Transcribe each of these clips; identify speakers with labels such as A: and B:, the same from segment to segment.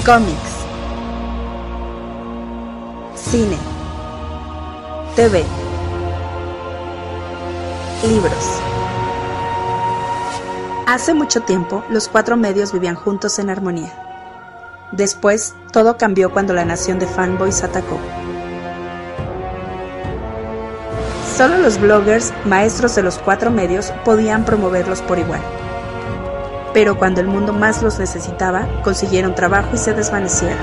A: Cómics, cine, TV, libros. Hace mucho tiempo, los 4 medios vivían juntos en armonía. Después, todo cambió cuando la nación de fanboys atacó. Solo los bloggers, maestros de los 4 medios, podían promoverlos por igual. Pero cuando el mundo más los necesitaba, consiguieron trabajo y se desvanecieron.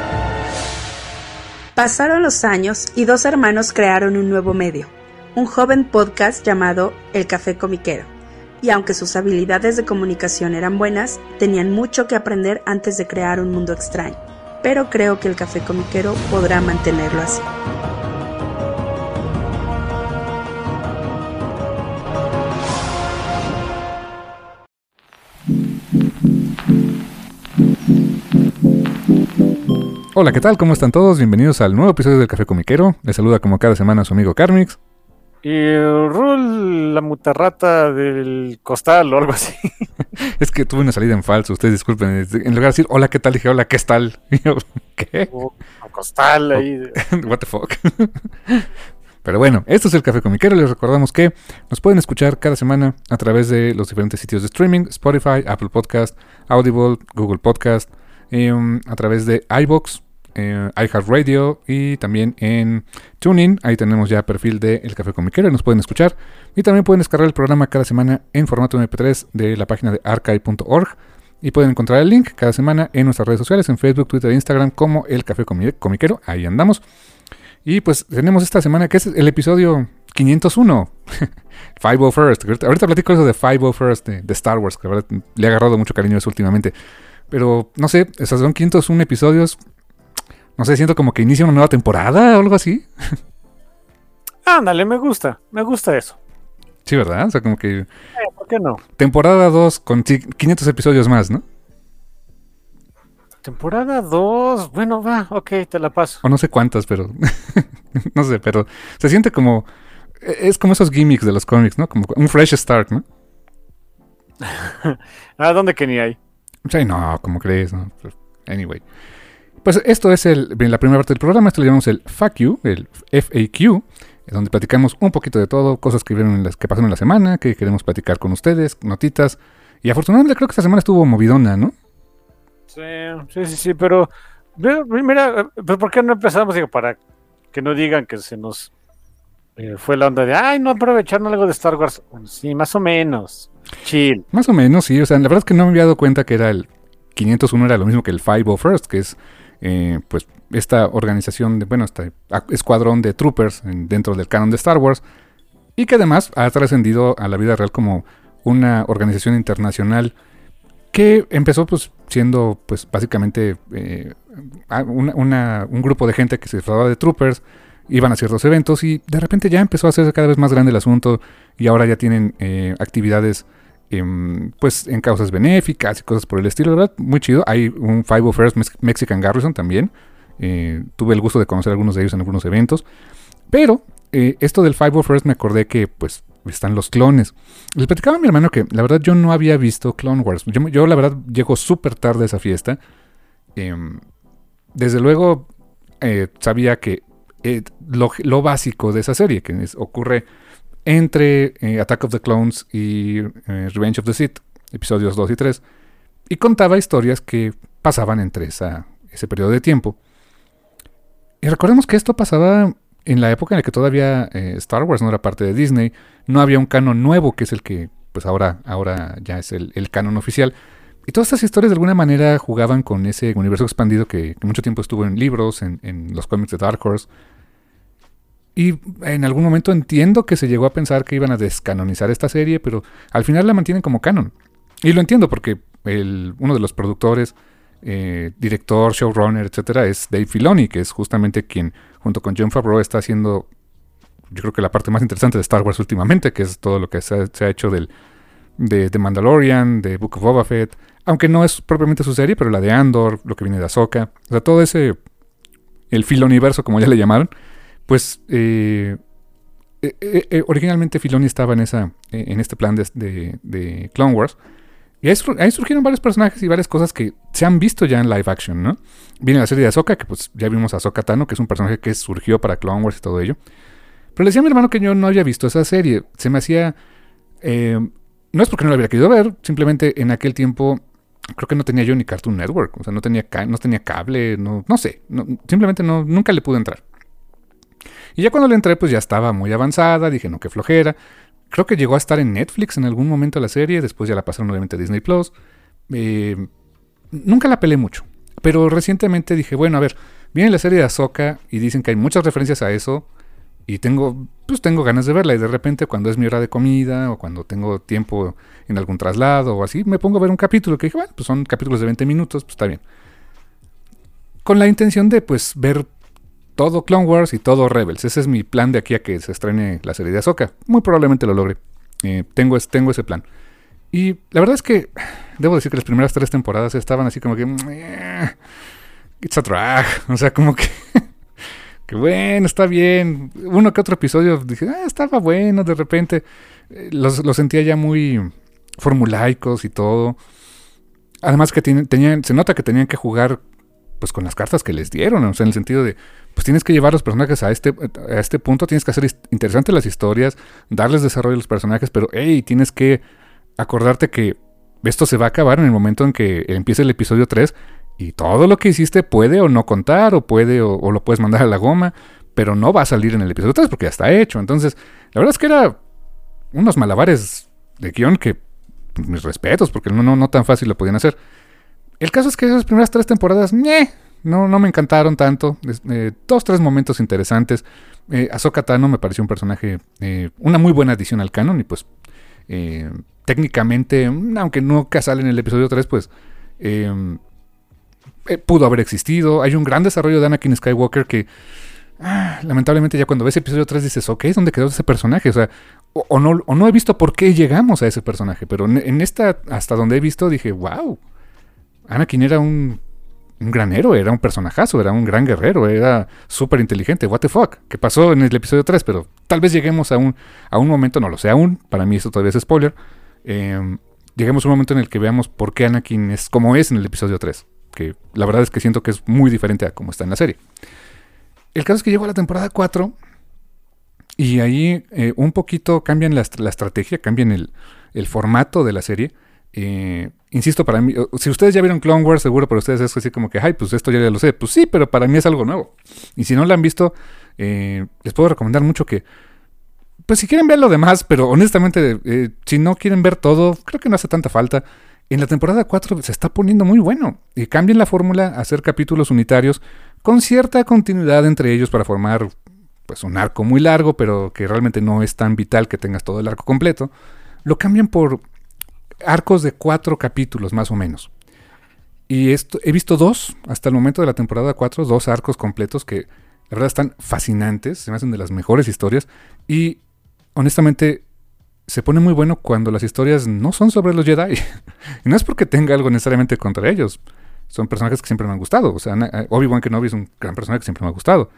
A: Pasaron los años y 2 hermanos crearon un nuevo medio, un joven podcast llamado El Café Comiquero. Y aunque sus habilidades de comunicación eran buenas, tenían mucho que aprender antes de crear un mundo extraño. Pero creo que El Café Comiquero podrá mantenerlo así.
B: Hola, ¿qué tal? ¿Cómo están todos? Bienvenidos al nuevo episodio del Café Comiquero. Les saluda como cada semana su amigo Carmix.
C: Y Rul, la mutarrata del costal o algo así.
B: Es que tuve una salida en falso, ustedes disculpen. En lugar de decir hola, ¿qué tal? Dije hola, ¿qué tal? Y yo, ¿qué?
C: Costal ahí.
B: What the fuck. Pero bueno, esto es el Café Comiquero. Les recordamos que nos pueden escuchar cada semana a través de los diferentes sitios de streaming: Spotify, Apple Podcast, Audible, Google Podcast, a través de iVoox, iHeartRadio y también en TuneIn. Ahí tenemos ya perfil de El Café Comiquero y nos pueden escuchar. Y también pueden descargar el programa cada semana en formato MP3 de la página de archive.org. Y pueden encontrar el link cada semana en nuestras redes sociales, en Facebook, Twitter e Instagram como El Café Comiquero. Ahí andamos. Y pues tenemos esta semana que es el episodio 501. 501st. Ahorita platico eso de 501st de Star Wars, que la verdad le he agarrado mucho cariño a eso últimamente. Pero no sé, esos son 501 episodios. No sé, siento como que inicia una nueva temporada o algo así.
C: Ándale, me gusta eso.
B: Sí, ¿verdad? O sea, como que...
C: ¿Por qué no?
B: Temporada 2 con 500 episodios más, ¿no?
C: Temporada 2, bueno, va, ok, te la paso.
B: O no sé cuántas, pero... no sé, pero se siente como... Es como esos gimmicks de los cómics, ¿no? Como un fresh start, ¿no?
C: ¿Dónde que ni hay?
B: Sí, no, como crees, ¿no? Anyway. Pues esto es la primera parte del programa. Esto le llamamos el FAQ, el FAQ, donde platicamos un poquito de todo, cosas que vieron que pasaron en la semana, que queremos platicar con ustedes, notitas. Y afortunadamente creo que esta semana estuvo movidona, ¿no?
C: Sí, pero mira, ¿por qué no empezamos? Digo, para que no digan que se nos fue la onda de, ay, no aprovecharon algo de Star Wars. Bueno, sí, más o menos. Chill.
B: Más o menos, sí. O sea, la verdad es que no me había dado cuenta que era el 501 era lo mismo que el 501st, que es pues esta organización este escuadrón de troopers dentro del canon de Star Wars, y que además ha trascendido a la vida real como una organización internacional que empezó pues siendo pues básicamente un grupo de gente que se disfrazaba de troopers, iban a ciertos eventos y de repente ya empezó a hacerse cada vez más grande el asunto y ahora ya tienen actividades pues en causas benéficas y cosas por el estilo. La verdad, muy chido. Hay un 501st Mexican Garrison también. Tuve el gusto de conocer a algunos de ellos en algunos eventos. Pero esto del 501st me acordé que pues están los clones. Les platicaba a mi hermano que la verdad yo no había visto Clone Wars. Yo la verdad llego súper tarde a esa fiesta. Desde luego sabía que lo básico de esa serie, que ocurre entre Attack of the Clones y Revenge of the Sith, episodios 2 y 3, y contaba historias que pasaban entre ese periodo de tiempo. Y recordemos que esto pasaba en la época en la que todavía Star Wars no era parte de Disney, no había un canon nuevo, que es el que pues ahora ya es el canon oficial, y todas estas historias de alguna manera jugaban con ese universo expandido que mucho tiempo estuvo en libros, en los cómics de Dark Horse. Y en algún momento entiendo que se llegó a pensar que iban a descanonizar esta serie, pero al final la mantienen como canon. Y lo entiendo porque uno de los productores, director, showrunner, etcétera, es Dave Filoni, que es justamente quien, junto con Jon Favreau, está haciendo, yo creo que la parte más interesante de Star Wars últimamente, que es todo lo que se ha hecho de The Mandalorian, de Book of Boba Fett, aunque no es propiamente su serie, pero la de Andor, lo que viene de Ahsoka, o sea, todo el Filoniverso, como ya le llamaron. Pues originalmente Filoni estaba en este plan de Clone Wars, Y ahí surgieron varios personajes y varias cosas que se han visto ya en live action, ¿no? Viene la serie de Ahsoka, que pues ya vimos a Ahsoka Tano, que es un personaje que surgió para Clone Wars y todo ello. Pero le decía a mi hermano que yo no había visto esa serie. Se me hacía... no es porque no la hubiera querido ver, simplemente en aquel tiempo creo que no tenía yo ni Cartoon Network. O sea, no tenía cable, no sé. Simplemente nunca le pude entrar. Y ya cuando le entré, pues ya estaba muy avanzada. Dije, no, qué flojera. Creo que llegó a estar en Netflix en algún momento la serie. Después ya la pasaron obviamente a Disney Plus. Nunca la pelé mucho. Pero recientemente dije, bueno, a ver, viene la serie de Ahsoka y dicen que hay muchas referencias a eso. Y tengo ganas de verla. Y de repente cuando es mi hora de comida o cuando tengo tiempo en algún traslado o así, me pongo a ver un capítulo. Que dije, bueno, pues son capítulos de 20 minutos, pues está bien. Con la intención de pues ver todo Clone Wars y todo Rebels. Ese es mi plan de aquí a que se estrene la serie de Ahsoka. Muy probablemente lo logre. Tengo ese plan. Y la verdad es que debo decir que las primeras 3 temporadas estaban así como que... it's a drag. O sea, como que... que bueno, está bien. Uno que otro episodio dije, estaba bueno. De repente los sentía ya muy formulaicos y todo. Además que se nota que tenían que jugar pues con las cartas que les dieron. O sea, en el sentido de, pues tienes que llevar los personajes a este punto. Tienes que hacer interesantes las historias, darles desarrollo a los personajes. Pero, hey, tienes que acordarte que esto se va a acabar en el momento en que empiece el episodio 3. Y todo lo que hiciste puede o no contar, o lo puedes mandar a la goma, pero no va a salir en el episodio 3 porque ya está hecho. Entonces, la verdad es que era unos malabares de guión que, mis respetos, porque no tan fácil lo podían hacer. El caso es que esas primeras 3 temporadas, no me encantaron tanto. 2-3 momentos interesantes. Ahsoka Tano me pareció un personaje, una muy buena adición al canon, y pues, técnicamente, aunque nunca sale en el episodio 3, pues... pudo haber existido. Hay un gran desarrollo de Anakin Skywalker que lamentablemente ya cuando ves episodio 3 dices, ok, ¿dónde quedó ese personaje? O sea, o no he visto por qué llegamos a ese personaje, pero en esta, hasta donde he visto, dije, wow, Anakin era un gran héroe, era un personajazo, era un gran guerrero, era súper inteligente, what the fuck, ¿qué pasó en el episodio 3? Pero tal vez lleguemos a un momento, no lo sé aún, para mí eso todavía es spoiler, lleguemos a un momento en el que veamos por qué Anakin es como es en el episodio 3. Que la verdad es que siento que es muy diferente a como está en la serie. El caso es que llegó a la temporada 4 y ahí un poquito cambian la estrategia, cambian el formato de la serie. Insisto, para mí, si ustedes ya vieron Clone Wars, seguro para ustedes es así como que, ay, pues esto ya lo sé. Pues sí, pero para mí es algo nuevo. Y si no lo han visto, les puedo recomendar mucho que, pues si quieren ver lo demás, pero honestamente, si no quieren ver todo, creo que no hace tanta falta. En la temporada 4 se está poniendo muy bueno. Y cambian la fórmula a hacer capítulos unitarios con cierta continuidad entre ellos para formar pues un arco muy largo, pero que realmente no es tan vital que tengas todo el arco completo. Lo cambian por arcos de 4 capítulos más o menos. Y he visto 2 hasta el momento de la temporada 4, 2 arcos completos que la verdad están fascinantes, se me hacen de las mejores historias. Y honestamente... se pone muy bueno cuando las historias no son sobre los Jedi. Y no es porque tenga algo necesariamente contra ellos. Son personajes que siempre me han gustado. O sea, Obi-Wan Kenobi es un gran personaje que siempre me ha gustado.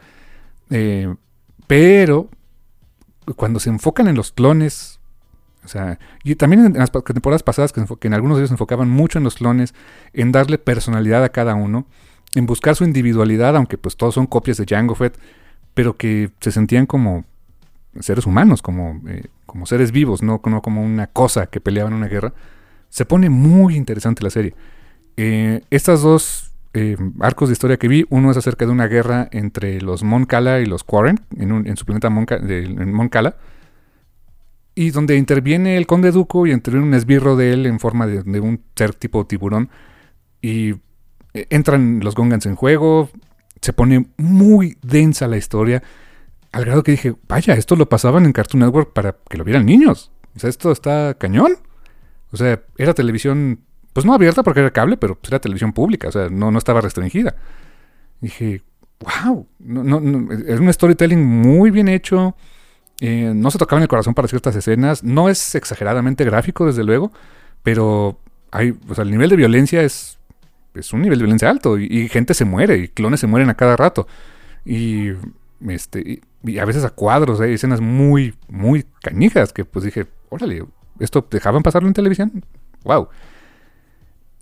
B: Pero cuando se enfocan en los clones... O sea, y también en las temporadas pasadas que en algunos de ellos se enfocaban mucho en los clones, en darle personalidad a cada uno, en buscar su individualidad, aunque pues todos son copias de Jango Fett, pero que se sentían como... seres humanos, como seres vivos, no como una cosa que peleaba en una guerra. Se pone muy interesante la serie. Estas 2 arcos de historia que vi, uno es acerca de una guerra entre los Mon Cala y los Quarren en su planeta Mon Cala, y donde interviene el Conde Dooku y interviene un esbirro de él en forma de un ser tipo tiburón, y entran los Gungans en juego. Se pone muy densa la historia, al grado que dije, vaya, esto lo pasaban en Cartoon Network para que lo vieran niños. O sea, esto está cañón. O sea, era televisión, pues no abierta porque era cable, pero pues era televisión pública. O sea, no estaba restringida. Dije, wow, es un storytelling muy bien hecho. No se tocaba en el corazón para ciertas escenas. No es exageradamente gráfico, desde luego, pero el nivel de violencia es un nivel de violencia alto. Y gente se muere, y clones se mueren a cada rato. Y a veces a cuadros, hay escenas muy, muy canijas que pues dije, órale, ¿esto dejaban pasarlo en televisión? Wow.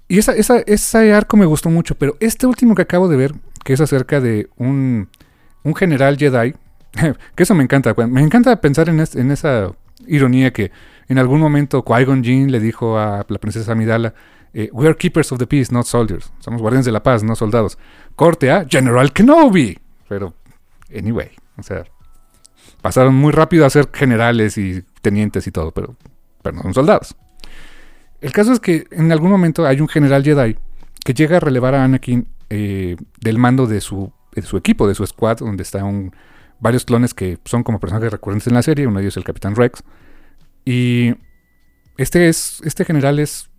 B: Y ese arco me gustó mucho, pero este último que acabo de ver, que es acerca de un general Jedi, que eso me encanta. Me encanta pensar en esa ironía que en algún momento Qui-Gon Jinn le dijo a la princesa Amidala, we are keepers of the peace, not soldiers. Somos guardianes de la paz, no soldados. Corte a General Kenobi. Pero, anyway, o sea, pasaron muy rápido a ser generales y tenientes y todo, pero no son soldados. El caso es que en algún momento hay un general Jedi que llega a relevar a Anakin del mando de su equipo, de su squad, donde están varios clones que son como personajes recurrentes en la serie. Uno de ellos es el Capitán Rex. Y este general es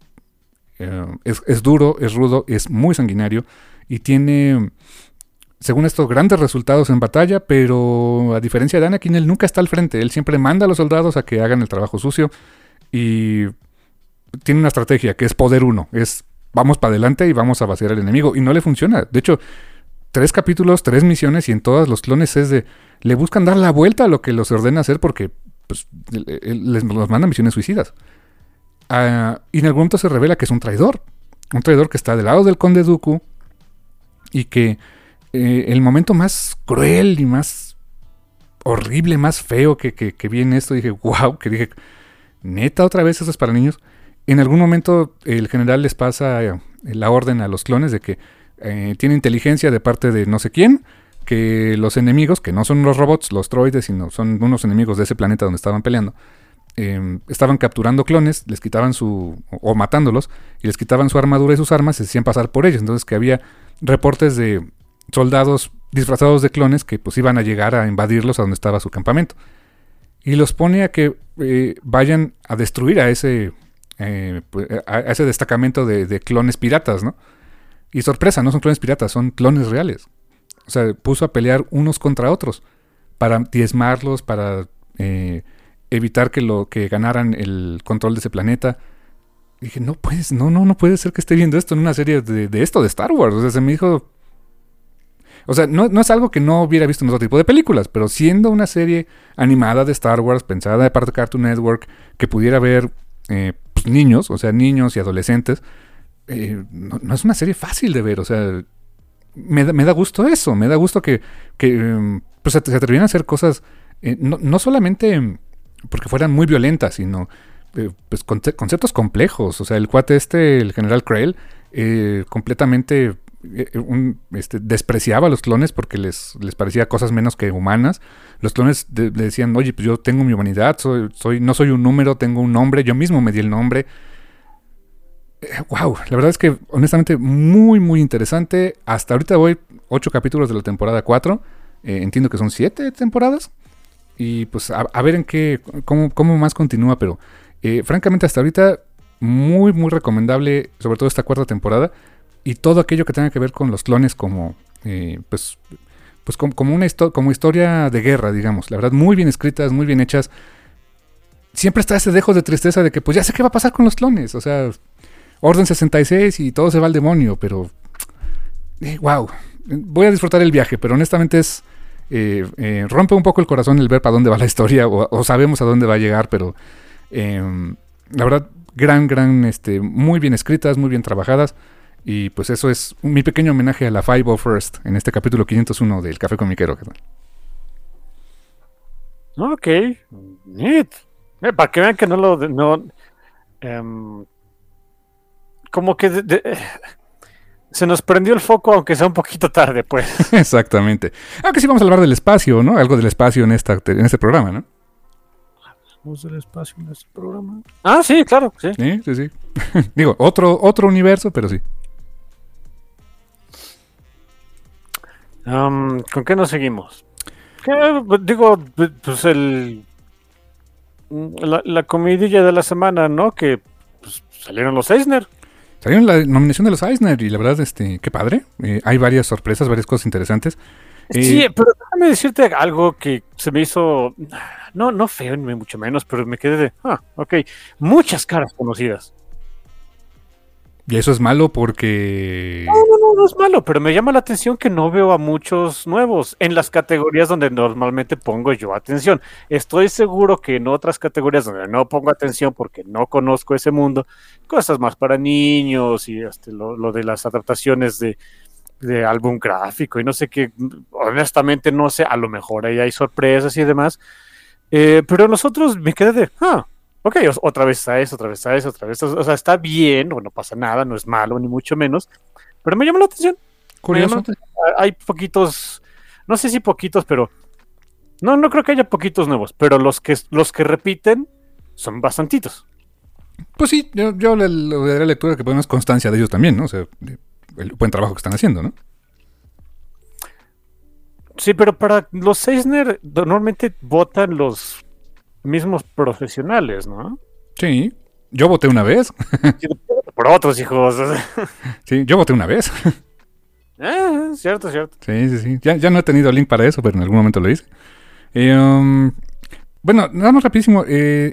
B: duro, es rudo, es muy sanguinario y tiene, según esto, grandes resultados en batalla, pero a diferencia de Anakin, él nunca está al frente. Él siempre manda a los soldados a que hagan el trabajo sucio y tiene una estrategia que es poder uno, es vamos para adelante y vamos a vaciar al enemigo, y no le funciona. De hecho, 3 capítulos, 3 misiones, y en todos los clones le buscan dar la vuelta a lo que los ordena hacer porque pues, los mandan misiones suicidas. Y en algún momento se revela que es un traidor que está del lado del Conde Dooku, y que el momento más cruel y más horrible, más feo que vi en esto, dije, wow, que dije, neta, otra vez eso es para niños. En algún momento el general les pasa la orden a los clones de que tiene inteligencia de parte de no sé quién, que los enemigos, que no son los robots, los droides, sino son unos enemigos de ese planeta donde estaban peleando, estaban capturando clones, les quitaban o matándolos, y les quitaban su armadura y sus armas, y se hacían pasar por ellos. Entonces que había reportes de soldados disfrazados de clones que pues iban a llegar a invadirlos a donde estaba su campamento. Y los pone a que vayan a destruir a ese destacamento de clones piratas, ¿no? Y sorpresa, no son clones piratas, son clones reales. O sea, puso a pelear unos contra otros para diezmarlos, para evitar que ganaran el control de ese planeta. Y dije, no puede ser que esté viendo esto en una serie de Star Wars. O sea, se me dijo... O sea, no es algo que no hubiera visto en otro tipo de películas, pero siendo una serie animada de Star Wars, pensada de parte de Cartoon Network, que pudiera ver pues, niños, o sea, niños y adolescentes, no es una serie fácil de ver. O sea, me da gusto eso, me da gusto que pues se atrevieran a hacer cosas, no solamente porque fueran muy violentas, sino pues conceptos complejos. O sea, el cuate el general Krell, completamente... despreciaba a los clones porque les parecía cosas menos que humanas. Los clones le decían, oye, pues yo tengo mi humanidad, no soy un número, tengo un nombre, yo mismo me di el nombre. Wow, la verdad es que honestamente muy muy interesante. Hasta ahorita voy 8 capítulos de la temporada 4. Entiendo que son 7 temporadas. Y pues a ver cómo más continúa, pero francamente hasta ahorita muy muy recomendable, sobre todo esta 4ª temporada. Y todo aquello que tenga que ver con los clones como como historia de guerra, digamos. La verdad, muy bien escritas, muy bien hechas. Siempre está ese dejo de tristeza de que pues ya sé qué va a pasar con los clones. O sea, Orden 66 y todo se va al demonio, pero... wow, voy a disfrutar el viaje, pero honestamente rompe un poco el corazón el ver para dónde va la historia, o sabemos a dónde va a llegar, pero la verdad, muy bien escritas, muy bien trabajadas. Y pues eso es mi pequeño homenaje a la 501st en este capítulo 501 del Café Comiquero.
C: Ok, neat. Para que vean que como que se nos prendió el foco, aunque sea un poquito tarde, pues.
B: Exactamente. Aunque sí vamos a hablar del espacio, ¿no? Algo del espacio en este programa, ¿no?
C: ¿Hablamos del espacio en este programa? Ah, sí, claro, sí.
B: Sí. Digo, otro universo, pero sí.
C: ¿Con qué nos seguimos? Digo, pues la comidilla de la semana, ¿no? Que pues, salieron los Eisner.
B: Salieron la nominación de los Eisner y la verdad, qué padre. Hay varias sorpresas, varias cosas interesantes.
C: Sí, pero déjame decirte algo que se me hizo, no feo ni mucho menos, pero me quedé de, ok, muchas caras conocidas.
B: Y eso es malo porque...
C: No es malo, pero me llama la atención que no veo a muchos nuevos en las categorías donde normalmente pongo yo atención. Estoy seguro que en otras categorías donde no pongo atención porque no conozco ese mundo, cosas más para niños y lo de las adaptaciones de álbum gráfico y no sé qué, honestamente no sé, a lo mejor ahí hay sorpresas y demás, pero nosotros me quedé de, ok, otra vez a eso, otra vez a eso, otra vez a eso. O sea, está bien, o no pasa nada, no es malo, ni mucho menos, pero me llama la atención.
B: Curioso.
C: Hay poquitos, no sé si poquitos, pero no creo que haya poquitos nuevos, pero los que repiten son bastantitos.
B: Pues sí, yo le daré lectura que ponemos constancia de ellos también, ¿no? O sea, el buen trabajo que están haciendo, ¿no?
C: Sí, pero para los Eisner normalmente votan los mismos profesionales, ¿no?
B: Sí, yo voté una vez.
C: Por otros hijos.
B: Sí, yo voté una vez.
C: Cierto.
B: Sí. Ya no he tenido link para eso, pero en algún momento lo hice. Bueno, nada más rapidísimo.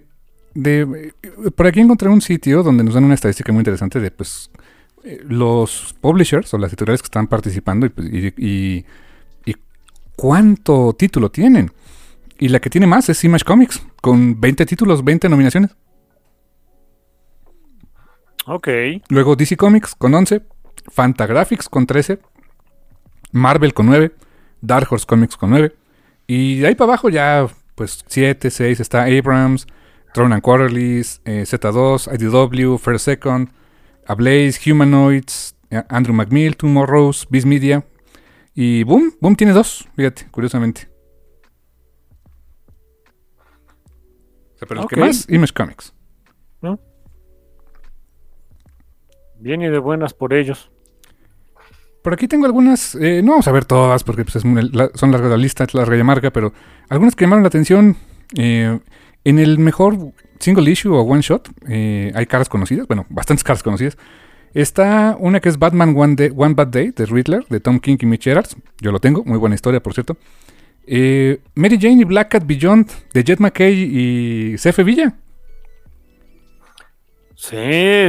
B: Por aquí encontré un sitio donde nos dan una estadística muy interesante de pues los publishers o las editoriales que están participando y cuánto título tienen. Y la que tiene más es Image Comics, con 20 títulos, 20 nominaciones.
C: Ok.
B: Luego DC Comics con 11, Fantagraphics con 13, Marvel con 9, Dark Horse Comics con 9. Y de ahí para abajo ya, pues 7, 6, está Abrams, Throne and Quarterlies, Z2, IDW, First Second, Ablaze, Humanoids, Andrew McMill, Tomorrow's, Viz Media. Y Boom tiene 2, fíjate, curiosamente. O sea, pero los que más, Image Comics.
C: ¿No? Bien y de buenas por ellos.
B: Por aquí tengo algunas, no vamos a ver todas porque pues, son largas la lista, es larga y amarga, pero algunas que llamaron la atención. En el mejor single issue o one shot hay caras conocidas, bueno, bastantes caras conocidas. Está una que es Batman One Bad Day de Riddler, de Tom King y Mitch Gerards. Yo lo tengo, muy buena historia, por cierto. Mary Jane y Black Cat Beyond de Jet McKay y C.F. Villa.
C: Sí,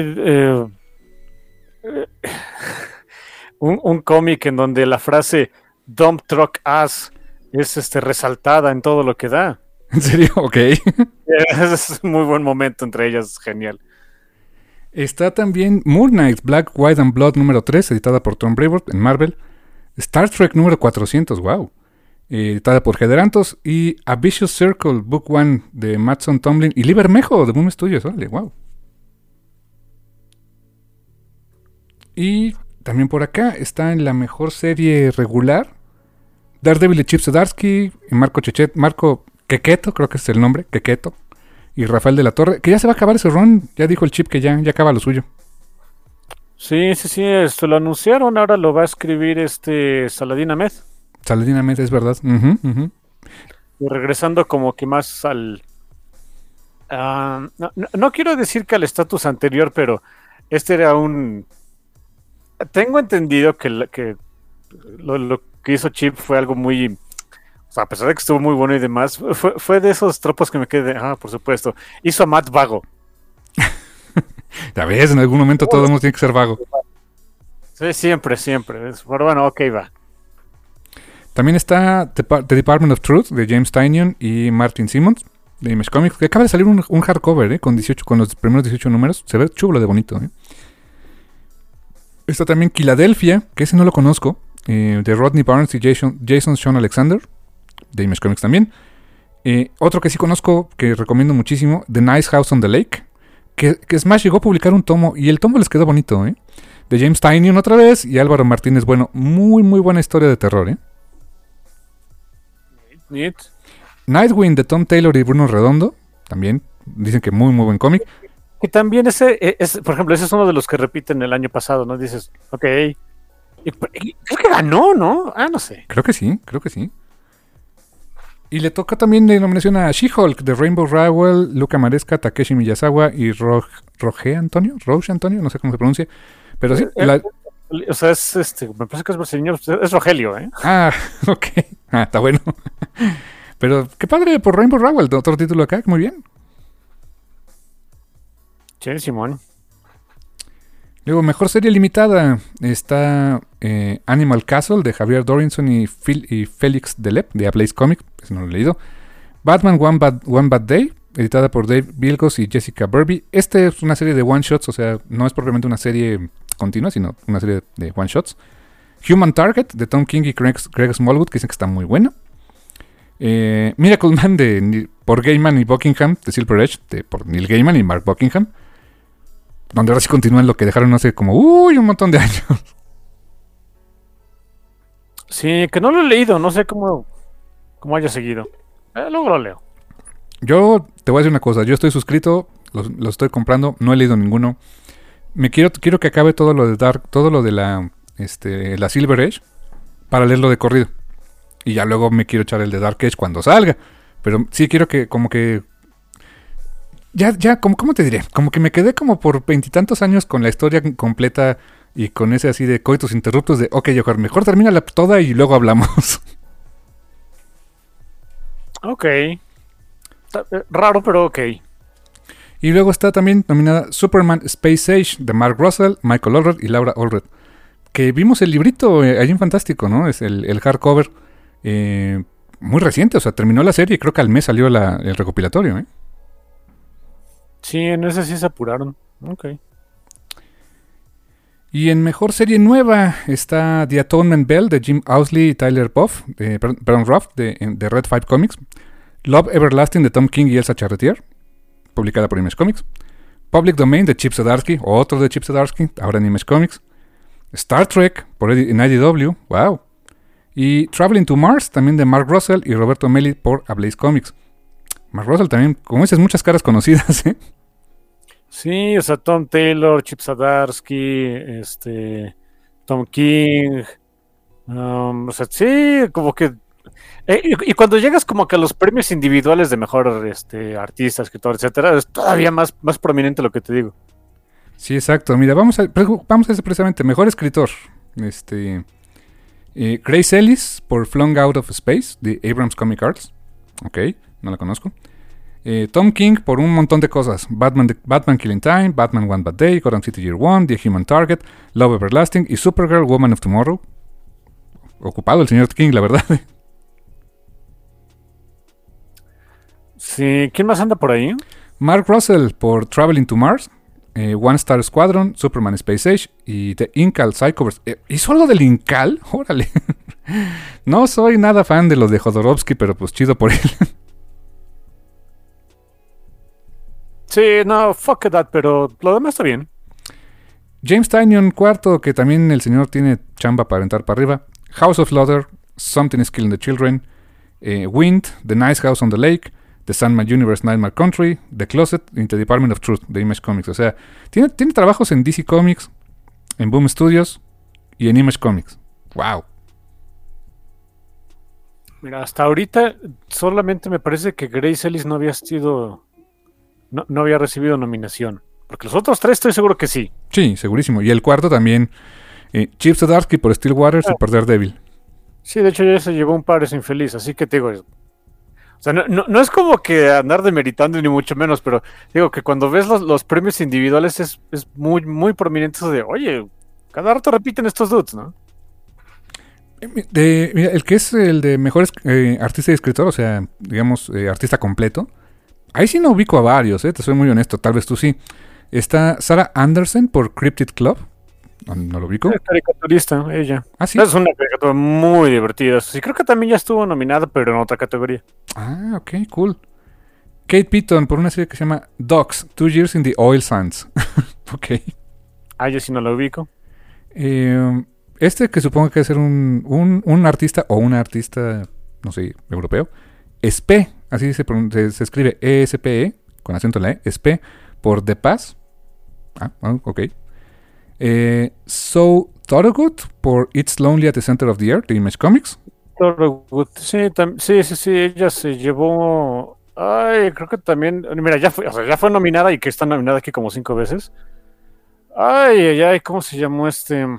C: un cómic en donde la frase Dump Truck Ass es resaltada en todo lo que da.
B: ¿En serio? Ok.
C: Es un muy buen momento entre ellas, genial.
B: Está también Moon Knight, Black, White and Blood número 3, editada por Tom Brevoort en Marvel. Star Trek número 400, wow. Editada por Gederantos. Y A Vicious Circle, Book 1 de Mattson Tomlin y Lee Bermejo de Boom Studios, órale, wow. Y también por acá está en la mejor serie regular Daredevil de Chip Zdarsky, Marco Quequeto, creo que es el nombre, Quequeto, y Rafael de la Torre, que ya se va a acabar ese run, ya dijo el Chip que ya acaba lo suyo.
C: Sí, esto lo anunciaron, ahora lo va a escribir Saladin Ahmed.
B: Saladin Ahmed, es verdad.
C: Y regresando como que más al... no quiero decir que al estatus anterior, pero este era un... Tengo entendido que lo que hizo Chip fue algo muy... O sea, a pesar de que estuvo muy bueno y demás, fue de esos tropos que me quedé... por supuesto. Hizo a Matt vago.
B: Ya ves, en algún momento todo el mundo tiene que ser vago.
C: Sí, siempre. Pero bueno, ok, va.
B: También está The Department of Truth de James Tynion y Martin Simmons de Image Comics, que acaba de salir un hardcover con los primeros 18 números. Se ve chulo de bonito. Está también Philadelphia, que ese no lo conozco, de Rodney Barnes y Jason Sean Alexander, de Image Comics también. Otro que sí conozco, que recomiendo muchísimo, The Nice House on the Lake, que Smash llegó a publicar un tomo, y el tomo les quedó bonito, de James Tynion otra vez, y Álvaro Martínez. Bueno, muy muy buena historia de terror,
C: Neat.
B: Nightwing de Tom Taylor y Bruno Redondo, también dicen que muy muy buen cómic.
C: Que también por ejemplo, ese es uno de los que repiten el año pasado, ¿no? Dices, ok. Creo que ganó, ¿no? No sé.
B: Creo que sí. Y le toca también de nominación a She-Hulk de Rainbow Rowell, Luca Maresca, Takeshi Miyazawa y Roge Antonio, no sé cómo se pronuncia. Pero sí.
C: O sea, me parece que es brasileño, es Rogelio,
B: ok. Está bueno. Pero qué padre por Rainbow Rowell, otro título acá, muy bien.
C: Sí, Simón.
B: Luego, mejor serie limitada está Animal Castle de Javier Dorinson y Félix Delep de A Blaze Comics, ese no lo he leído. Batman One Bad Day, editada por Dave Bilgos y Jessica Burby. Esta es una serie de one-shots, o sea, no es propiamente una serie continua, sino una serie de one-shots. Human Target de Tom King y Greg Smallwood, que dicen que está muy buena. Miracle Man por Gaiman y Buckingham, de Silver Edge, por Neil Gaiman y Mark Buckingham. Donde ahora sí continúan lo que dejaron hace como un montón de años.
C: Sí, que no lo he leído, no sé cómo haya seguido. Luego lo leo.
B: Yo te voy a decir una cosa, yo estoy suscrito, los estoy comprando, no he leído ninguno. Quiero que acabe todo lo de Dark, todo lo de la Silver Age, para leerlo de corrido. Y ya luego me quiero echar el de Dark Age cuando salga. Pero sí quiero que como que... Ya, ¿cómo te diré? Como que me quedé como por 20 y tantos años con la historia completa y con ese así de coitus interruptos de, ok, mejor termínala toda y luego hablamos.
C: Ok. Raro, pero ok.
B: Y luego está también nominada Superman Space Age de Mark Russell, Michael Allred y Laura Allred. Que vimos el librito ahí en Fantástico, ¿no? Es el hardcover muy reciente, o sea, terminó la serie y creo que al mes salió el recopilatorio, ¿eh?
C: Sí, en ese sí se apuraron. Ok.
B: Y en mejor serie nueva está The Atonement Bell de Jim Owsley y Tyler Ruff de Red 5 Comics. Love Everlasting de Tom King y Elsa Charretier, publicada por Image Comics. Public Domain de Chip Zdarsky, otro de Chip Zdarsky, ahora en Image Comics. Star Trek en IDW, wow. Y Traveling to Mars, también de Mark Russell y Roberto Melli por A Blaze Comics. Mark Russell también, como dices, muchas caras conocidas, ¿eh?
C: Sí, o sea, Tom Taylor, Chip Zdarsky, Tom King. O sea, sí, como que... y cuando llegas como que a los premios individuales de mejor artista, escritor, etcétera, es todavía más prominente lo que te digo.
B: Sí, exacto. Mira, vamos a hacer precisamente mejor escritor. Grace Ellis por Flung Out of Space de Abrams Comic Arts. Ok, no la conozco. Tom King por un montón de cosas. Batman Killing Time, Batman One Bad Day, Gotham City Year One, The Human Target, Love Everlasting y Supergirl Woman of Tomorrow. Ocupado el señor King, la verdad.
C: Sí, ¿quién más anda por ahí?
B: Mark Russell por Traveling to Mars, One Star Squadron, Superman Space Age y The Incal Psychoverse. ¿Hizo algo del Incal? Órale. No soy nada fan de los de Jodorowsky, pero pues chido por él.
C: Sí, no, fuck that, pero lo demás está bien.
B: James Tynion IV, que también el señor tiene chamba para aventar para arriba. House of Slaughter, Something is Killing the Children, Wind, The Nice House on the Lake, The Sandman Universe, Nightmare Country, The Closet y The Department of Truth de Image Comics. O sea, tiene trabajos en DC Comics, en Boom Studios y en Image Comics. ¡Wow!
C: Mira, hasta ahorita solamente me parece que Grace Ellis no había recibido nominación. Porque los otros tres estoy seguro que sí.
B: Sí, segurísimo. Y el cuarto también, Chip Zdarsky por Steel Waters y por Daredevil.
C: Sí, de hecho ya se llevó un par, es infeliz, así que te digo... O sea, no es como que andar demeritando ni mucho menos, pero digo que cuando ves los premios individuales es muy, muy prominente eso de, oye, cada rato repiten estos dudes, ¿no?
B: Mira, el que es el de mejor artista y escritor, o sea, digamos, artista completo, ahí sí no ubico a varios, te soy muy honesto, tal vez tú sí. Está Sarah Anderson por Cryptid Club, no lo ubico.
C: Es caricaturista, ella.
B: Ah, sí.
C: Es una caricatura muy divertida. Sí, creo que también ya estuvo nominada, pero en otra categoría.
B: Ah, ok, cool. Kate Beaton por una serie que se llama Dogs, 2 Years in the Oil Sands. Ok.
C: Ah, yo sí no lo ubico.
B: Que supongo que debe ser un artista o una artista, no sé, europeo. Espe, así se escribe ESPE, con acento en la E, Espe, por The Pass. Ok. So Thorogood por It's Lonely at the Center of the Earth de Image Comics.
C: Thorogood, sí, ella se llevó... Ay, creo que también... Mira, ya fue nominada y que está nominada aquí como 5 veces. Ay, ¿cómo se llamó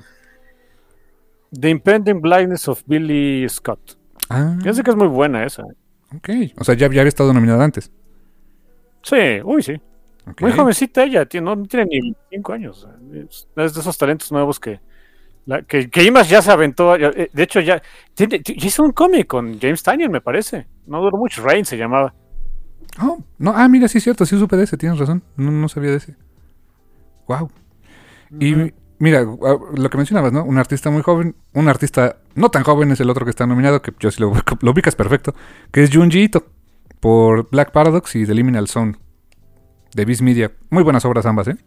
C: The Impending Blindness of Billy Scott. Yo sé que es muy buena esa.
B: Ok, o sea, ya había estado nominada antes.
C: Sí, sí.
B: Ok.
C: Muy jovencita ella, no tiene ni 25 años. Es de esos talentos nuevos que Image ya se aventó. De hecho, ya hizo un cómic con James Tynion, me parece. No duró mucho. Rain se llamaba.
B: Oh, no, mira, sí es cierto, sí supe de ese, tienes razón. No sabía de ese. Wow. Y mira, lo que mencionabas, ¿no? Un artista muy joven, un artista no tan joven es el otro que está nominado, que yo sí lo ubicas perfecto, que es Junji Ito, por Black Paradox y The Liminal Zone, de Viz Media. Muy buenas obras ambas, ¿eh?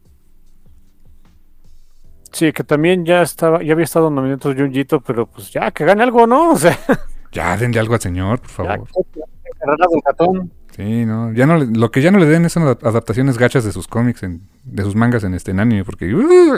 C: Sí, que también ya había estado nominado Junjito, pero pues ya que gane algo, ¿no? O sea,
B: Ya denle algo al señor, por
C: ya
B: favor.
C: carreras del ratón.
B: Sí, no, ya no lo que ya no le den son adaptaciones gachas de sus cómics, de sus mangas en anime, porque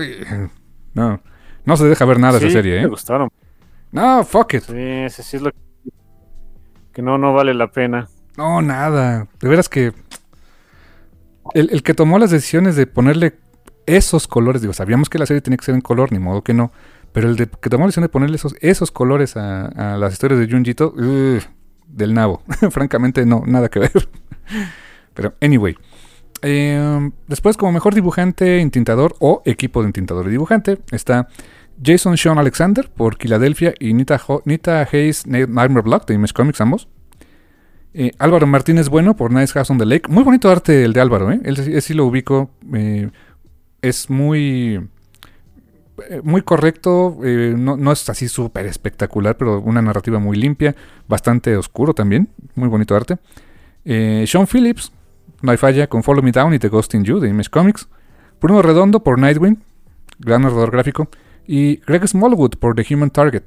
B: no se deja ver nada de
C: Sí,
B: esa serie,
C: me
B: ¿eh?
C: gustaron.
B: No, fuck it.
C: Sí es lo que no vale la pena.
B: No, nada. De veras que el que tomó las decisiones de ponerle esos colores, digo, sabíamos que la serie tenía que ser en color, ni modo que no, pero que tomó la decisión de ponerle esos colores a las historias de Junjito, del nabo. Francamente, no, nada que ver. Pero, anyway. Después, como mejor dibujante, entintador o equipo de entintador y dibujante, está Jason Sean Alexander por Philadelphia y Nita Hayes Nightmare Block de Image Comics, ambos. Álvaro Martínez Bueno por Nice House on the Lake. Muy bonito arte el de Álvaro, ¿eh? Él sí lo ubico. Es muy correcto. No es así súper espectacular, pero una narrativa muy limpia. Bastante oscuro también. Muy bonito arte. Sean Phillips, no hay falla, con Follow Me Down y The Ghost in You de Image Comics. Bruno Redondo por Nightwing, gran narrador gráfico. Y Greg Smallwood por The Human Target.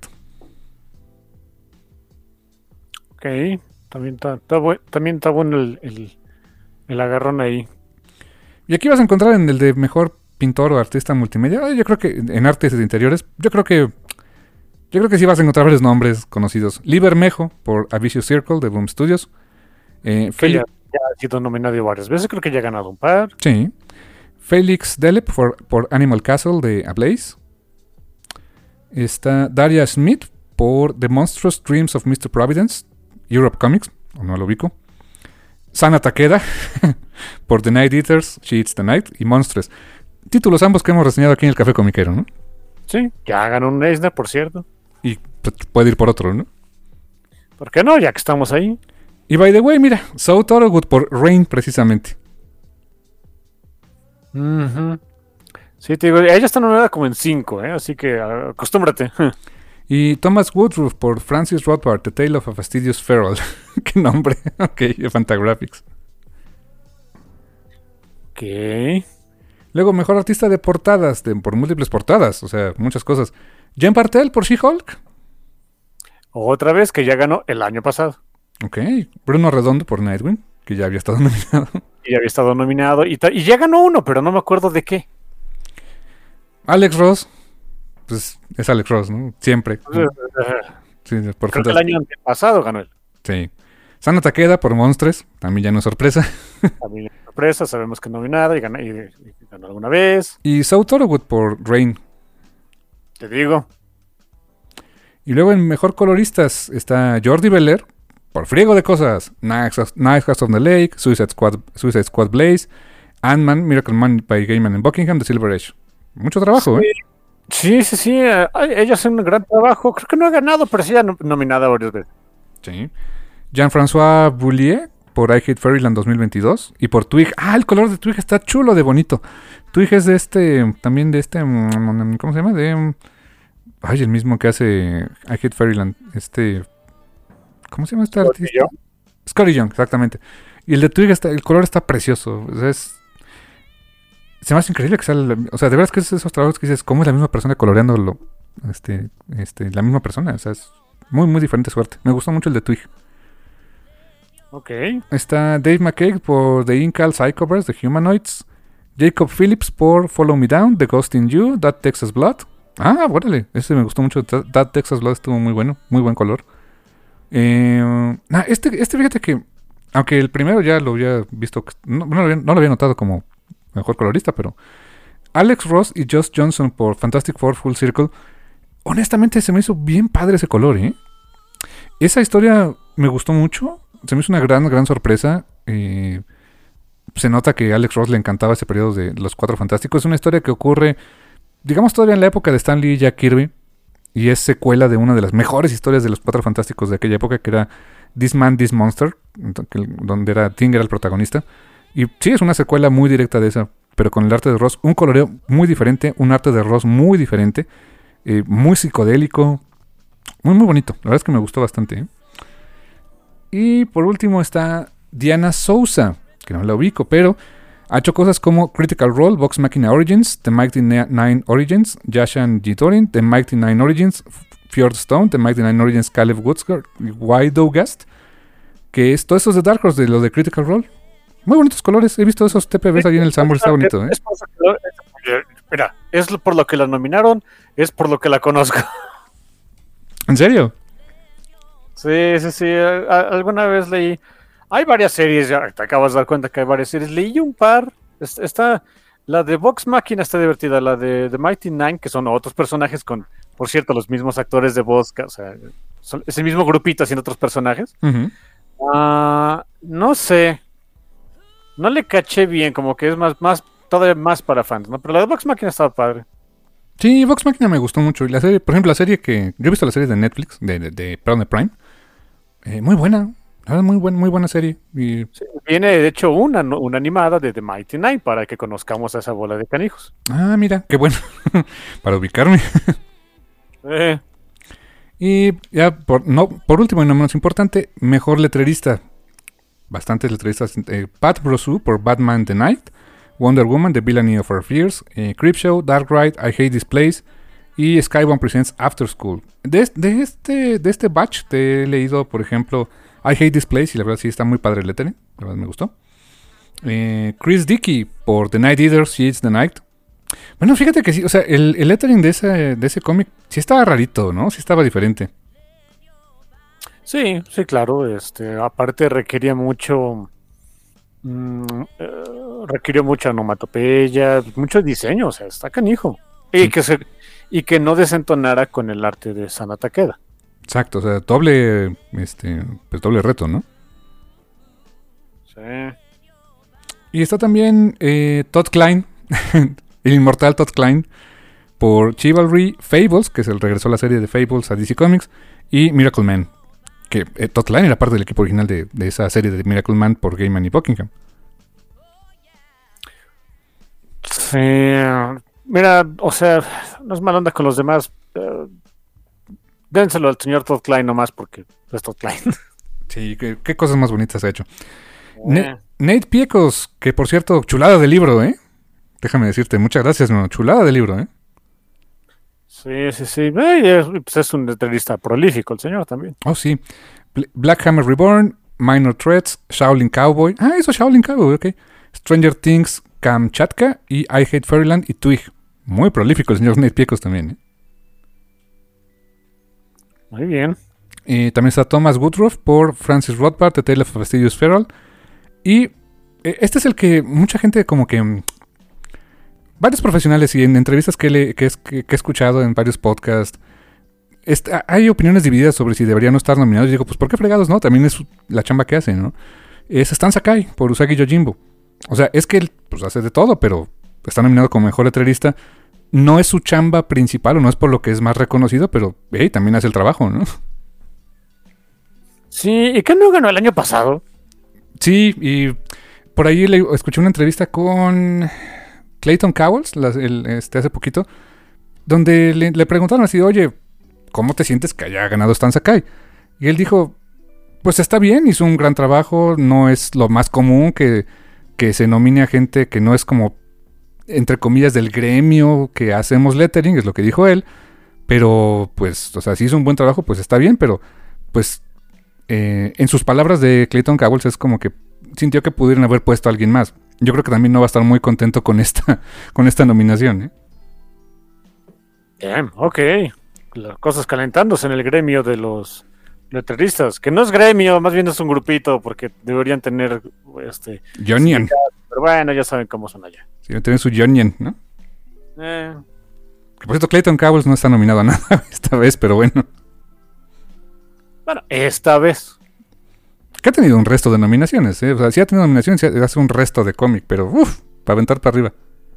C: Ok, también está bueno el agarrón ahí.
B: Y aquí vas a encontrar en el de mejor pintor o artista multimedia. Yo creo que en artes de interiores, yo creo que sí vas a encontrar varios nombres conocidos. Lee Bermejo por A Vicious Circle de Boom Studios.
C: Que ya ha sido nominado varias veces, creo que ya ha ganado un par.
B: Sí. Felix Delep por Animal Castle de Ablaze. Está Daria Smith por The Monstrous Dreams of Mr. Providence, Europe Comics, o no lo ubico. Sana Takeda por The Night Eaters, She Eats the Night y Monstrous. Títulos ambos que hemos reseñado aquí en el Café Comiquero, ¿no?
C: Sí, ya ganó un Eisner, por cierto.
B: Y pues, puede ir por otro, ¿no?
C: ¿Por qué no? Ya que estamos ahí.
B: Y by the way, mira, South Thorogood por Rain, precisamente.
C: Sí, te digo, ella está nominada como en 5, así que acostúmbrate.
B: Y Thomas Woodruff por Francis Rothbard, The Tale of a Fastidious Feral. Qué nombre. Ok, Fantagraphics.
C: Ok.
B: Luego, mejor artista de portadas, por múltiples portadas, o sea, muchas cosas. Jen Bartel por She-Hulk.
C: Otra vez que ya ganó el año pasado.
B: Ok. Bruno Redondo por Nightwing, que ya había estado nominado.
C: Y ya había estado nominado y ya ganó uno, pero no me acuerdo de qué.
B: Alex Ross. Pues es Alex Ross, ¿no? Siempre. Sí, por
C: Creo que el año pasado ganó él.
B: Sí. Sana Takeda por Monstres, también ya no es sorpresa.
C: También sorpresa, sabemos que nominado y ganó alguna vez.
B: Y South Thorogood por Rain.
C: Te digo.
B: Y luego en mejor coloristas está Jordi Beller por Friego de Cosas, Nice House on the Lake, Suicide Squad Blaze, Ant-Man, Miracle Man by Gaiman en Buckingham, The Silver Age. Mucho trabajo,
C: sí.
B: ¿eh?
C: Sí. Ella hace un gran trabajo. Creo que no ha ganado, pero sí ha nominada varias veces.
B: Sí. Jean-François Boulier por I Hate Fairyland 2022 y por Twig. El color de Twig está chulo de bonito. Twig es también de ¿cómo se llama? El mismo que hace I Hate Fairyland. ¿Cómo se llama este artista? Scotty Young, exactamente. Y el de Twig el color está precioso. O sea, se me hace increíble que sale. O sea, de verdad es que es esos trabajos que dices, ¿cómo es la misma persona coloreando la misma persona? O sea, es muy, muy diferente suerte. Me gustó mucho el de Twig.
C: Ok.
B: Está Dave McCaig por The Incal Psychoverse, The Humanoids. Jacob Phillips por Follow Me Down, The Ghost in You, That Texas Blood. Órale, ese me gustó mucho. That Texas Blood estuvo muy bueno, muy buen color. Fíjate que, aunque el primero ya lo había visto, no lo había notado como mejor colorista, pero Alex Ross y Josh Johnson por Fantastic Four Full Circle, honestamente se me hizo bien padre ese color, ¿eh? Esa historia me gustó mucho, se me hizo una gran, gran sorpresa. se nota que a Alex Ross le encantaba ese periodo de los Cuatro Fantásticos. Es una historia que ocurre, digamos, todavía en la época de Stan Lee y Jack Kirby. Y es secuela de una de las mejores historias de los Cuatro Fantásticos de aquella época, que era This Man, This Monster, donde Thing era el protagonista. Y sí, es una secuela muy directa de esa, pero con el arte de Ross, un coloreo muy diferente, un arte de Ross muy diferente, muy psicodélico, muy muy bonito. La verdad es que me gustó bastante, ¿eh? Y por último está Diana Souza, que no la ubico, pero ha hecho cosas como Critical Role, Vox Machina Origins, The Mighty Nine Origins, Yashan Jitorin, The Mighty Nine Origins, Fjord Stone, The Mighty Nine Origins, Caleb Woodsgard, Widogast, que es todo eso de Dark Horse, de lo de Critical Role. Muy bonitos colores, he visto esos TPBs ahí en el Summer, está bonito, ¿eh?
C: Mira, es por lo que la nominaron, es por lo que la conozco.
B: ¿En serio?
C: Sí. Alguna vez leí. Hay varias series, ya te acabas de dar cuenta que hay varias series. Leí un par. Está la de Vox Machina, está divertida. La de The Mighty Nine, que son otros personajes con, por cierto, los mismos actores de voz. O sea, es el mismo grupito haciendo otros personajes.
B: Uh-huh.
C: No sé. No le caché bien, como que es todavía más para fans, ¿no? Pero la de Vox Machina estaba padre.
B: Sí, Vox Machina me gustó mucho. Y la serie, por ejemplo, la serie que... Yo he visto la serie de Netflix, de Prime. Muy buena. Muy buena serie. Y...
C: Sí, viene, de hecho, una animada de The Mighty Nine para que conozcamos a esa bola de canijos.
B: Ah, mira, qué bueno. Para ubicarme. Y ya, por último y no menos importante, mejor letrerista. Bastantes letreristas. Pat Brosu por Batman The Night, Wonder Woman, The Villainy of Our Fears, Creepshow, Dark Ride, I Hate This Place y Skybound Presents After School. De este batch te he leído, por ejemplo, I Hate This Place, y la verdad sí está muy padre el lettering, la verdad me gustó. Chris Dickey por The Night Eater, She Eats the Night. Bueno, fíjate que sí, o sea, el lettering de ese cómic sí estaba rarito, ¿no? Sí estaba diferente.
C: Sí, claro. Aparte requería mucho onomatopeya, mucho diseño, o sea, está canijo.
B: Sí.
C: Y que no desentonara con el arte de Sana Takeda.
B: Exacto, o sea, doble reto, ¿no?
C: Sí.
B: Y está también Todd Klein, el inmortal Todd Klein, por Chivalry, Fables, que regresó a la serie de Fables a DC Comics, y Miracle Man, que Todd Klein era parte del equipo original de esa serie de Miracle Man por Gaiman y Buckingham.
C: Sí, mira, o sea, no es mala onda con los demás. Dénselo al señor Todd Klein nomás porque es Todd Klein.
B: Sí, qué cosas más bonitas ha hecho. Nate Piekos, que por cierto, chulada de libro, ¿eh? Déjame decirte, muchas gracias, no, chulada de libro, ¿eh?
C: Sí. Es un letrerista prolífico el señor también.
B: Oh, sí. Black Hammer Reborn, Minor Threats, Shaolin Cowboy. Ah, eso, Shaolin Cowboy, ok. Stranger Things, Kamchatka y I Hate Fairyland y Twig. Muy prolífico el señor Nate Piekos también, ¿eh?
C: Muy bien.
B: También está Thomas Woodruff por Francis Rothbard, The Tale of Fastidious Feral. Y este es el que mucha gente como que... varios profesionales y en entrevistas que he escuchado en varios podcasts, hay opiniones divididas sobre si deberían no estar nominados. Y digo, pues ¿por qué fregados no? También es la chamba que hacen, ¿no? Es Stan Sakai por Usagi Yojimbo. O sea, es que él pues hace de todo, pero está nominado como mejor letrerista. No es su chamba principal o no es por lo que es más reconocido, pero también hace el trabajo, ¿no?
C: Sí, ¿y qué no ganó el año pasado?
B: Sí, y por ahí escuché una entrevista con Clayton Cowles hace poquito, donde le preguntaron así, oye, ¿cómo te sientes que haya ganado Stan Sakai? Y él dijo, pues está bien, hizo un gran trabajo, no es lo más común que se nomine a gente que no es como, entre comillas, del gremio que hacemos lettering, es lo que dijo él, pero pues, o sea, si hizo un buen trabajo, pues está bien, pero pues en sus palabras de Clayton Cowles es como que sintió que pudieron haber puesto a alguien más. Yo creo que también no va a estar muy contento con esta nominación, ¿eh?
C: Bien, ok. Las cosas calentándose en el gremio de los letreristas, que no es gremio, más bien es un grupito, porque deberían tener
B: Union.
C: Pero bueno, ya saben cómo son allá.
B: Sí, tienen su Union, ¿no? Que por cierto, Clayton Cowles no está nominado a nada esta vez, pero bueno.
C: Bueno, esta vez.
B: Que ha tenido un resto de nominaciones, ¿eh? O sea, sí ha tenido nominaciones, sí hace un resto de cómic, pero para aventar para arriba.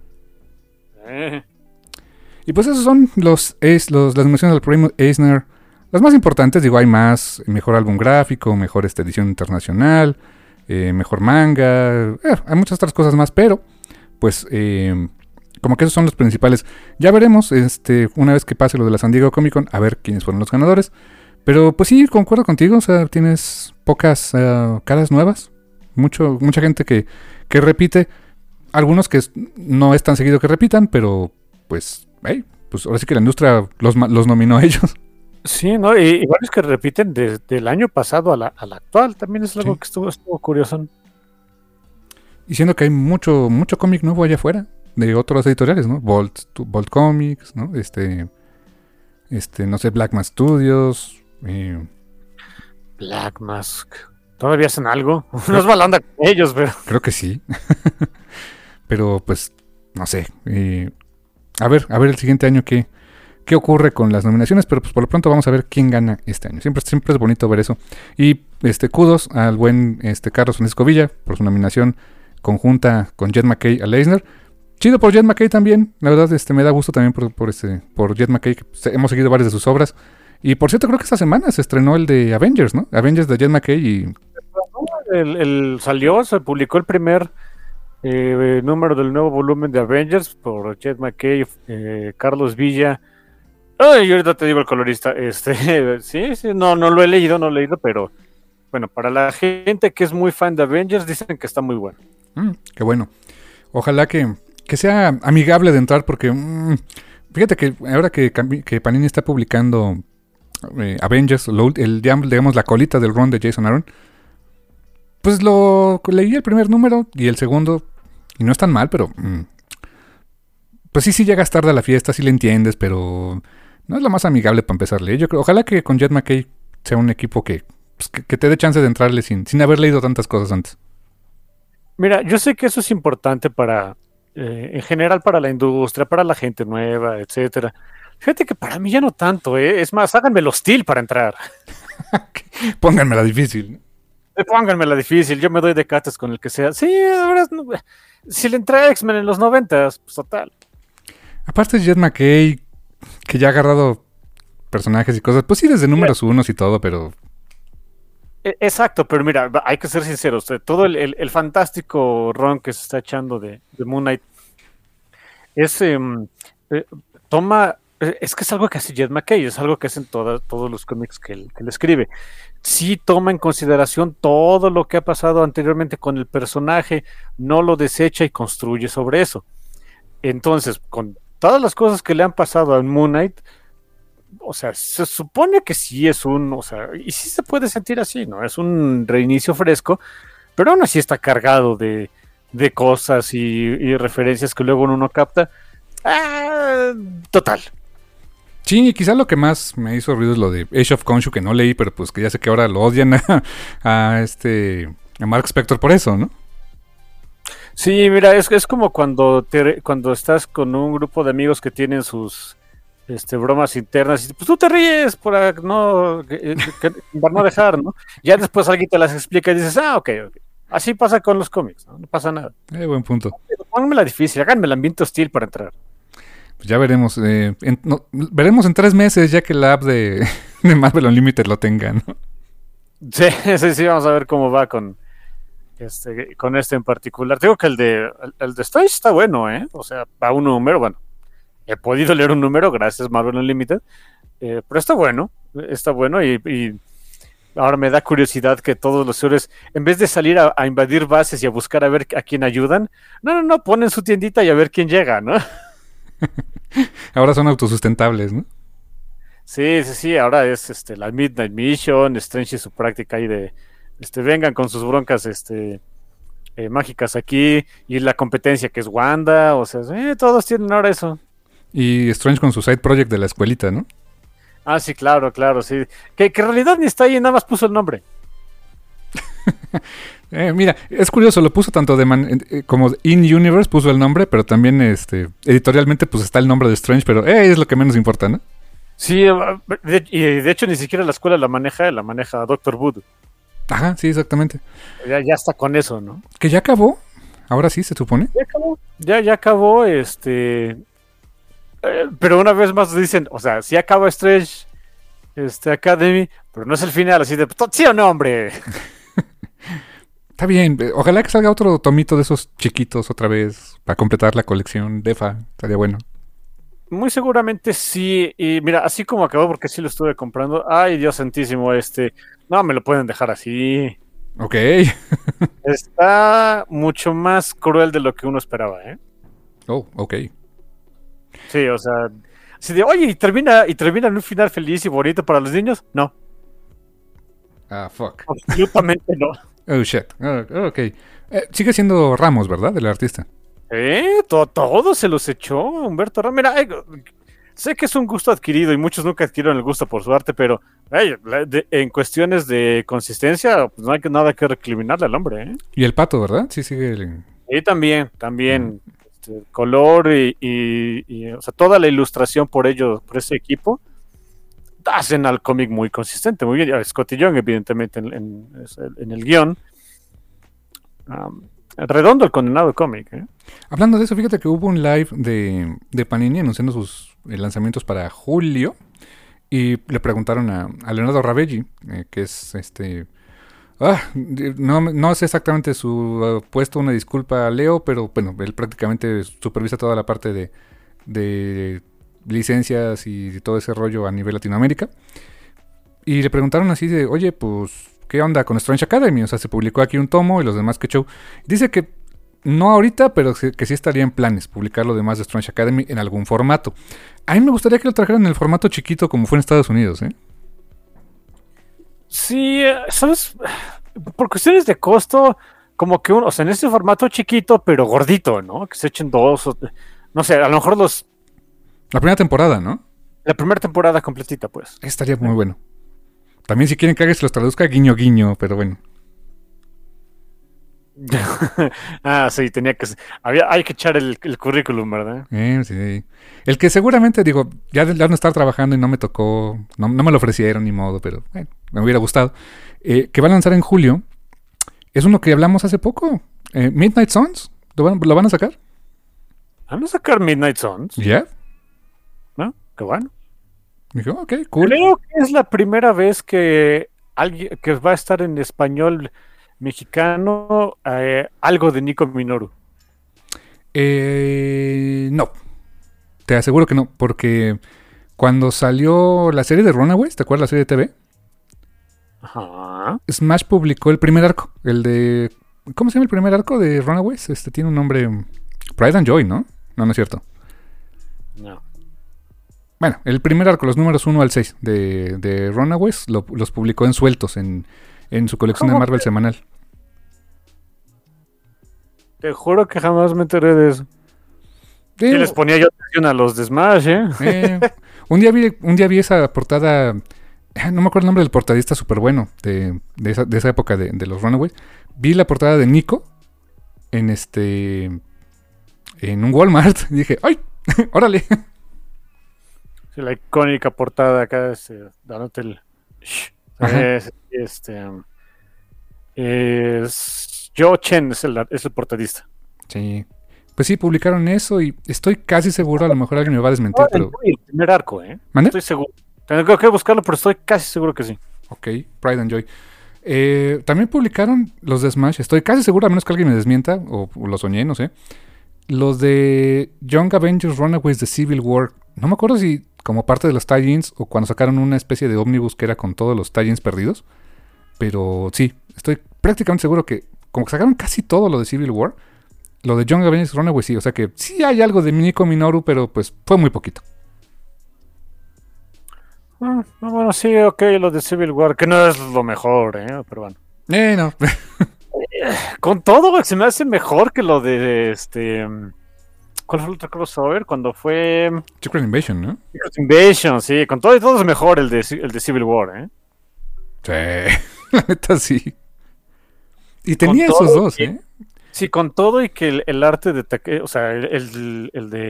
B: Y pues esos son las nominaciones del premio Eisner. Las más importantes, digo, hay más. Mejor álbum gráfico, mejor edición internacional, mejor manga. Hay muchas otras cosas más, pero pues como que esos son los principales. Ya veremos, una vez que pase lo de la San Diego Comic Con, a ver quiénes fueron los ganadores. Pero pues sí, concuerdo contigo, o sea, tienes pocas caras nuevas. Mucha gente que repite. Algunos que no es tan seguido que repitan, pero pues, pues ahora sí que la industria los nominó a ellos.
C: Sí, ¿no? Y varios que repiten desde el año pasado a la actual. También es algo que estuvo curioso.
B: Y siendo que hay mucho cómic nuevo allá afuera, de otros editoriales, ¿no? Bolt Comics, ¿no? No sé, Black Mask Studios.
C: Black Mask. ¿Todavía hacen algo? No es mala onda con ellos, pero...
B: Creo que sí. Pero pues, no sé. A ver el siguiente año qué ocurre con las nominaciones, pero pues por lo pronto vamos a ver quién gana este año. Siempre es bonito ver eso. Y kudos al buen Carlos Francisco Villa por su nominación conjunta con Jed MacKay al Eisner. Chido por Jed MacKay también. La verdad, me da gusto también por Jed MacKay, que hemos seguido varias de sus obras. Y por cierto, creo que esta semana se estrenó el de Avengers, ¿no? Avengers de Jed MacKay y...
C: se publicó el primer número del nuevo volumen de Avengers por Jed MacKay, Carlos Villa. Ay, ahorita te digo el colorista. Sí, no lo he leído, pero bueno, para la gente que es muy fan de Avengers, dicen que está muy bueno.
B: Qué bueno. Ojalá que sea amigable de entrar, porque fíjate que ahora que Panini está publicando Avengers, digamos la colita del run de Jason Aaron, pues leí el primer número y el segundo, y no es tan mal, pero pues sí llegas tarde a la fiesta, sí le entiendes, pero no es lo más amigable para empezarle. Yo creo, ojalá que con Jed MacKay sea un equipo que te dé chance de entrarle sin haber leído tantas cosas antes.
C: Mira, yo sé que eso es importante para, en general, para la industria, para la gente nueva, etcétera. Fíjate que para mí ya no tanto, ¿eh? Es más, háganmelo hostil para entrar.
B: Pónganmela difícil.
C: Pónganmela difícil, yo me doy de cates con el que sea. Sí, la verdad, si le entré a X-Men en los 90s, pues total.
B: Aparte de Jed MacKay, que ya ha agarrado personajes y cosas, pues sí, desde números unos y todo, pero...
C: Exacto, pero mira, hay que ser sinceros. Todo el fantástico run que se está echando de Moon Knight es toma... Es que es algo que hace Jed MacKay, es algo que hacen todos los cómics que él escribe. Sí toma en consideración todo lo que ha pasado anteriormente con el personaje, no lo desecha y construye sobre eso. Entonces, con todas las cosas que le han pasado a Moon Knight, o sea, se supone que sí es y sí se puede sentir así, ¿no? Es un reinicio fresco, pero aún así está cargado de cosas y referencias que luego uno no capta. Total.
B: Sí, quizá lo que más me hizo ruido es lo de Age of Khonshu, que no leí, pero pues que ya sé que ahora lo odian a Mark Spector por eso, ¿no?
C: Sí, mira, es como cuando estás con un grupo de amigos que tienen sus bromas internas y pues tú te ríes para no dejar, ¿no? Ya después alguien te las explica y dices, ok. Así pasa con los cómics, ¿no? No pasa nada.
B: Buen punto.
C: Pónganmela difícil, háganme el ambiente hostil para entrar.
B: Pues ya veremos. Veremos en 3 meses ya que la app de Marvel Unlimited lo tenga, ¿no?
C: Sí, vamos a ver cómo va con en particular. Digo que el de Strange está bueno, ¿eh? O sea, va un número, bueno. He podido leer un número gracias a Marvel Unlimited, pero está bueno y ahora me da curiosidad que todos los héroes, en vez de salir a invadir bases y a buscar a ver a quién ayudan, no, ponen su tiendita y a ver quién llega, ¿no?
B: Ahora son autosustentables, ¿no?
C: Sí, ahora es la Midnight Mission, Strange y su práctica ahí de vengan con sus broncas mágicas aquí, y la competencia que es Wanda, o sea, todos tienen ahora eso.
B: Y Strange con su side project de la escuelita, ¿no?
C: Ah, sí, claro, sí. Que en realidad ni está ahí, nada más puso el nombre.
B: Mira, es curioso, lo puso tanto como In-Universe puso el nombre, pero también editorialmente pues está el nombre de Strange, pero es lo que menos importa, ¿no?
C: Sí, y de hecho ni siquiera la escuela la maneja Doctor Voodoo.
B: Ajá, sí, exactamente.
C: Ya está con eso, ¿no?
B: Que ya acabó. Ahora sí, se supone.
C: Ya acabó. Ya acabó, pero una vez más dicen, o sea, sí acaba Strange Academy, pero no es el final, así de, ¿sí o no, hombre?
B: Está bien. Ojalá que salga otro tomito de esos chiquitos otra vez para completar la colección DEFA. Estaría bueno.
C: Muy seguramente sí, y mira, así como acabó, porque sí lo estuve comprando, ay, Dios santísimo, no me lo pueden dejar así.
B: Ok.
C: Está mucho más cruel de lo que uno esperaba, ¿eh?
B: Oh, ok.
C: Sí, o sea, así de, oye, y termina en un final feliz y bonito para los niños. No,
B: Ah, fuck.
C: absolutamente no.
B: Oh, shit. Ok. Sigue siendo Ramos, ¿verdad? El artista.
C: Todo se los echó Humberto Ramos. Mira, sé que es un gusto adquirido y muchos nunca adquirieron el gusto por su arte, pero en cuestiones de consistencia, pues no hay nada que recriminarle al hombre, ¿eh?
B: Y el pato, ¿verdad? Sí, sigue.
C: Y también, color o sea, toda la ilustración por ese equipo, hacen al cómic muy consistente, muy bien. Scotty Young, evidentemente, en el guión. Redondo el condenado cómic, ¿eh?
B: Hablando de eso, fíjate que hubo un live de Panini anunciando sus lanzamientos para julio. Y le preguntaron a Leonardo Ravelli, que es no sé exactamente su puesto, una disculpa a Leo, pero bueno, él prácticamente supervisa toda la parte de licencias y todo ese rollo a nivel Latinoamérica. Y le preguntaron así de, oye, pues, ¿qué onda con Strange Academy? O sea, se publicó aquí un tomo y los demás que show. Dice que no ahorita, pero que sí estaría en planes publicar lo demás de Strange Academy en algún formato. A mí me gustaría que lo trajeran en el formato chiquito como fue en Estados Unidos, ¿eh?
C: Sí, ¿sabes? Por cuestiones de costo, como que o sea, en ese formato chiquito, pero gordito, ¿no? Que se echen dos, no sé, a lo mejor
B: La primera temporada, ¿no?
C: la primera temporada completita, pues.
B: Estaría muy bueno. También si quieren que alguien se los traduzca, guiño, guiño, pero bueno.
C: Sí, hay que echar el currículum, ¿verdad?
B: Sí. El que seguramente, digo, ya de no estar trabajando y no me tocó, no me lo ofrecieron ni modo, pero bueno, me hubiera gustado. Que va a lanzar en julio, es uno que hablamos hace poco. Midnight Suns, ¿lo van a sacar?
C: ¿Van a sacar Midnight Suns?
B: ¿Ya?
C: ¿No? Qué bueno.
B: Dije, ok, cool.
C: Creo que es la primera vez que alguien que va a estar en español mexicano, algo de Nico Minoru.
B: No, te aseguro que no, porque cuando salió la serie de Runaways, ¿te acuerdas la serie de TV?
C: Ajá.
B: Smash publicó el primer arco, el de... ¿Cómo se llama el primer arco de Runaways? Tiene un nombre... Pride and Joy, ¿no? No, no es cierto.
C: No.
B: Bueno, el primer arco, los números 1 al 6 de Runaways, los publicó en sueltos en su colección de Marvel semanal.
C: Te juro que jamás me enteré de eso. Sí, les ponía yo atención a los de Smash, ¿eh?
B: Un día vi esa portada. No me acuerdo el nombre del portadista súper bueno de esa época de los Runaways. Vi la portada de Nico en un Walmart y dije, ¡ay! ¡Órale!
C: Sí, la icónica portada acá, dándote el... Joe Chen es el portadista.
B: Sí. Pues sí, publicaron eso y estoy casi seguro, a lo mejor alguien me va a desmentir, pero...
C: El primer arco, ¿eh?
B: ¿Mande?
C: Estoy seguro. Tengo que buscarlo, pero estoy casi seguro que sí.
B: Ok, Pride and Joy. También publicaron los de Smash, estoy casi seguro, a menos que alguien me desmienta, o lo soñé, no sé. Los de Young Avengers Runaways de Civil War. No me acuerdo si como parte de los tie-ins o cuando sacaron una especie de ómnibus que era con todos los tie-ins perdidos. Pero sí, estoy prácticamente seguro que como que sacaron casi todo lo de Civil War. Lo de Young Avengers Runaways sí, o sea que sí hay algo de Nico Minoru, pero pues fue muy poquito.
C: Bueno, sí, ok, lo de Civil War, que no es lo mejor, pero bueno.
B: No.
C: Con todo, se me hace mejor que lo de ¿cuál fue el otro crossover? Cuando fue
B: Secret Invasion, ¿no?
C: Secret Invasion, sí, con todo y todo es mejor el de Civil War, ¿eh?
B: Sí, la neta sí. Y tenía esos dos, ¿eh?
C: Sí, con todo y que el arte de o sea, el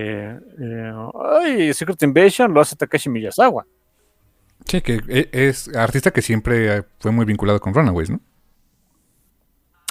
C: de Secret Invasion lo hace Takashi Miyazawa.
B: Sí, que es artista que siempre fue muy vinculado con Runaways, ¿no?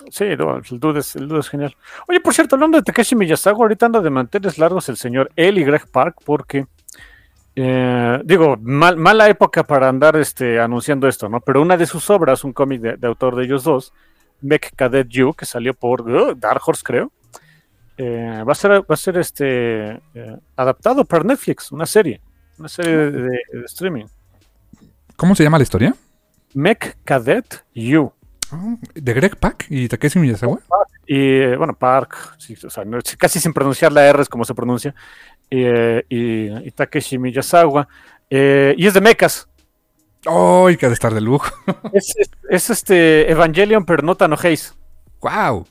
C: Sí, no, el dude es genial. Oye, por cierto, hablando de Takeshi Miyazawa, ahorita anda de manteles largos el señor él y Greg Park, porque, digo, mala época para andar anunciando esto, ¿no? Pero una de sus obras, un cómic de autor de ellos dos, Mech Cadet You, que salió por Dark Horse, creo, va a ser adaptado para Netflix, una serie de streaming.
B: ¿Cómo se llama la historia?
C: Mech Cadet You.
B: ¿De Greg Pak y Takeshi Miyazawa?
C: Y bueno, Park, sí, o sea, casi sin pronunciar la R es como se pronuncia. Y Takeshi Miyazawa. Y es de mechas.
B: ¡Oh! Que ha de estar de lujo.
C: Es Evangelion, pero no tan ojéis.
B: ¡Wow!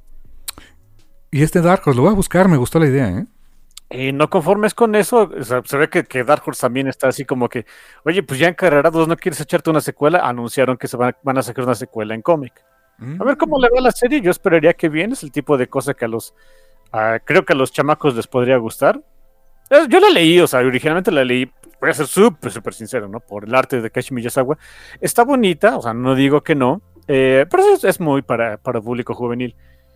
B: Y Dark Horse, lo voy a buscar, me gustó la idea, ¿eh?
C: Y no conformes con eso, o sea, se ve que Dark Horse también está así como que, oye, pues ya encarrerados, ¿no quieres echarte una secuela? Anunciaron que van a sacar una secuela en cómic. A ver cómo le va la serie, yo esperaría que bien, es el tipo de cosa que creo que a los chamacos les podría gustar. Yo la leí, o sea, originalmente la leí, voy a ser súper sincero, ¿no? Por el arte de Takeshi Miyazawa. Está bonita, o sea, no digo que no, pero es muy para público juvenil.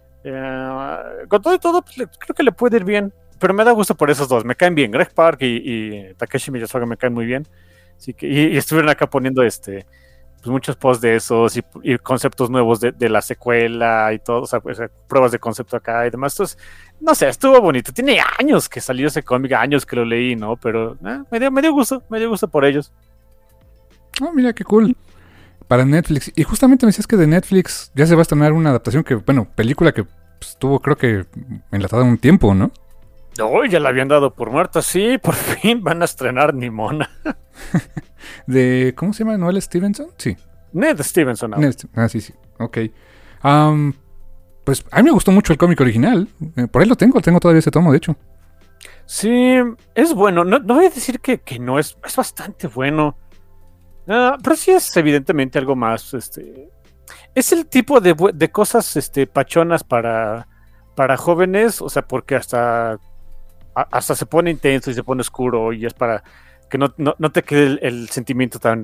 C: Con todo y todo, pues, creo que le puede ir bien. Pero me da gusto por esos dos, me caen bien. Greg Park y Takeshi Miyazawa me caen muy bien. Así que, y estuvieron acá poniendo pues muchos posts de esos y conceptos nuevos de la secuela y todo, o sea, pues, pruebas de concepto acá y demás. Entonces, no sé, estuvo bonito. Tiene años que salió ese cómic, años que lo leí, ¿no? Pero me dio gusto por ellos.
B: Oh, mira qué cool. Para Netflix. Y justamente me decías que de Netflix ya se va a estrenar una adaptación película que estuvo, creo que, enlatada un tiempo, ¿no?
C: No, ya la habían dado por muerta, sí, por fin van a estrenar Nimona.
B: ¿Cómo se llama? ¿Noel Stevenson? Sí.
C: Ned Stevenson.
B: Sí. Ok. Pues a mí me gustó mucho el cómic original. Por ahí lo tengo todavía ese tomo, de hecho.
C: Sí, es bueno. No voy a decir que no, es bastante bueno. Pero sí es evidentemente algo más. Es el tipo de cosas pachonas para jóvenes, o sea, porque hasta se pone intenso y se pone oscuro y es para que no te quede el sentimiento tan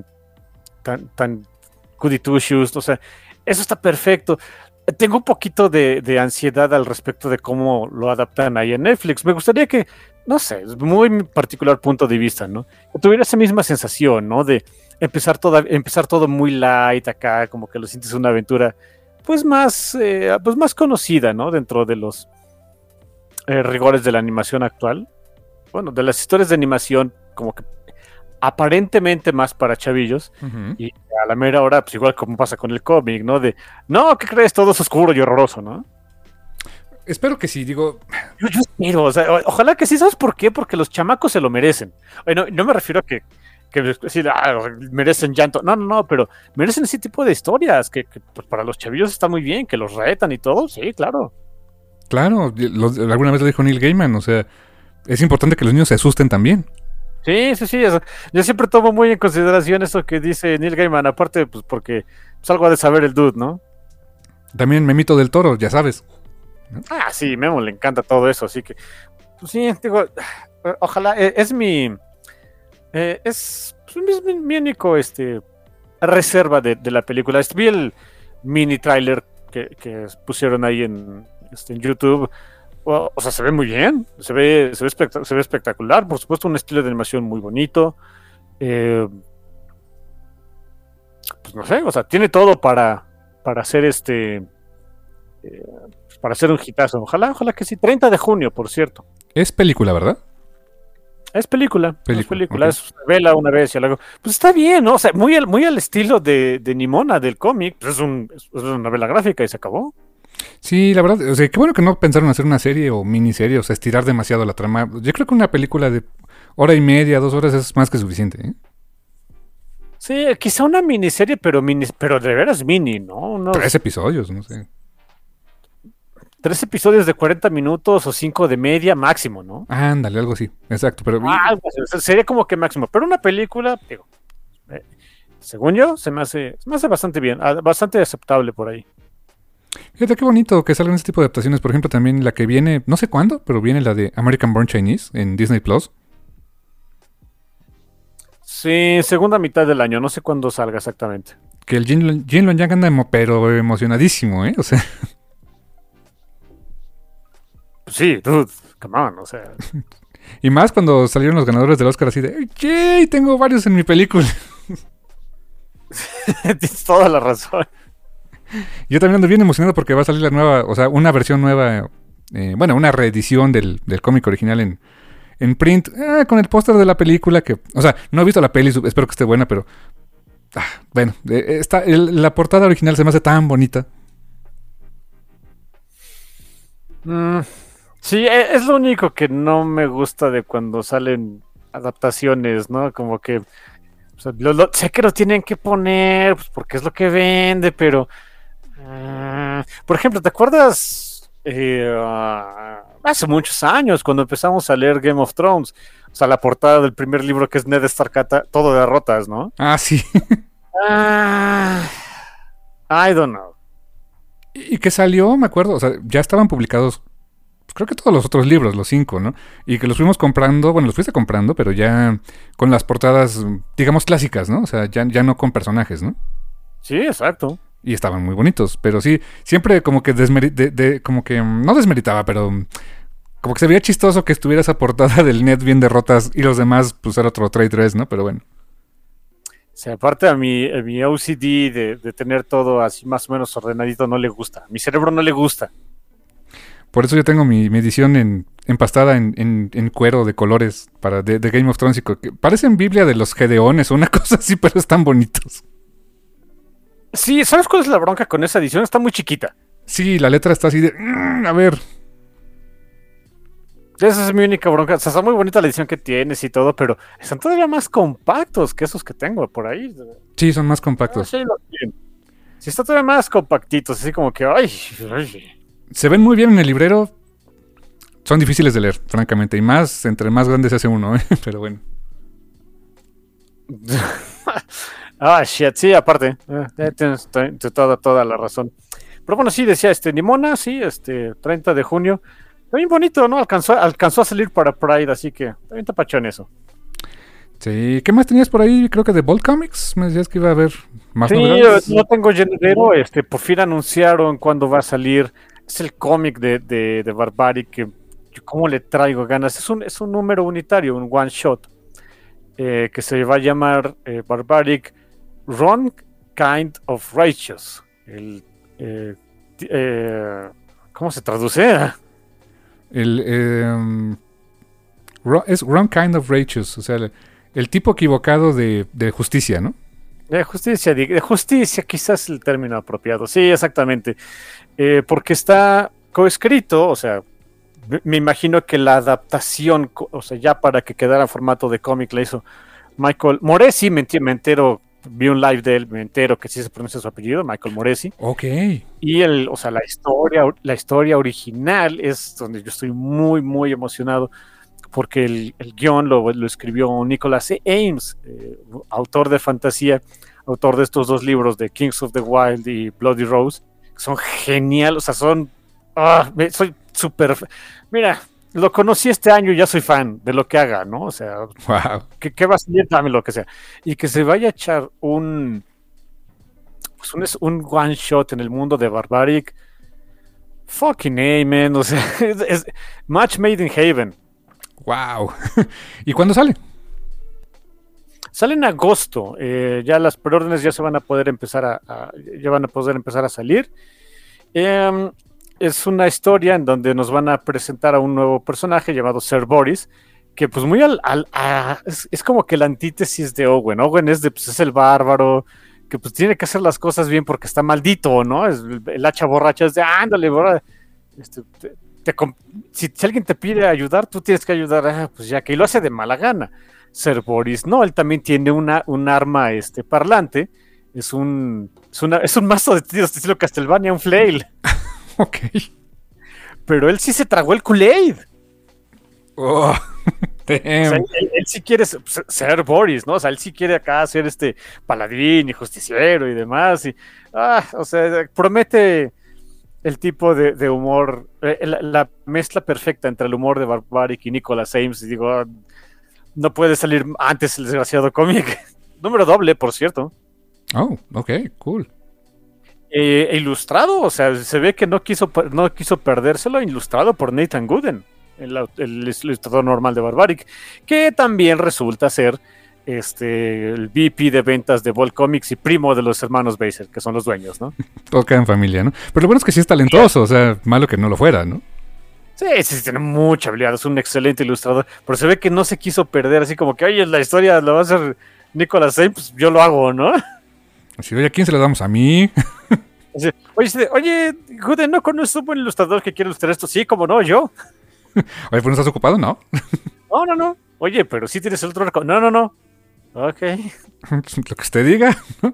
C: goody two shoes, o sea, eso está perfecto. Tengo un poquito de ansiedad al respecto de cómo lo adaptan ahí en Netflix. Me gustaría que, no sé, es muy mi particular punto de vista, ¿no? Que tuviera esa misma sensación, ¿no? De empezar todo muy light acá, como que lo sientes una aventura pues más conocida, ¿no? Dentro de los rigores de la animación actual. Bueno, de las historias de animación como que aparentemente más para chavillos. Uh-huh. Y a la mera hora, pues igual como pasa con el cómic, ¿no? ¿Qué crees? Todo es oscuro y horroroso, ¿no?
B: Espero que sí, digo...
C: Yo espero, o sea, ojalá que sí. ¿Sabes por qué? Porque los chamacos se lo merecen. No me refiero a que merecen llanto. No, pero merecen ese tipo de historias que pues para los chavillos está muy bien, que los retan y todo. Sí, claro.
B: Claro, alguna vez lo dijo Neil Gaiman, o sea, es importante que los niños se asusten también.
C: Sí. Yo siempre tomo muy en consideración eso que dice Neil Gaiman, aparte, pues porque pues, algo ha de saber el dude, ¿no?
B: También Memito del Toro, ya sabes, ¿no?
C: Sí, Memo le encanta todo eso, así que, pues sí, digo, ojalá, es mi único reserva de la película. Vi el mini trailer que pusieron ahí en YouTube. O sea, se ve muy bien, se ve espectacular, por supuesto, un estilo de animación muy bonito. Pues no sé, o sea, tiene todo para hacer para hacer un hitazo. Ojalá que sí. 30 de junio, por cierto.
B: Es película, ¿verdad?
C: Es película.
B: Okay.
C: Es vela una vez y algo. Pues está bien, ¿no? O sea, muy al estilo de Nimona, del cómic. Pues es una novela gráfica y se acabó.
B: Sí, la verdad, o sea, qué bueno que no pensaron hacer una serie o miniserie, o sea, estirar demasiado la trama. Yo creo que una película de 1:30, 2 horas es más que suficiente, ¿eh?
C: Sí, quizá una miniserie, pero de veras mini, ¿no?
B: 3 episodios, no sé.
C: 3 episodios de 40 minutos o 5 de media máximo, ¿no?
B: Ándale, algo así, exacto. Pero
C: sería como que máximo. Pero una película, digo, según yo, se me hace bastante bien, bastante aceptable por ahí.
B: Fíjate qué bonito que salgan este tipo de adaptaciones. Por ejemplo, también la que viene, no sé cuándo, pero viene la de American Born Chinese en Disney Plus.
C: Sí, segunda mitad del año, no sé cuándo salga exactamente.
B: que el Jinlong Yang anda pero emocionadísimo, ¿eh? O sea,
C: Sí, dude, come on, o sea.
B: y más cuando salieron los ganadores del Oscar así de, ¡yay! Tengo varios en mi película.
C: Tienes toda la razón.
B: Yo también ando bien emocionado porque va a salir la nueva, o sea, una versión nueva, bueno, una reedición del cómic original en print, con el póster de la película que, o sea, no he visto la peli, espero que esté buena, pero, bueno, la portada original se me hace tan bonita.
C: Sí, es lo único que no me gusta de cuando salen adaptaciones, ¿no? Como que, o sea, sé que lo tienen que poner, pues porque es lo que vende, pero, por ejemplo, ¿te acuerdas? Hace muchos años, cuando empezamos a leer Game of Thrones, o sea, la portada del primer libro que es Ned Stark, todo de derrotas, ¿no?
B: Sí.
C: I don't know.
B: Y que salió, me acuerdo, o sea, ya estaban publicados, pues creo que todos los otros libros, los 5, ¿no? Y que los fuimos comprando, bueno, los fuiste comprando, pero ya con las portadas, digamos, clásicas, ¿no? O sea, ya no con personajes, ¿no?
C: Sí, exacto.
B: Y estaban muy bonitos, pero sí, siempre como que como que no desmeritaba, pero como que se veía chistoso que estuviera esa portada del Ned bien derrotas y los demás pues era otro trade dress, ¿no? Pero bueno.
C: O sea, aparte a mi OCD de tener todo así más o menos ordenadito no le gusta. A mi cerebro no le gusta.
B: Por eso yo tengo mi edición empastada en cuero de colores de Game of Thrones. Que parecen Biblia de los Gedeones o una cosa así, pero están bonitos.
C: Sí, ¿sabes cuál es la bronca con esa edición? Está muy chiquita.
B: Sí, la letra está así de... a ver.
C: Esa es mi única bronca. O sea, está muy bonita la edición que tienes y todo, pero están todavía más compactos que esos que tengo por ahí.
B: Sí, son más compactos.
C: Sí, está todavía más compactitos, así como que... Ay.
B: Se ven muy bien en el librero. Son difíciles de leer, francamente. Y más, entre más grande se hace uno, ¿eh? Pero bueno.
C: Shit, sí, aparte. Tienes toda la razón. Pero bueno, sí, decía Nimona, sí, 30 de junio. Está bien bonito, ¿no? Alcanzó a salir para Pride, así que está bien tapachón eso.
B: Sí, ¿qué más tenías por ahí? Creo que de Bolt Comics. Me decías que iba a haber más
C: novedades. No tengo llenadero. Por fin anunciaron cuándo va a salir. Es el cómic de Barbaric que yo cómo le traigo ganas. Es un número unitario, un one shot, que se va a llamar Barbaric Wrong Kind of Righteous. ¿Cómo se traduce?
B: Es Wrong Kind of Righteous, o sea, el tipo equivocado de justicia, ¿no?
C: De justicia, quizás es el término apropiado. Sí, exactamente. Porque está coescrito, o sea, me imagino que la adaptación, o sea, ya para que quedara en formato de cómic la hizo Michael Moresi, me entero, vi un live de él, me entero que sí se pronuncia su apellido, Michael Moresi.
B: Ok.
C: Y o sea, la historia original es donde yo estoy muy, muy emocionado, porque el guión lo escribió Nicholas Ames, autor de fantasía, autor de estos dos libros de Kings of the Wild y Bloody Rose. Son geniales, o sea, soy súper... Mira, lo conocí este año y ya soy fan de lo que haga, ¿no? O sea,
B: wow.
C: ¿Qué va a salir? Dame lo que sea. Y que se vaya a echar un one shot en el mundo de Barbaric. Fucking amen, o sea, es match made in heaven.
B: Wow. ¿Y cuándo sale?
C: Sale en agosto. Ya las preórdenes ya se van a poder empezar a salir. Es una historia en donde nos van a presentar a un nuevo personaje llamado Ser Boris, que pues muy es como que la antítesis de Owen. Owen es el bárbaro, que pues tiene que hacer las cosas bien porque está maldito, ¿no? Es el hacha borracha, es de ándale, borra. Si alguien te pide ayudar, tú tienes que ayudar, pues ya que, y lo hace de mala gana. Ser Boris, no, él también tiene un arma parlante, es un mazo de tiros de estilo Castlevania, un flail.
B: Ok.
C: Pero él sí se tragó el Kool-Aid.
B: Oh,
C: o sea, él sí quiere ser Boris, ¿no? O sea, él sí quiere acá ser paladín y justiciero y demás. O sea, promete el tipo de humor, la mezcla perfecta entre el humor de Barbaric y Nicholas Ames. Y digo, no puede salir antes el desgraciado cómic. Número doble, por cierto.
B: Oh, ok, cool.
C: Ilustrado, o sea, se ve que no quiso perdérselo, ilustrado por Nathan Gooden, el ilustrador normal de Barbaric, que también resulta ser el VP de ventas de Bolt Comics y primo de los hermanos Beiser, que son los dueños, ¿no?
B: Todo queda en familia, ¿no? Pero lo bueno es que sí es talentoso, o sea, malo que no lo fuera, ¿no?
C: Sí, tiene mucha habilidad, es un excelente ilustrador, pero se ve que no se quiso perder, así como que, oye, la historia la va a hacer Nicolas Same, pues yo lo hago, ¿no?
B: Así, oye, ¿a quién se la damos? ¿A mí?
C: Oye, Gooden, ¿no conoces un buen ilustrador que quiere ilustrar esto? Sí, como no, yo.
B: Oye, pues no estás ocupado, ¿no?
C: No. Oye, pero sí tienes el otro arco. No. Ok.
B: Lo que usted diga.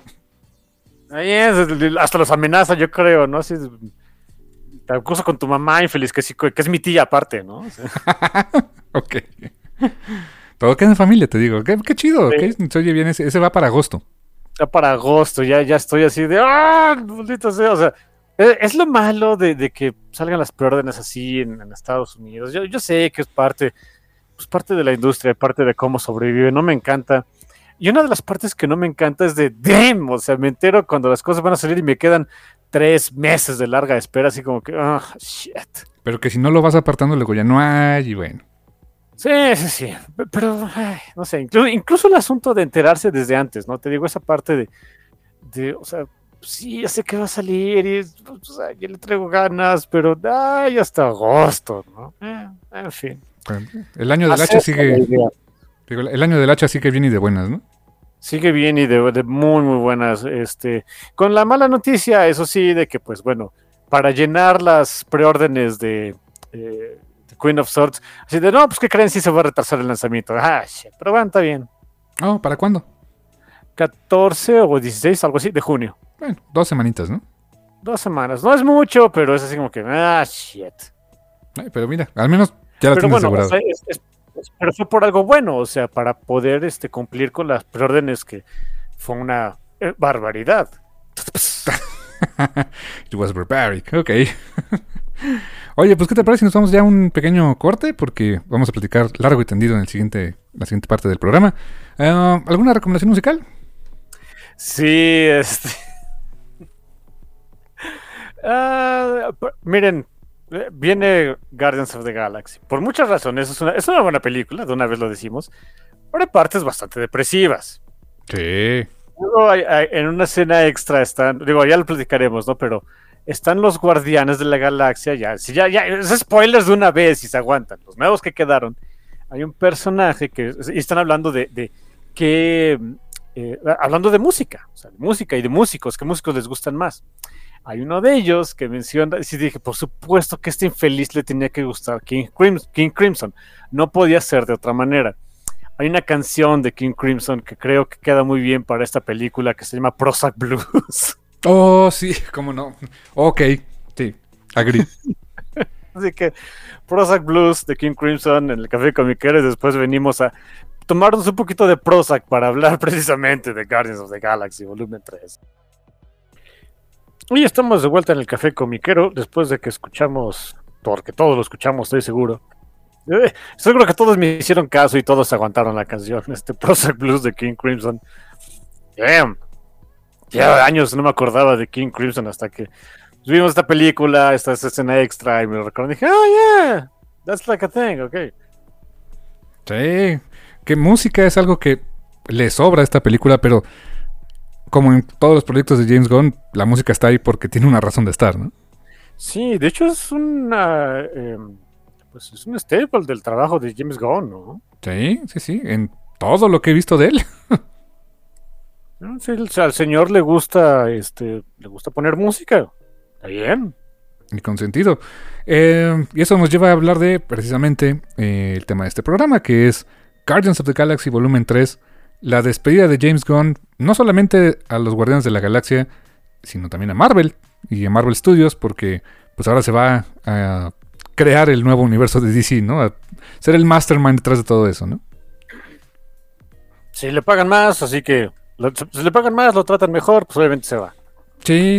C: Ahí es, hasta los amenaza, yo creo, ¿no? Así, te acuso con tu mamá infeliz, que es mi tía aparte, ¿no? O sea,
B: Ok. Todo queda en familia, te digo. Qué chido.
C: Sí.
B: Okay. Se oye bien, ese va para agosto.
C: ya para agosto, ya estoy así de ¡ah! Maldito sea, o sea, es lo malo de que salgan las preórdenes así en Estados Unidos. Yo sé que es parte de la industria, parte de cómo sobrevive, no me encanta. Y una de las partes que no me encanta es de damn, o sea, me entero cuando las cosas van a salir y me quedan 3 meses de larga espera, así como que, shit.
B: Pero que si no lo vas apartando, luego ya no hay, y bueno.
C: Sí, pero, ay, no sé, incluso el asunto de enterarse desde antes, ¿no? Te digo, esa parte o sea, sí, ya sé que va a salir y, o sea, yo le traigo ganas, pero, hasta agosto, ¿no? En fin.
B: El año del hacha sigue... Digo, el año del hacha sigue bien y de buenas, ¿no?
C: Sigue bien y de muy, muy buenas. Con la mala noticia, eso sí, de que, pues bueno, para llenar las preórdenes de Queen of Swords, así de, no, pues ¿qué creen? Si se va a retrasar el lanzamiento. Shit, pero bueno, está bien.
B: Oh, ¿para cuándo?
C: 14 o 16, algo así, de junio.
B: Bueno, 2 semanitas, ¿no?
C: 2 semanas. No es mucho, pero es así como que, shit.
B: Ay, pero mira, al menos ya lo
C: Pero
B: tienes
C: bueno,
B: asegurado.
C: o sea, pero fue por algo bueno, o sea, para poder cumplir con las preórdenes, que fue una barbaridad.
B: It was barbaric, ok. Oye, pues ¿qué te parece si nos vamos ya a un pequeño corte? Porque vamos a platicar largo y tendido en la siguiente parte del programa. ¿Alguna recomendación musical?
C: Sí, miren, viene Guardians of the Galaxy. Por muchas razones, es una buena película, de una vez lo decimos, pero hay partes bastante depresivas.
B: Sí.
C: Luego en una escena extra están, digo, ya lo platicaremos, ¿no? Pero están los Guardianes de la Galaxia, ya, es spoilers de una vez si se aguantan, los nuevos que quedaron. Hay un personaje y están hablando hablando de música, o sea, de música y de músicos, ¿qué músicos les gustan más? Hay uno de ellos que menciona, y sí dije, por supuesto que este infeliz le tenía que gustar King Crimson, no podía ser de otra manera. Hay una canción de King Crimson que creo que queda muy bien para esta película, que se llama Prozac Blues.
B: Oh, sí, cómo no. Ok, sí, agree.
C: Así que Prozac Blues de King Crimson en el Café Comiquero, y después venimos a tomarnos un poquito de Prozac para hablar precisamente de Guardians of the Galaxy Volumen 3. Y estamos de vuelta en el Café Comiquero después de que escuchamos, porque todos lo escuchamos, estoy seguro. Seguro que todos me hicieron caso y todos aguantaron la canción, Prozac Blues de King Crimson. Damn. Ya años no me acordaba de King Crimson hasta que vimos esta película, esta escena extra, y me lo recordé y dije, yeah, that's like a thing, ok.
B: Sí, que música es algo que le sobra a esta película, pero como en todos los proyectos de James Gunn, la música está ahí porque tiene una razón de estar, ¿no?
C: Sí, de hecho es pues es un staple del trabajo de James Gunn, ¿no?
B: Sí, en todo lo que he visto de él.
C: Sí, o sea, al señor le gusta poner música. Está bien.
B: Y con sentido. Y eso nos lleva a hablar de precisamente el tema de este programa, que es Guardians of the Galaxy Volumen 3, la despedida de James Gunn, no solamente a los Guardianes de la Galaxia, sino también a Marvel y a Marvel Studios, porque pues ahora se va a crear el nuevo universo de DC, ¿no? A ser el mastermind detrás de todo eso, ¿no?
C: Si le pagan más, así que si le pagan más, lo tratan mejor, pues obviamente se va.
B: Sí.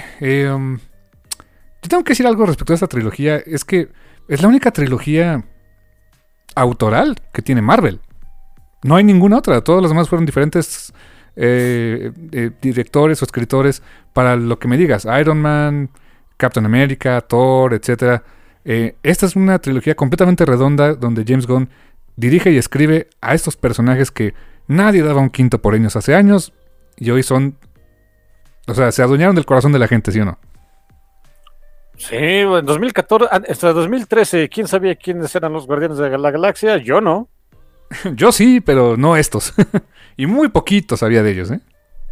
B: Yo tengo que decir algo respecto a esta trilogía. Es que es la única trilogía autoral que tiene Marvel. No hay ninguna otra. Todas las demás fueron diferentes directores o escritores para lo que me digas, Iron Man, Captain America, Thor, etcétera. Esta es una trilogía completamente redonda donde James Gunn dirige y escribe a estos personajes que nadie daba un quinto por ellos hace años y hoy son, o sea, se adueñaron del corazón de la gente, ¿sí o no?
C: Sí, en 2014, hasta 2013, ¿quién sabía quiénes eran los Guardianes de la Galaxia? Yo no.
B: Yo sí, pero no estos. Y muy poquito sabía de ellos, ¿eh?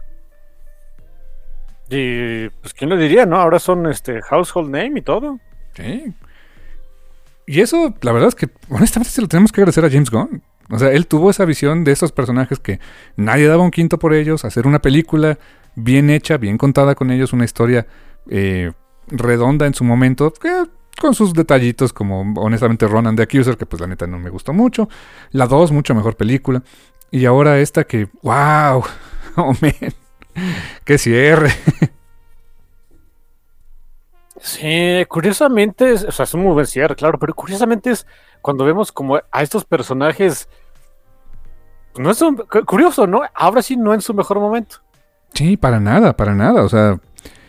C: Y pues quién lo diría, ¿no? Ahora son household name y todo.
B: Sí. Y eso, la verdad es que honestamente se lo tenemos que agradecer a James Gunn. O sea, él tuvo esa visión de estos personajes que nadie daba un quinto por ellos, hacer una película bien hecha, bien contada con ellos, una historia redonda en su momento, con sus detallitos como honestamente Ronan the Accuser, que pues la neta no me gustó mucho. La 2, mucho mejor película. Y ahora esta que, wow, oh man, qué cierre.
C: Sí, curiosamente, o sea, es un muy buen cierre, claro, pero curiosamente es cuando vemos como a estos personajes, no es curioso, ¿no? Ahora sí no en su mejor momento.
B: Sí, para nada, o sea,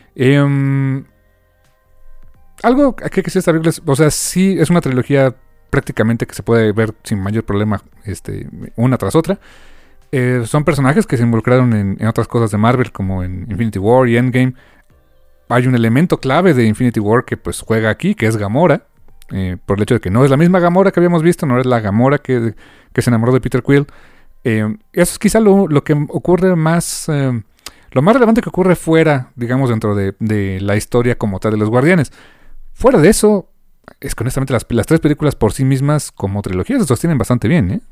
B: algo que hay que decir esta película es, o sea, sí es una trilogía prácticamente que se puede ver sin mayor problema, una tras otra. Son personajes que se involucraron en otras cosas de Marvel, como en Infinity War y Endgame. Hay un elemento clave de Infinity War que pues juega aquí, que es Gamora, por el hecho de que no es la misma Gamora que habíamos visto, no es la Gamora que se enamoró de Peter Quill. Eso es quizá lo que ocurre más, lo más relevante que ocurre fuera, digamos, dentro de la historia como tal de los Guardianes. Fuera de eso, es que honestamente las tres películas por sí mismas como trilogías se sostienen bastante bien, ¿eh?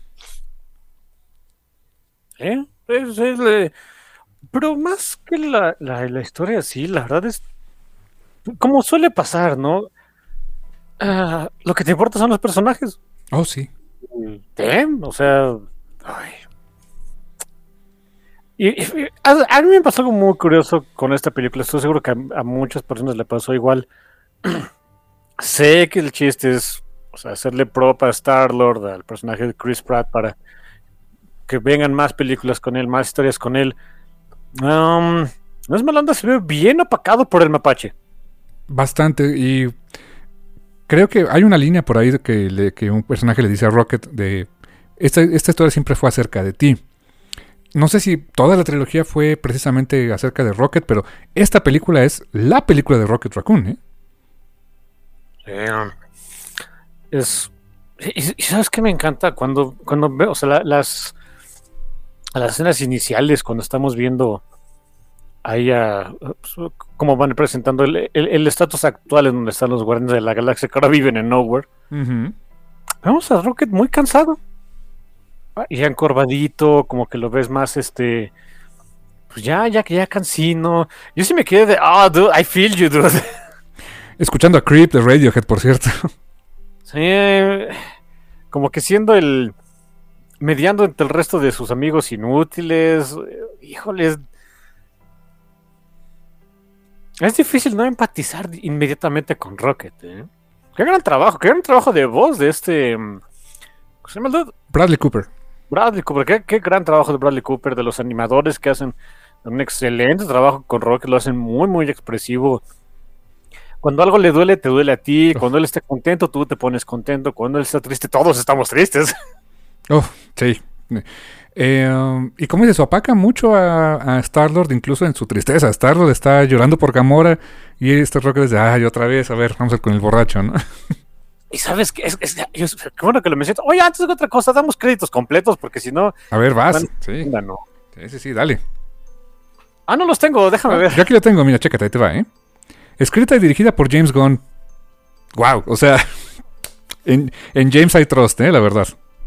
C: Pero más que la historia, sí, la verdad es como suele pasar, ¿no? Lo que te importa son los personajes.
B: Oh, sí.
C: O sea, ay. Y a mí me pasó algo muy curioso con esta película. Estoy seguro que a muchas personas le pasó igual. Sé que el chiste es, o sea, hacerle prop a Star-Lord, al personaje de Chris Pratt, para que vengan más películas con él, más historias con él. No es mala onda, se ve bien opacado por el mapache.
B: Bastante, y creo que hay una línea por ahí de que un personaje le dice a Rocket de esta historia siempre fue acerca de ti. No sé si toda la trilogía fue precisamente acerca de Rocket, pero esta película es la película de Rocket Raccoon, ¿eh?
C: Y ¿sabes qué me encanta? Cuando veo, o sea, las escenas iniciales, cuando estamos viendo ahí cómo van presentando el estatus actual en donde están los Guardianes de la Galaxia, que ahora viven en Nowhere.
B: Uh-huh.
C: Vemos a Rocket muy cansado. Y ya encorvadito, como que lo ves más, pues ya cansino. Yo sí me quedé de, dude, I feel you, dude.
B: Escuchando a Creep de Radiohead, por cierto.
C: Sí, como que siendo mediando entre el resto de sus amigos inútiles. Híjoles. Es difícil no empatizar inmediatamente con Rocket, ¿eh? Qué gran trabajo de voz de ¿cómo se llama el dude?
B: Bradley Cooper,
C: qué gran trabajo de Bradley Cooper, de los animadores que hacen un excelente trabajo con Rocket, lo hacen muy, muy expresivo. Cuando algo le duele, te duele a ti. Cuando él está contento, tú te pones contento. Cuando él está triste, todos estamos tristes.
B: Oh, sí. Y como dices, opaca mucho a Star-Lord, incluso en su tristeza. Star-Lord está llorando por Gamora y Rocket dice, otra vez, a ver, vamos a ir con el borracho, ¿no?
C: Y sabes que qué bueno que lo mencionas. Oye, antes de otra cosa, damos créditos completos, porque si no...
B: A ver, vas. Sí.
C: No.
B: Sí, dale.
C: No los tengo, déjame ver.
B: Yo aquí lo tengo, mira, chécate, ahí te va, ¿eh? Escrita y dirigida por James Gunn. Wow, o sea, en James I Trust, la verdad.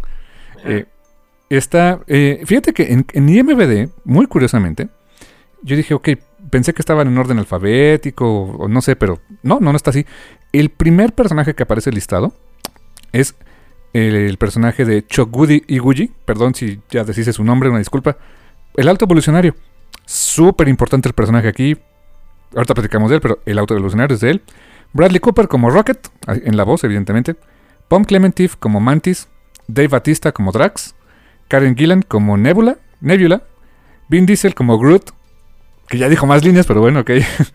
B: Fíjate que en IMDb, muy curiosamente, yo dije, ok, pensé que estaban en orden alfabético o no sé, pero no está así. El primer personaje que aparece listado es el personaje de Chogudi Iguchi, perdón si ya deshice su nombre, una disculpa, el Alto Evolucionario. Súper importante el personaje aquí. Ahorita platicamos de él, pero el Alto Evolucionario es de él. Bradley Cooper como Rocket, en la voz, evidentemente. Pom Klementieff como Mantis. Dave Bautista como Drax. Karen Gillan como Nebula. Vin Diesel como Groot, que ya dijo más líneas, pero bueno, ok.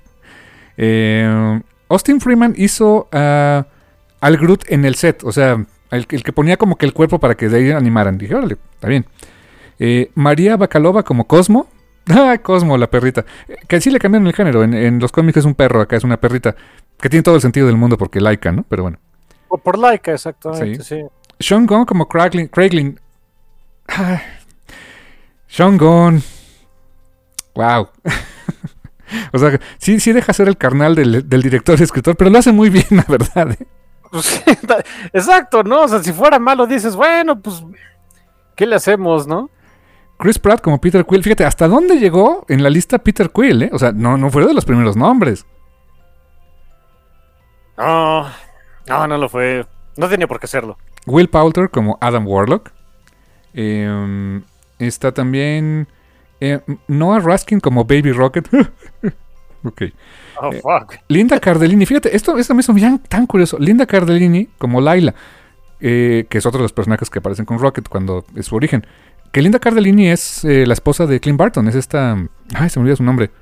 B: Austin Freeman hizo al Groot en el set, o sea, el que ponía como que el cuerpo para que de ahí animaran. Dije, órale, está bien. María Bakalova como Cosmo. Ah, Cosmo, la perrita. Que sí le cambiaron el género. En los cómics es un perro, acá es una perrita. Que tiene todo el sentido del mundo porque Laika, ¿no? Pero bueno.
C: O por Laika, exactamente, sí.
B: Sean Gunn como Craiglin. Ah, Sean Gunn. Wow. O sea, sí deja ser el carnal del director y escritor, pero lo hace muy bien, la verdad.
C: Pues, exacto, ¿no? O sea, si fuera malo dices, bueno, pues, ¿qué le hacemos, no?
B: Chris Pratt como Peter Quill. Fíjate, ¿hasta dónde llegó en la lista Peter Quill, O sea, no fue de los primeros nombres.
C: No lo fue. No tenía por qué hacerlo.
B: Will Poulter como Adam Warlock. Está también Noah Raskin como Baby Rocket. Ok.
C: Fuck.
B: Linda Cardellini. Fíjate, esto me hizo bien tan curioso. Linda Cardellini como Layla. Que es otro de los personajes que aparecen con Rocket cuando es su origen. Que Linda Cardellini es la esposa de Clint Barton. Es esta... Ay, se me olvidó su nombre.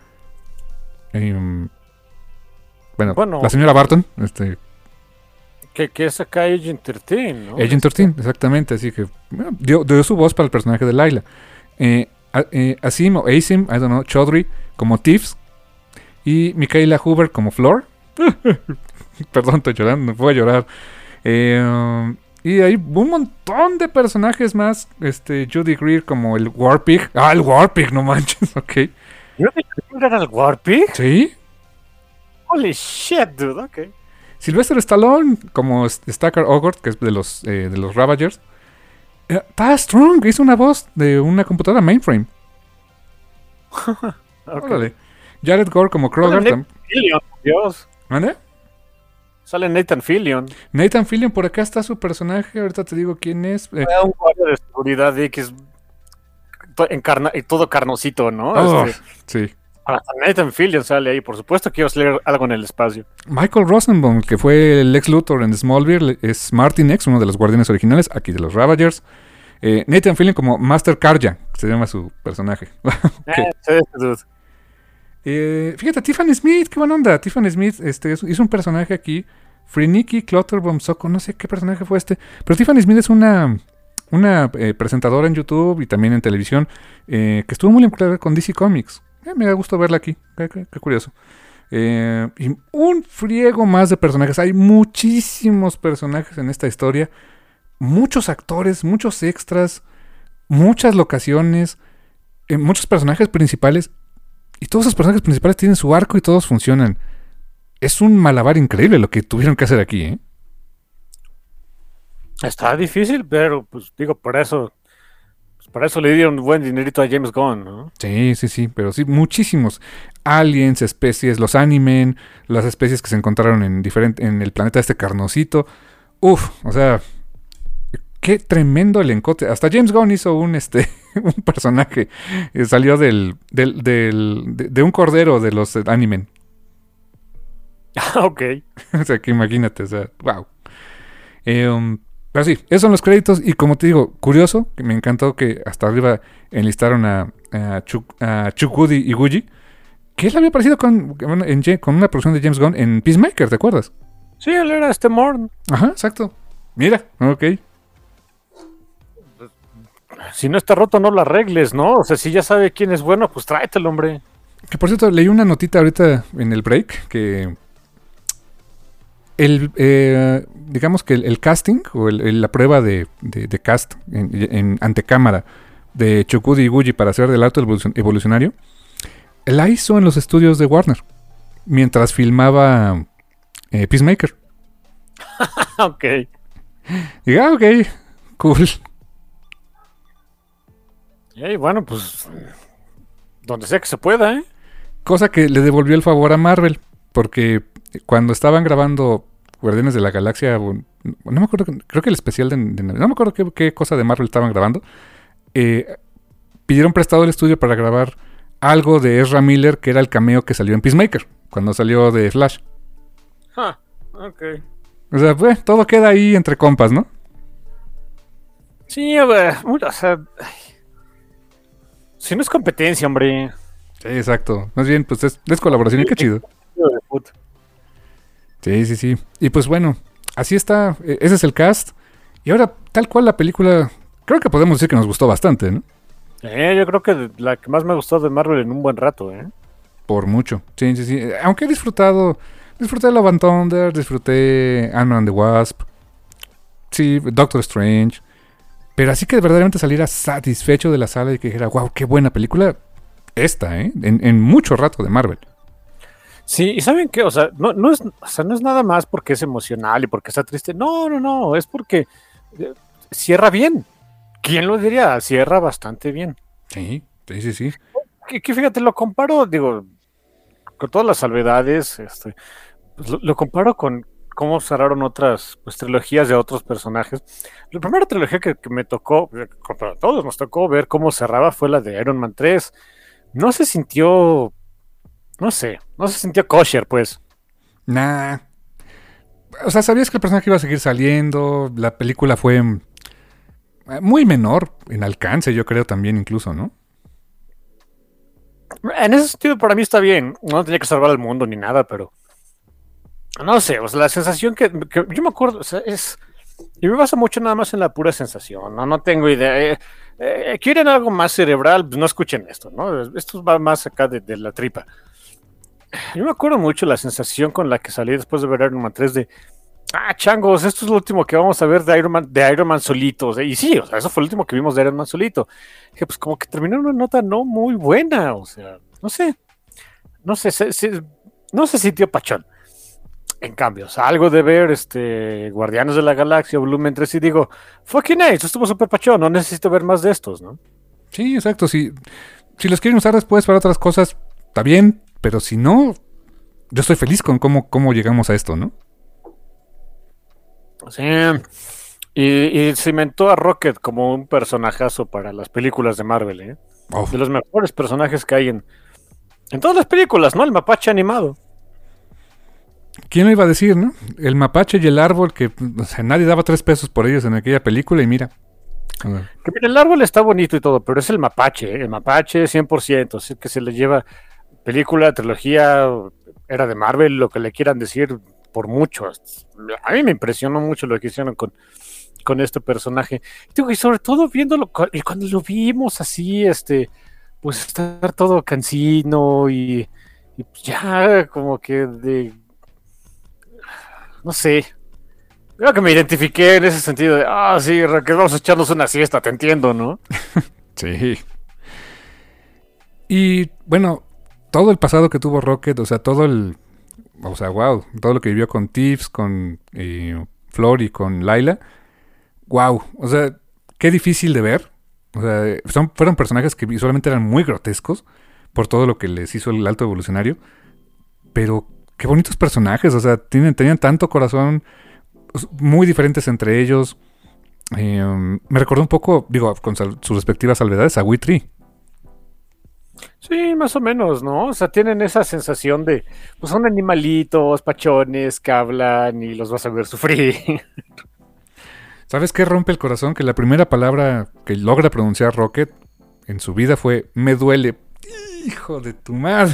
B: Bueno, la señora Barton.
C: Que es acá Agent 13, ¿no?
B: Agent 13, exactamente. Así que bueno, dio su voz para el personaje de Layla. Asim o Asim, I don't know, Chaudhry como Tiffs. Y Michaela Hoover como Flor. Perdón, estoy llorando, no puedo llorar. Y hay un montón de personajes más. Judy Greer como el Warpig. Ah, el Warpig, no manches, ok.
C: ¿Judy Greer era el Warpig?
B: Sí.
C: Holy shit, dude, ok.
B: Sylvester Stallone como Stacker Ogord, que es de los Ravagers. Taz Strong hizo una voz de una computadora mainframe.
C: Okay.
B: Órale. Jared Gore como Kroger.
C: Nathan Fillion, Dios.
B: ¿Mande?
C: Sale Nathan Fillion.
B: Nathan Fillion, por acá está su personaje. Ahorita te digo quién es.
C: Un guardia de seguridad que es y todo carnosito, ¿no?
B: Sí.
C: Hasta Nathan Fillion sale ahí. Por supuesto que iba a salir algo en el espacio.
B: Michael Rosenbaum, que fue el Lex Luthor en Smallville, es Martin X, uno de los guardianes originales, aquí de los Ravagers. Nathan Fillion como Master Karja, que se llama su personaje. Okay.
C: Dude.
B: Fíjate, Tiffany Smith, qué buena onda. Tiffany Smith hizo un personaje aquí. Freniki Clutterbaum Soko, no sé qué personaje fue pero Tiffany Smith es una presentadora en YouTube y también en televisión que estuvo muy vinculada con DC Comics. Me da gusto verla aquí, qué curioso. Y un friego más de personajes. Hay muchísimos personajes en esta historia, muchos actores, muchos extras, muchas locaciones, muchos personajes principales. Y todos esos personajes principales tienen su arco y todos funcionan. Es un malabar increíble lo que tuvieron que hacer aquí,
C: Está difícil, pero pues digo, para eso le dieron un buen dinerito a James Gunn, ¿no?
B: Sí, pero sí, muchísimos. Aliens, especies, los Animen, las especies que se encontraron en el planeta carnosito. Uf, o sea, qué tremendo elencote. Hasta James Gunn hizo un personaje. Salió de un cordero de los Animen.
C: Ok.
B: O sea, que imagínate, o sea, wow. Pero sí, esos son los créditos. Y como te digo, curioso, que me encantó que hasta arriba enlistaron a Chukwudi Iguchi, que él había aparecido con una producción de James Gunn en Peacemaker, ¿te acuerdas?
C: Sí, él era Morn.
B: Ajá, exacto. Mira, ok.
C: Si no está roto, no lo arregles, ¿no? O sea, si ya sabe quién es bueno, pues tráetelo, hombre.
B: Que por cierto, leí una notita ahorita en el break que digamos que el casting o la prueba de cast en antecámara de Chukwudi Iguchi para hacer del arco evolucionario la hizo en los estudios de Warner mientras filmaba Peacemaker.
C: Ok.
B: Diga, ok, cool.
C: Y bueno, pues donde sea que se pueda,
B: Cosa que le devolvió el favor a Marvel, porque cuando estaban grabando Guardianes de la Galaxia, no me acuerdo, creo que el especial no me acuerdo qué cosa de Marvel estaban grabando, pidieron prestado el estudio para grabar algo de Ezra Miller, que era el cameo que salió en Peacemaker, cuando salió de Flash.
C: Ok.
B: O sea, pues, todo queda ahí entre compas, ¿no?
C: Sí, o sea, Si no es competencia, hombre.
B: Sí, exacto. Más bien, pues es colaboración y qué chido. Sí, sí, sí. Y pues bueno, así está. Ese es el cast. Y ahora, tal cual la película, creo que podemos decir que nos gustó bastante, ¿no?
C: Yo creo que la que más me ha gustado de Marvel en un buen rato, ¿eh?
B: Por mucho. Sí, sí, sí. Aunque disfruté Love and Thunder, disfruté Ant-Man and the Wasp. Sí, Doctor Strange. Pero así que verdaderamente saliera satisfecho de la sala y que dijera, wow, qué buena película esta, ¿eh? En mucho rato de Marvel.
C: Sí, y ¿saben qué? O sea, no es nada más porque es emocional y porque está triste. No, es porque cierra bien. ¿Quién lo diría? Cierra bastante bien.
B: Sí, sí, sí, sí.
C: Que fíjate, lo comparo, digo, con todas las salvedades, pues lo comparo con cómo cerraron otras pues, trilogías de otros personajes. La primera trilogía que me tocó, a todos nos tocó ver cómo cerraba fue la de Iron Man 3. No se sintió, no se sintió kosher, pues.
B: Nah. O sea, sabías que el personaje iba a seguir saliendo. La película fue muy menor en alcance, yo creo también incluso, ¿no?
C: En ese sentido, para mí está bien. No tenía que salvar al mundo ni nada, pero no sé, o sea, la sensación que yo me acuerdo, o sea, y me baso mucho nada más en la pura sensación, no tengo idea. ¿Quieren algo más cerebral? Pues no escuchen esto, ¿no? Esto va más acá de la tripa. Yo me acuerdo mucho la sensación con la que salí después de ver Iron Man 3 de, changos, esto es lo último que vamos a ver de Iron Man solito. O sea, y sí, o sea, eso fue lo último que vimos de Iron Man solito. Que pues como que terminó en una nota no muy buena, o sea, no sé, no se sintió pachón. En cambio, salgo de ver Guardianes de la Galaxia, volumen 3 y digo, fucking nice, estuvo súper pachón, no necesito ver más de estos, ¿no?
B: Sí, exacto. Si los quieren usar después para otras cosas, está bien. Pero si no, yo estoy feliz con cómo llegamos a esto, ¿no?
C: Sí. Y cimentó a Rocket como un personajazo para las películas de Marvel, ¿eh?
B: Oh.
C: De los mejores personajes que hay en todas las películas, ¿no? El mapache animado.
B: ¿Quién lo iba a decir, no? El mapache y el árbol, que o sea, nadie daba 3 pesos por ellos en aquella película y mira.
C: Que mira, el árbol está bonito y todo, pero es el mapache, ¿eh? El mapache 100%, así que se le lleva película, trilogía, era de Marvel, lo que le quieran decir, por mucho. A mí me impresionó mucho lo que hicieron con este personaje. Y sobre todo viéndolo, y cuando lo vimos así, pues estar todo cansino y pues ya como que no sé, creo que me identifiqué en ese sentido de, sí, Raquel, vamos a echarnos una siesta, te entiendo, ¿no?
B: Sí. Y bueno, todo el pasado que tuvo Rocket, o sea, wow, todo lo que vivió con Tibbs, con Flor y con Layla, wow, o sea, qué difícil de ver. O sea, fueron personajes que visualmente eran muy grotescos por todo lo que les hizo el alto evolucionario, pero qué bonitos personajes, o sea, tenían tanto corazón, muy diferentes entre ellos. Me recordó un poco, digo, con sus respectivas salvedades, a Witry.
C: Sí, más o menos, ¿no? O sea, tienen esa sensación de, pues son animalitos, pachones, que hablan y los vas a ver sufrir.
B: ¿Sabes qué rompe el corazón? Que la primera palabra que logra pronunciar Rocket en su vida fue, me duele. Hijo de tu madre.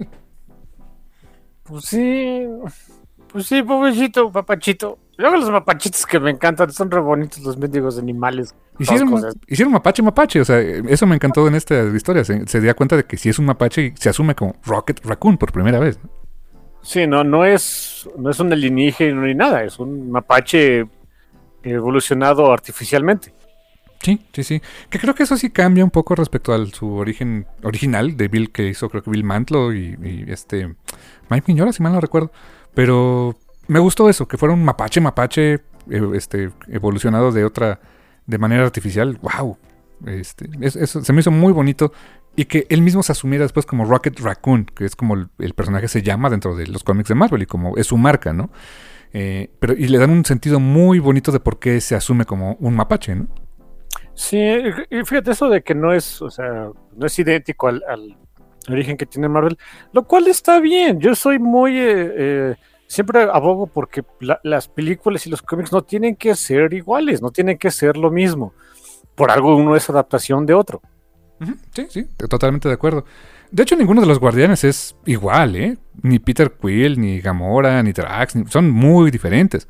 C: Pues sí, pobrecito, papachito. Luego los mapachitos que me encantan, son re bonitos los mendigos animales.
B: Hicieron mapache, o sea, eso me encantó en esta historia. Se dio cuenta de que si es un mapache y se asume como Rocket Raccoon por primera vez.
C: Sí, no es un alienígena ni nada, es un mapache evolucionado artificialmente.
B: Sí. Que creo que eso sí cambia un poco respecto a su origen original de Bill, que hizo creo que Bill Mantlo y Mike Mignola, si mal no recuerdo. Pero me gustó eso, que fuera un mapache evolucionado de manera artificial. Wow. Eso se me hizo muy bonito. Y que él mismo se asumiera después como Rocket Raccoon, que es como el personaje se llama dentro de los cómics de Marvel y como es su marca, ¿no? Y le dan un sentido muy bonito de por qué se asume como un mapache, ¿no?
C: Sí, y fíjate eso de que no es, o sea, no es idéntico al origen que tiene Marvel, lo cual está bien. Yo soy muy siempre abogo porque las películas y los cómics no tienen que ser iguales, no tienen que ser lo mismo. Por algo uno es adaptación de otro.
B: Sí, sí, totalmente de acuerdo. De hecho, ninguno de los guardianes es igual, ¿eh? Ni Peter Quill, ni Gamora, ni Drax, son muy diferentes.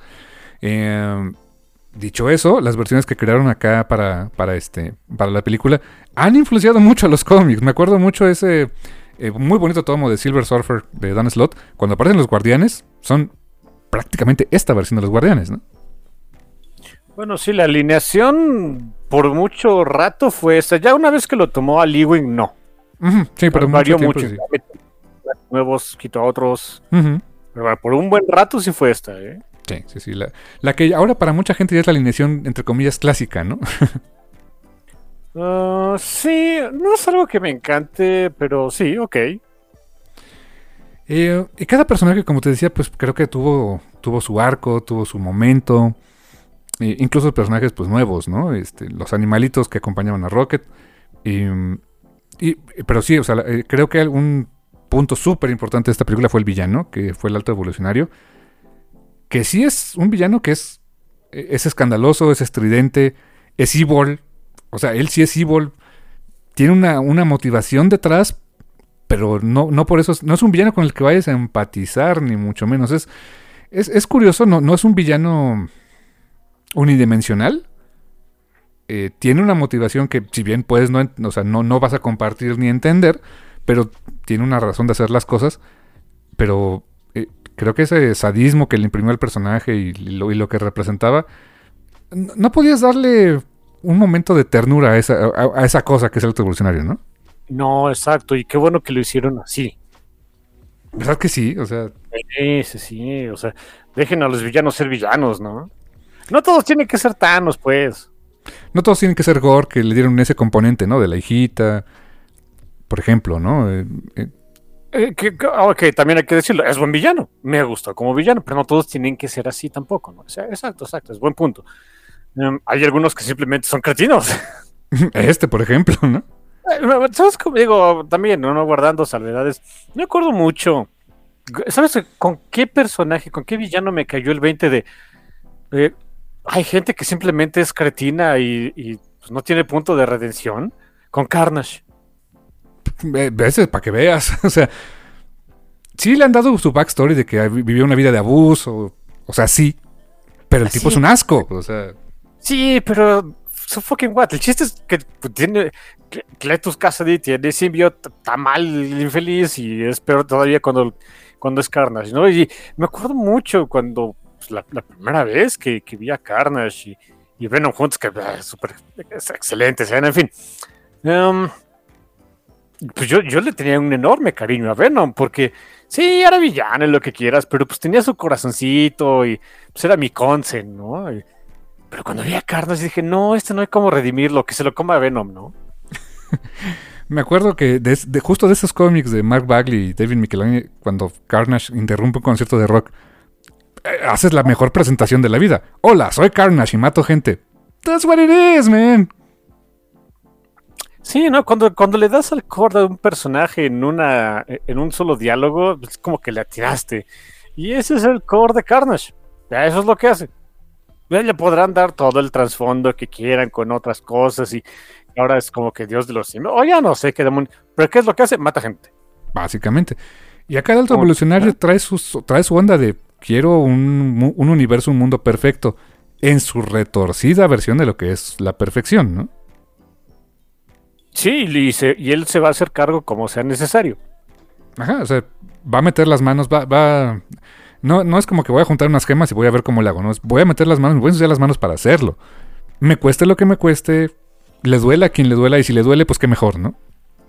B: Dicho eso, las versiones que crearon acá para la película han influenciado mucho a los cómics. Me acuerdo mucho ese muy bonito tomo de Silver Surfer de Dan Slott. Cuando aparecen los guardianes, son prácticamente esta versión de los guardianes, ¿no?
C: Bueno, sí, la alineación por mucho rato fue esta. Ya una vez que lo tomó a Ewing, no.
B: Sí, pero
C: varió
B: mucho.
C: Sí. Nuevos, quitó a otros.
B: Uh-huh.
C: Pero por un buen rato sí fue esta, ¿eh?
B: Sí. La que ahora para mucha gente ya es la alineación, entre comillas, clásica, ¿no?
C: Sí, no es algo que me encante, pero sí, ok.
B: Y cada personaje, como te decía, pues creo que tuvo su arco, tuvo su momento. Incluso personajes pues nuevos, ¿no? Los animalitos que acompañaban a Rocket. Pero sí, o sea, creo que un punto súper importante de esta película fue el villano, que fue el Alto Evolucionario. Que sí es un villano que es escandaloso, es estridente, es evil. O sea, él sí es evil. Tiene una motivación detrás, pero no por eso. No es un villano con el que vayas a empatizar, ni mucho menos. Es curioso, no es un villano unidimensional. Tiene una motivación que, si bien puedes no vas a compartir ni entender, pero tiene una razón de hacer las cosas. Pero creo que ese sadismo que le imprimió al personaje y lo que representaba, no podías darle un momento de ternura a esa cosa que es el autoevolucionario, ¿no?
C: No, exacto, y qué bueno que lo hicieron así.
B: ¿Verdad que sí? O sea...
C: Sí, o sea, dejen a los villanos ser villanos, ¿no? No todos tienen que ser Thanos, pues.
B: No todos tienen que ser Gore, que le dieron ese componente, ¿no? De la hijita, por ejemplo, ¿no?
C: Ok, también hay que decirlo, es buen villano, me gustó como villano, pero no todos tienen que ser así tampoco, ¿no? O sea, exacto, es buen punto. Hay algunos que simplemente son cretinos.
B: Por ejemplo, ¿no?
C: ¿Sabes cómo digo? También, no guardando salvedades, me acuerdo mucho. ¿Sabes con qué personaje, con qué villano me cayó el 20 de... hay gente que simplemente es cretina y pues, no tiene punto de redención? Con Carnage.
B: Veces, para que veas. O sea, sí le han dado su backstory de que vivió una vida de abuso. O sea, sí. Pero el tipo es un asco. O sea...
C: Sí, pero... So fucking what. El chiste es que tiene... Cletus Cassidy tiene simbionte, está mal, infeliz, y es peor todavía cuando es Carnage, ¿no? Y me acuerdo mucho cuando... Pues, la primera vez que vi a Carnage y Venom juntos, que es excelente escena, en fin. Pues yo le tenía un enorme cariño a Venom, porque sí, era villano y lo que quieras, pero pues tenía su corazoncito y pues era mi consen, ¿no? Pero cuando vi a Carnage dije, no hay como redimirlo, que se lo coma a Venom, ¿no?
B: Me acuerdo que justo de esos cómics de Mark Bagley y David Michelinie, cuando Carnage interrumpe un concierto de rock, haces la mejor presentación de la vida. Hola, soy Carnage y mato gente. That's what it is, man.
C: Sí, ¿no? Cuando le das al core de un personaje en un solo diálogo, es como que le atiraste. Y ese es el core de Carnage. Eso es lo que hace. Le podrán dar todo el trasfondo que quieran con otras cosas y ahora es como que Dios de los simios. O ya no sé qué demonio. Pero ¿qué es lo que hace? Mata gente.
B: Básicamente. Y acá el Alto Evolucionario trae su onda de quiero un universo, un mundo perfecto en su retorcida versión de lo que es la perfección, ¿no?
C: Sí, y él se va a hacer cargo como sea necesario.
B: Ajá, o sea, va a meter las manos, no es como que voy a juntar unas gemas y voy a ver cómo le hago, no, voy a meter las manos, me voy a ensuciar las manos para hacerlo. Me cueste lo que me cueste, le duela a quien le duela, y si le duele, pues qué mejor, ¿no?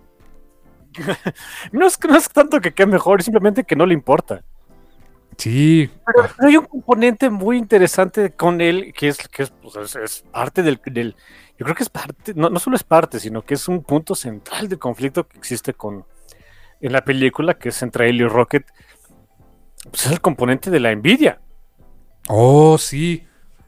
C: No es tanto que qué mejor, simplemente que no le importa.
B: Sí.
C: Pero hay un componente muy interesante con él, que es parte del... Yo creo que es parte, no solo es parte, sino que es un punto central del conflicto que existe en la película, que es entre él y Rocket. Pues es el componente de la envidia.
B: Oh, sí.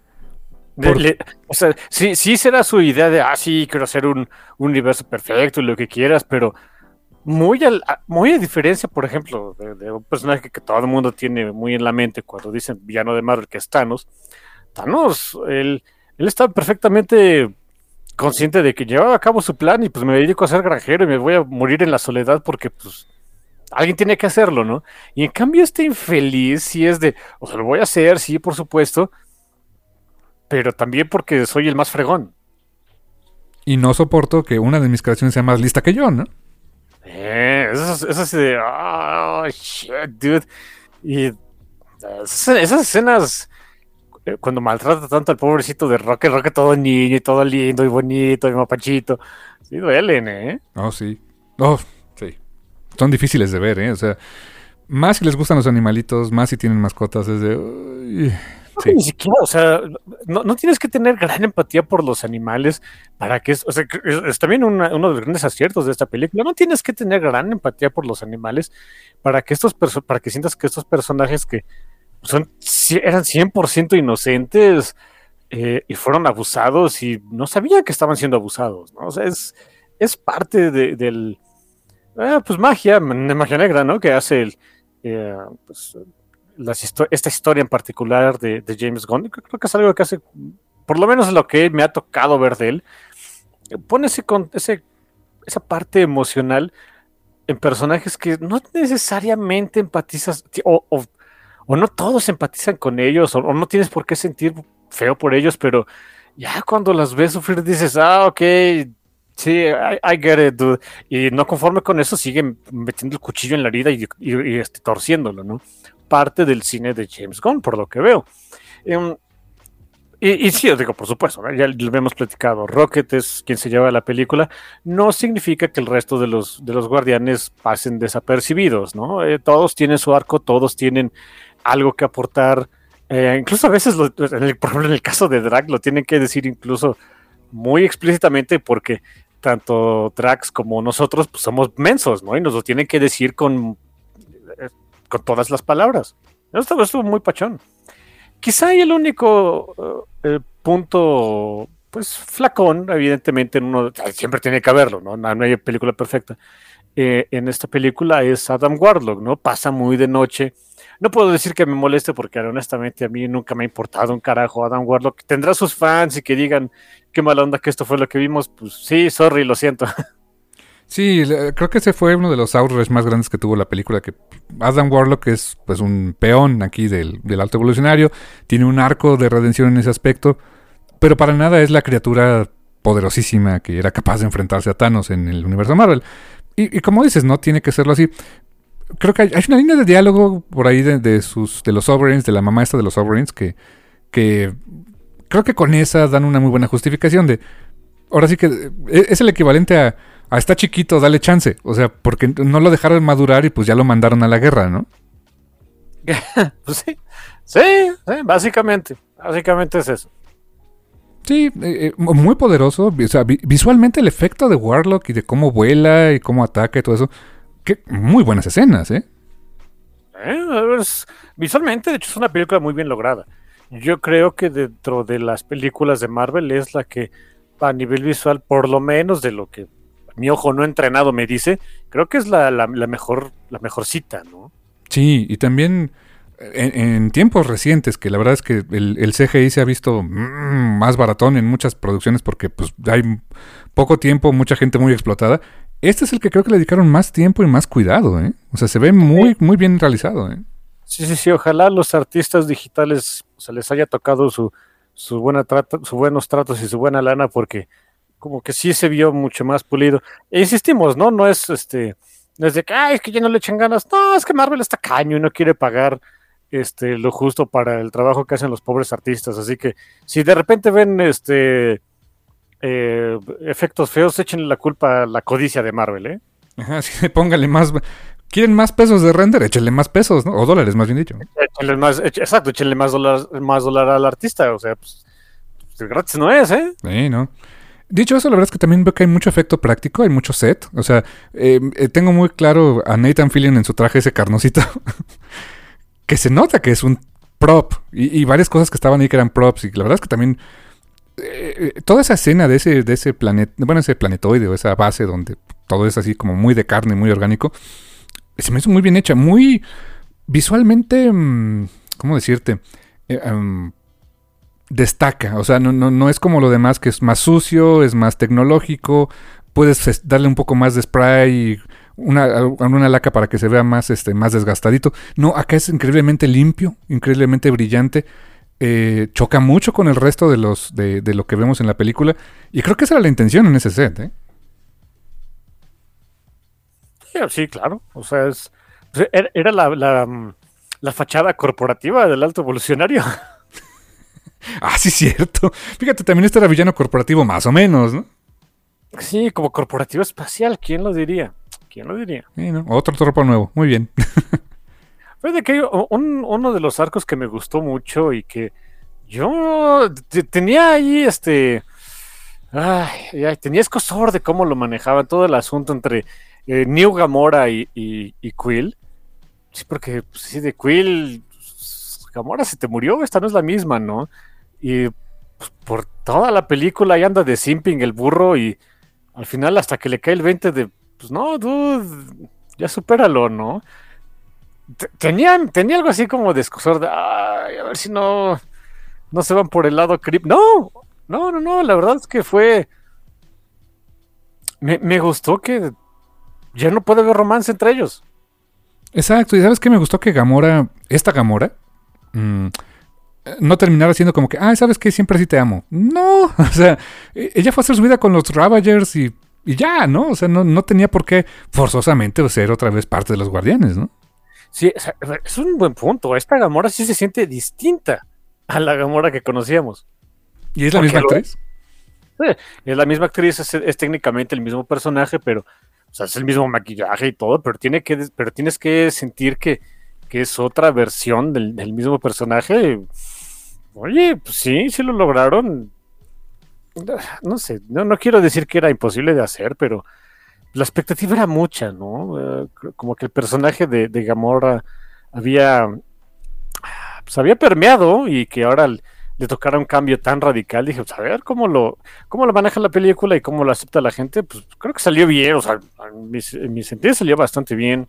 C: O sea, sí será su idea de, sí, quiero hacer un universo perfecto y lo que quieras, pero muy a diferencia, por ejemplo, de un personaje que todo el mundo tiene muy en la mente cuando dicen villano de Marvel, que es Thanos. Thanos, él está perfectamente consciente de que llevaba a cabo su plan y pues me dedico a ser granjero y me voy a morir en la soledad porque pues alguien tiene que hacerlo, ¿no? Y en cambio este infeliz sí es de, o sea, lo voy a hacer, sí, por supuesto, pero también porque soy el más fregón.
B: Y no soporto que una de mis creaciones sea más lista que yo, ¿no?
C: Eso es de, oh, shit, dude. Y esas escenas, cuando maltrata tanto al pobrecito de Rocket, Rocket todo niño y todo lindo y bonito y mapachito, sí duelen, ¿eh?
B: Oh, sí. Oh, sí. Son difíciles de ver, ¿eh? O sea, más si les gustan los animalitos, más si tienen mascotas, es de... uy, sí.
C: Ni siquiera, o sea, no tienes que tener gran empatía por los animales para que o sea, es también uno de los grandes aciertos de esta película. No tienes que tener gran empatía por los animales para que para que sientas que estos personajes que eran 100% inocentes y fueron abusados y no sabían que estaban siendo abusados, ¿no? O sea, es parte del pues magia negra, ¿no? Que hace pues, esta historia en particular de James Gunn. Creo que es algo que hace, por lo menos lo que me ha tocado ver de él, pone esa parte emocional en personajes que no necesariamente empatizas, o no todos empatizan con ellos, o no tienes por qué sentir feo por ellos, pero ya cuando las ves sufrir dices, ok, sí, I get it, dude. Y no conforme con eso, siguen metiendo el cuchillo en la herida y torciéndolo, ¿no? Parte del cine de James Gunn, por lo que veo. Y sí, os digo, por supuesto, ¿no? Ya lo hemos platicado, Rocket es quien se lleva la película, no significa que el resto de los guardianes pasen desapercibidos, ¿no? Todos tienen su arco, todos tienen algo que aportar, incluso a veces, por ejemplo, en el caso de Drax, lo tienen que decir incluso muy explícitamente porque tanto Drax como nosotros pues, somos mensos, ¿no? Y nos lo tienen que decir con todas las palabras. Esto estuvo muy pachón. Quizá el único punto, pues flacón, evidentemente, siempre tiene que haberlo, ¿no? No hay película perfecta. En esta película es Adam Warlock, ¿no? Pasa muy de noche. No puedo decir que me moleste porque honestamente a mí nunca me ha importado un carajo Adam Warlock. Tendrá sus fans y que digan qué mala onda que esto fue lo que vimos. Pues sí, sorry, lo siento.
B: Sí, creo que ese fue uno de los outrage más grandes que tuvo la película, que Adam Warlock es pues un peón aquí del alto evolucionario, tiene un arco de redención en ese aspecto, pero para nada es la criatura poderosísima que era capaz de enfrentarse a Thanos en el universo Marvel. Y como dices, no tiene que serlo así. Creo que hay una línea de diálogo por ahí de los Sovereigns, de la mamá esta de los Sovereigns, que creo que con esa dan una muy buena justificación de... Ahora sí que es el equivalente a está chiquito, dale chance. O sea, porque no lo dejaron madurar y pues ya lo mandaron a la guerra, ¿no?
C: Pues sí, básicamente es eso.
B: Sí, muy poderoso. O sea, visualmente el efecto de Warlock y de cómo vuela y cómo ataca y todo eso. Muy buenas escenas, ¿eh?
C: Visualmente, de hecho, es una película muy bien lograda. Yo creo que dentro de las películas de Marvel es la que, a nivel visual, por lo menos de lo que mi ojo no entrenado me dice, creo que es la mejorcita, ¿no?
B: Sí, y también en tiempos recientes, que la verdad es que el CGI se ha visto más baratón en muchas producciones porque pues hay poco tiempo, mucha gente muy explotada. Este es el que creo que le dedicaron más tiempo y más cuidado, ¿eh? O sea, se ve muy, muy bien realizado, ¿eh?
C: Sí, ojalá los artistas digitales se les haya tocado sus buenos tratos y su buena lana, porque como que sí se vio mucho más pulido. E insistimos, ¿no? No es de que, es que ya no le echan ganas. No, es que Marvel está caño y no quiere pagar lo justo para el trabajo que hacen los pobres artistas. Así que si de repente ven efectos feos, échenle la culpa a la codicia de Marvel, ¿eh?
B: Ajá, sí, póngale más. ¿Quieren más pesos de render? Échenle más pesos, ¿no? O dólares, más bien dicho.
C: Échenle más dólar al artista. O sea, pues gratis no es, ¿eh?
B: Sí, ¿no? Dicho eso, la verdad es que también veo que hay mucho efecto práctico, hay mucho set. O sea, tengo muy claro a Nathan Fillion en su traje ese carnosito. Que se nota que es un prop. Y varias cosas que estaban ahí que eran props. Y la verdad es que también... toda esa escena de ese planeta... Bueno, ese planetoide o esa base donde todo es así como muy de carne, muy orgánico. Se me hizo muy bien hecha. Muy visualmente... ¿cómo decirte? destaca. O sea, no es como lo demás, que es más sucio, es más tecnológico. Puedes darle un poco más de spray y una laca para que se vea más, más desgastadito. No, acá es increíblemente limpio, increíblemente brillante. Choca mucho con el resto de lo que vemos en la película. Y creo que esa era la intención en ese set, ¿eh?
C: Sí, claro. O sea, era la fachada corporativa del alto evolucionario.
B: Ah, sí, cierto. Fíjate, también este era villano corporativo, más o menos, ¿no?
C: Sí, como corporativo espacial, ¿quién lo diría? ¿Quién lo diría?
B: Sí, ¿no? Otro tropo nuevo, muy bien.
C: Fue de que uno de los arcos que me gustó mucho y que yo tenía ahí tenía escozor de cómo lo manejaban todo el asunto entre New Gamora y Quill. Sí, porque pues, sí, de Quill, Gamora se te murió, esta no es la misma, ¿no? Y pues, por toda la película ahí anda de simping el burro y al final hasta que le cae el 20 de, pues no, dude, ya supéralo, ¿no? Tenía algo así como de escozor de, ay, a ver si no se van por el lado creep. No, la verdad es que me gustó que ya no puede haber romance entre ellos.
B: Exacto, y ¿sabes qué? Me gustó que esta Gamora, no terminara siendo como que, ¿sabes qué? Siempre sí te amo. No, o sea, ella fue a hacer su vida con los Ravagers y ya, ¿no? O sea, no tenía por qué forzosamente ser otra vez parte de los Guardianes, ¿no?
C: Sí, o sea, es un buen punto. Esta Gamora sí se siente distinta a la Gamora que conocíamos.
B: ¿Y es la misma actriz?
C: Sí, es la misma actriz, es técnicamente el mismo personaje, pero o sea, es el mismo maquillaje y todo, pero tienes que sentir que es otra versión del mismo personaje. Oye, pues sí lo lograron. No sé, no quiero decir que era imposible de hacer, pero la expectativa era mucha, ¿no? Como que el personaje de Gamora había permeado y que ahora le tocara un cambio tan radical. Dije, pues a ver cómo lo maneja la película y cómo lo acepta la gente. Pues creo que salió bien, o sea, en mi sentido salió bastante bien.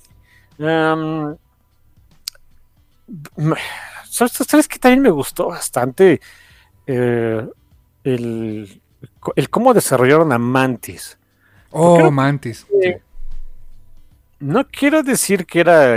C: ¿Sabes que también me gustó bastante? El cómo desarrollaron a Mantis.
B: Oh, Mantis. Sí.
C: No quiero decir que era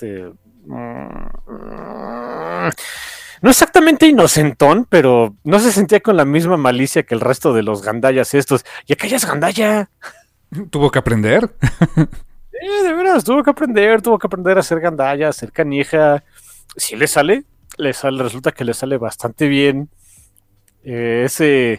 C: no exactamente inocentón, pero no se sentía con la misma malicia que el resto de los gandallas estos. Y acá ya es gandalla.
B: Tuvo que aprender.
C: De veras, tuvo que aprender a ser gandalla, a ser canija. Sí resulta que le sale bastante bien. Pues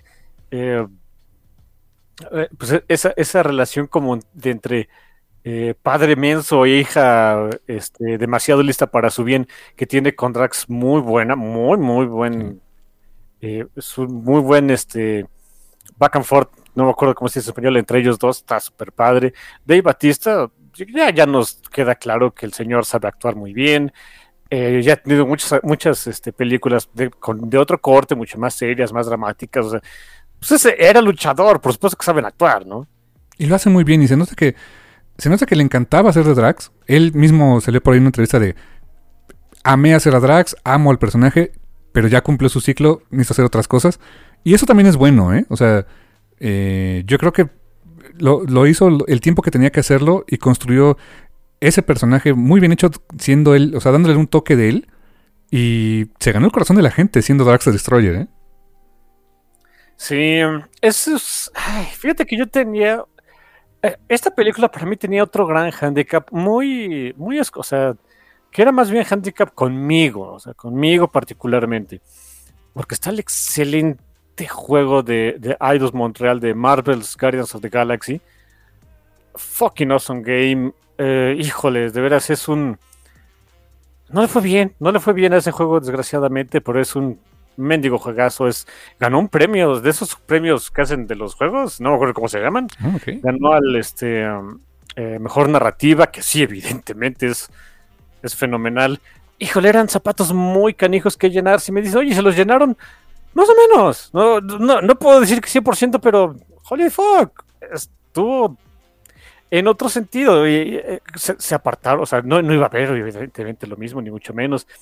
C: esa relación como de entre padre menso e hija demasiado lista para su bien que tiene con Drax, muy buena, muy buen, es un muy buen back and forth, no me acuerdo cómo se dice en español, entre ellos dos, está súper padre. Dave Bautista, ya nos queda claro que el señor sabe actuar muy bien. Ya ha tenido muchas películas de otro corte, mucho más serias, más dramáticas. O sea, pues era luchador, por supuesto que saben actuar, ¿no?
B: Y lo hace muy bien, y se nota que le encantaba hacer de Drax. Él mismo salió por ahí en una entrevista de: amé hacer a Drax, amo al personaje, pero ya cumplió su ciclo, necesito hacer otras cosas. Y eso también es bueno, ¿eh? O sea, yo creo que lo hizo el tiempo que tenía que hacerlo y construyó ese personaje muy bien hecho, siendo él, o sea, dándole un toque de él, y se ganó el corazón de la gente siendo Drax the Destroyer, ¿eh?
C: Sí, eso es... fíjate que yo tenía... esta película para mí tenía otro gran handicap, o sea, que era más bien handicap conmigo, o sea, conmigo particularmente, porque está el excelente juego de Eidos Montreal de Marvel's Guardians of the Galaxy. Fucking awesome game. Híjole, de veras es un... No le fue bien a ese juego, desgraciadamente, pero es un mendigo juegazo. Ganó un premio, de esos premios que hacen de los juegos, no me acuerdo cómo se llaman.
B: Okay.
C: Ganó al mejor narrativa, que sí, evidentemente es fenomenal. Híjole, eran zapatos muy canijos que llenar. Si me dices, oye, ¿se los llenaron? Más o menos. No puedo decir que 100%, pero holy fuck, estuvo en otro sentido. Se apartaron, o sea, no iba a haber evidentemente lo mismo, ni mucho menos.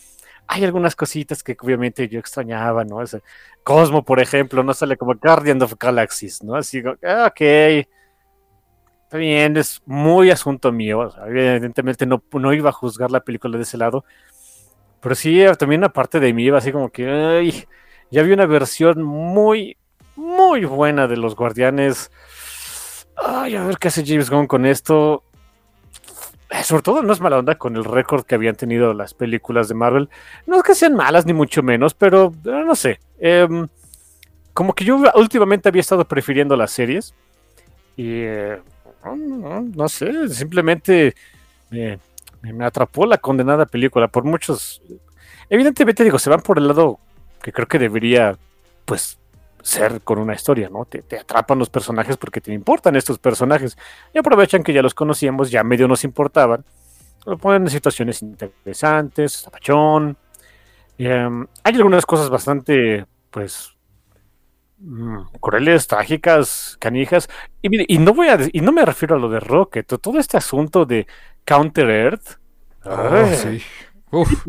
C: hay algunas cositas que obviamente yo extrañaba, ¿no? Cosmo, por ejemplo, no sale como Guardian of Galaxies, ¿no? Así, ok, está bien, es muy asunto mío. O sea, evidentemente no iba a juzgar la película de ese lado, pero sí, también una parte de mí iba así como que, ay, ya vi una versión muy, muy buena de los Guardianes. Ay, a ver qué hace James Gunn con esto. Sobre todo no es mala onda con el récord que habían tenido las películas de Marvel. No es que sean malas, ni mucho menos, pero no sé. Como que yo últimamente había estado prefiriendo las series. Y no sé, simplemente me atrapó la condenada película. Por muchos. Evidentemente, digo, se van por el lado que creo que debería, pues, ser con una historia, ¿no? Te atrapan los personajes porque te importan estos personajes y aprovechan que ya los conocíamos, ya medio nos importaban, lo ponen en situaciones interesantes, zapachón. Hay algunas cosas bastante, pues, crueles, trágicas, canijas. Y mire, y no me refiero a lo de Rocket, todo este asunto de Counter Earth.
B: Oh, sí. Uf,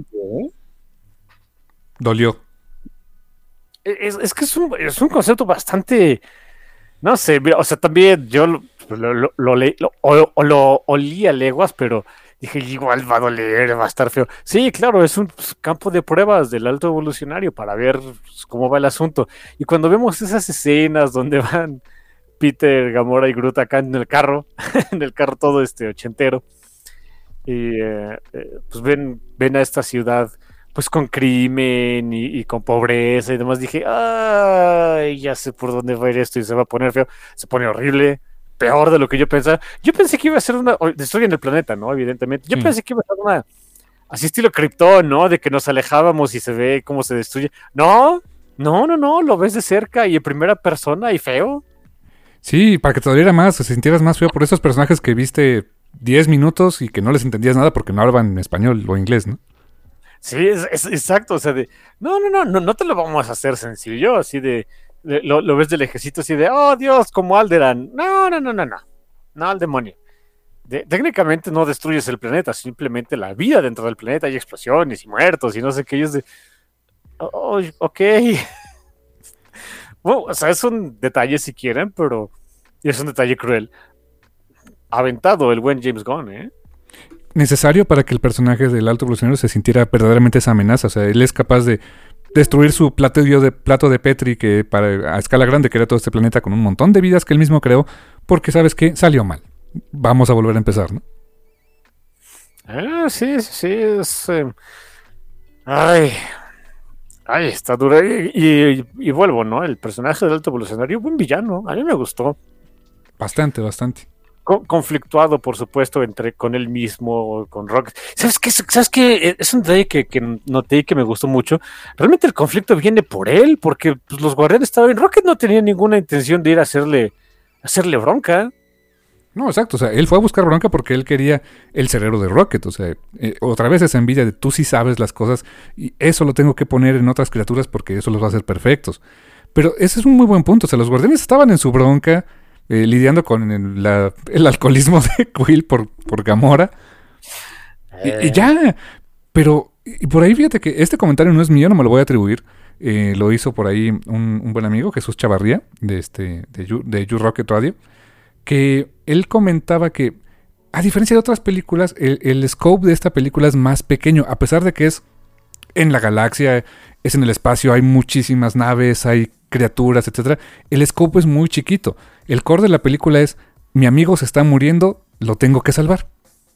B: dolió.
C: Es que es un concepto bastante, no sé, mira, o sea, también yo lo olí a leguas, pero dije, igual va a doler, va a estar feo. Sí, claro, es un campo de pruebas del alto evolucionario para ver cómo va el asunto. Y cuando vemos esas escenas donde van Peter, Gamora y Groot acá en el carro, en el carro todo ochentero, y pues ven a esta ciudad pues con crimen y con pobreza y demás, dije, ay, ya sé por dónde va a ir esto y se va a poner feo, se pone horrible, peor de lo que yo pensaba. Yo pensé que iba a ser una destruyen el planeta, ¿no? Evidentemente. Yo pensé que iba a ser una así estilo Krypton, ¿no? De que nos alejábamos y se ve cómo se destruye. No, lo ves de cerca y en primera persona y feo.
B: Sí, para que te doliera más, o se sintieras más feo por esos personajes que viste 10 minutos y que no les entendías nada porque no hablaban español o inglés, ¿no?
C: Sí, es exacto, o sea, no te lo vamos a hacer sencillo, así lo ves del ejército así de, oh Dios, como Alderan. No, al demonio. Técnicamente no destruyes el planeta, simplemente la vida dentro del planeta, hay explosiones y muertos y no sé qué, ellos de, oh, ok. Bueno, o sea, es un detalle si quieren, pero es un detalle cruel. Aventado el buen James Gunn, ¿eh?
B: Necesario para que el personaje del alto evolucionario se sintiera verdaderamente esa amenaza. O sea, él es capaz de destruir su plato de Petri que a escala grande crea todo este planeta con un montón de vidas que él mismo creó, porque sabes que salió mal. Vamos a volver a empezar, ¿no?
C: Sí, es... Ay, está dura. Y vuelvo, ¿no? El personaje del alto evolucionario, buen villano, a mí me gustó.
B: Bastante.
C: Conflictuado, por supuesto, con él mismo, con Rocket. ¿Sabes qué? Es un detalle que noté y que me gustó mucho. Realmente el conflicto viene por él, porque pues, los guardianes estaban bien. Rocket no tenía ninguna intención de ir a hacerle bronca.
B: No, exacto. O sea, él fue a buscar bronca porque él quería el cerebro de Rocket. O sea, otra vez esa envidia de tú sí sabes las cosas y eso lo tengo que poner en otras criaturas porque eso los va a hacer perfectos. Pero ese es un muy buen punto. O sea, los guardianes estaban en su bronca, lidiando con el alcoholismo de Quill por Gamora. Y ya. Pero y por ahí fíjate que este comentario no es mío, no me lo voy a atribuir. Lo hizo por ahí un buen amigo, Jesús Chavarría, de You Rocket Radio, que él comentaba que, a diferencia de otras películas, el scope de esta película es más pequeño, a pesar de que es en la galaxia, es en el espacio, hay muchísimas naves, hay criaturas, etcétera. El scope es muy chiquito. El core de la película es, mi amigo se está muriendo, lo tengo que salvar.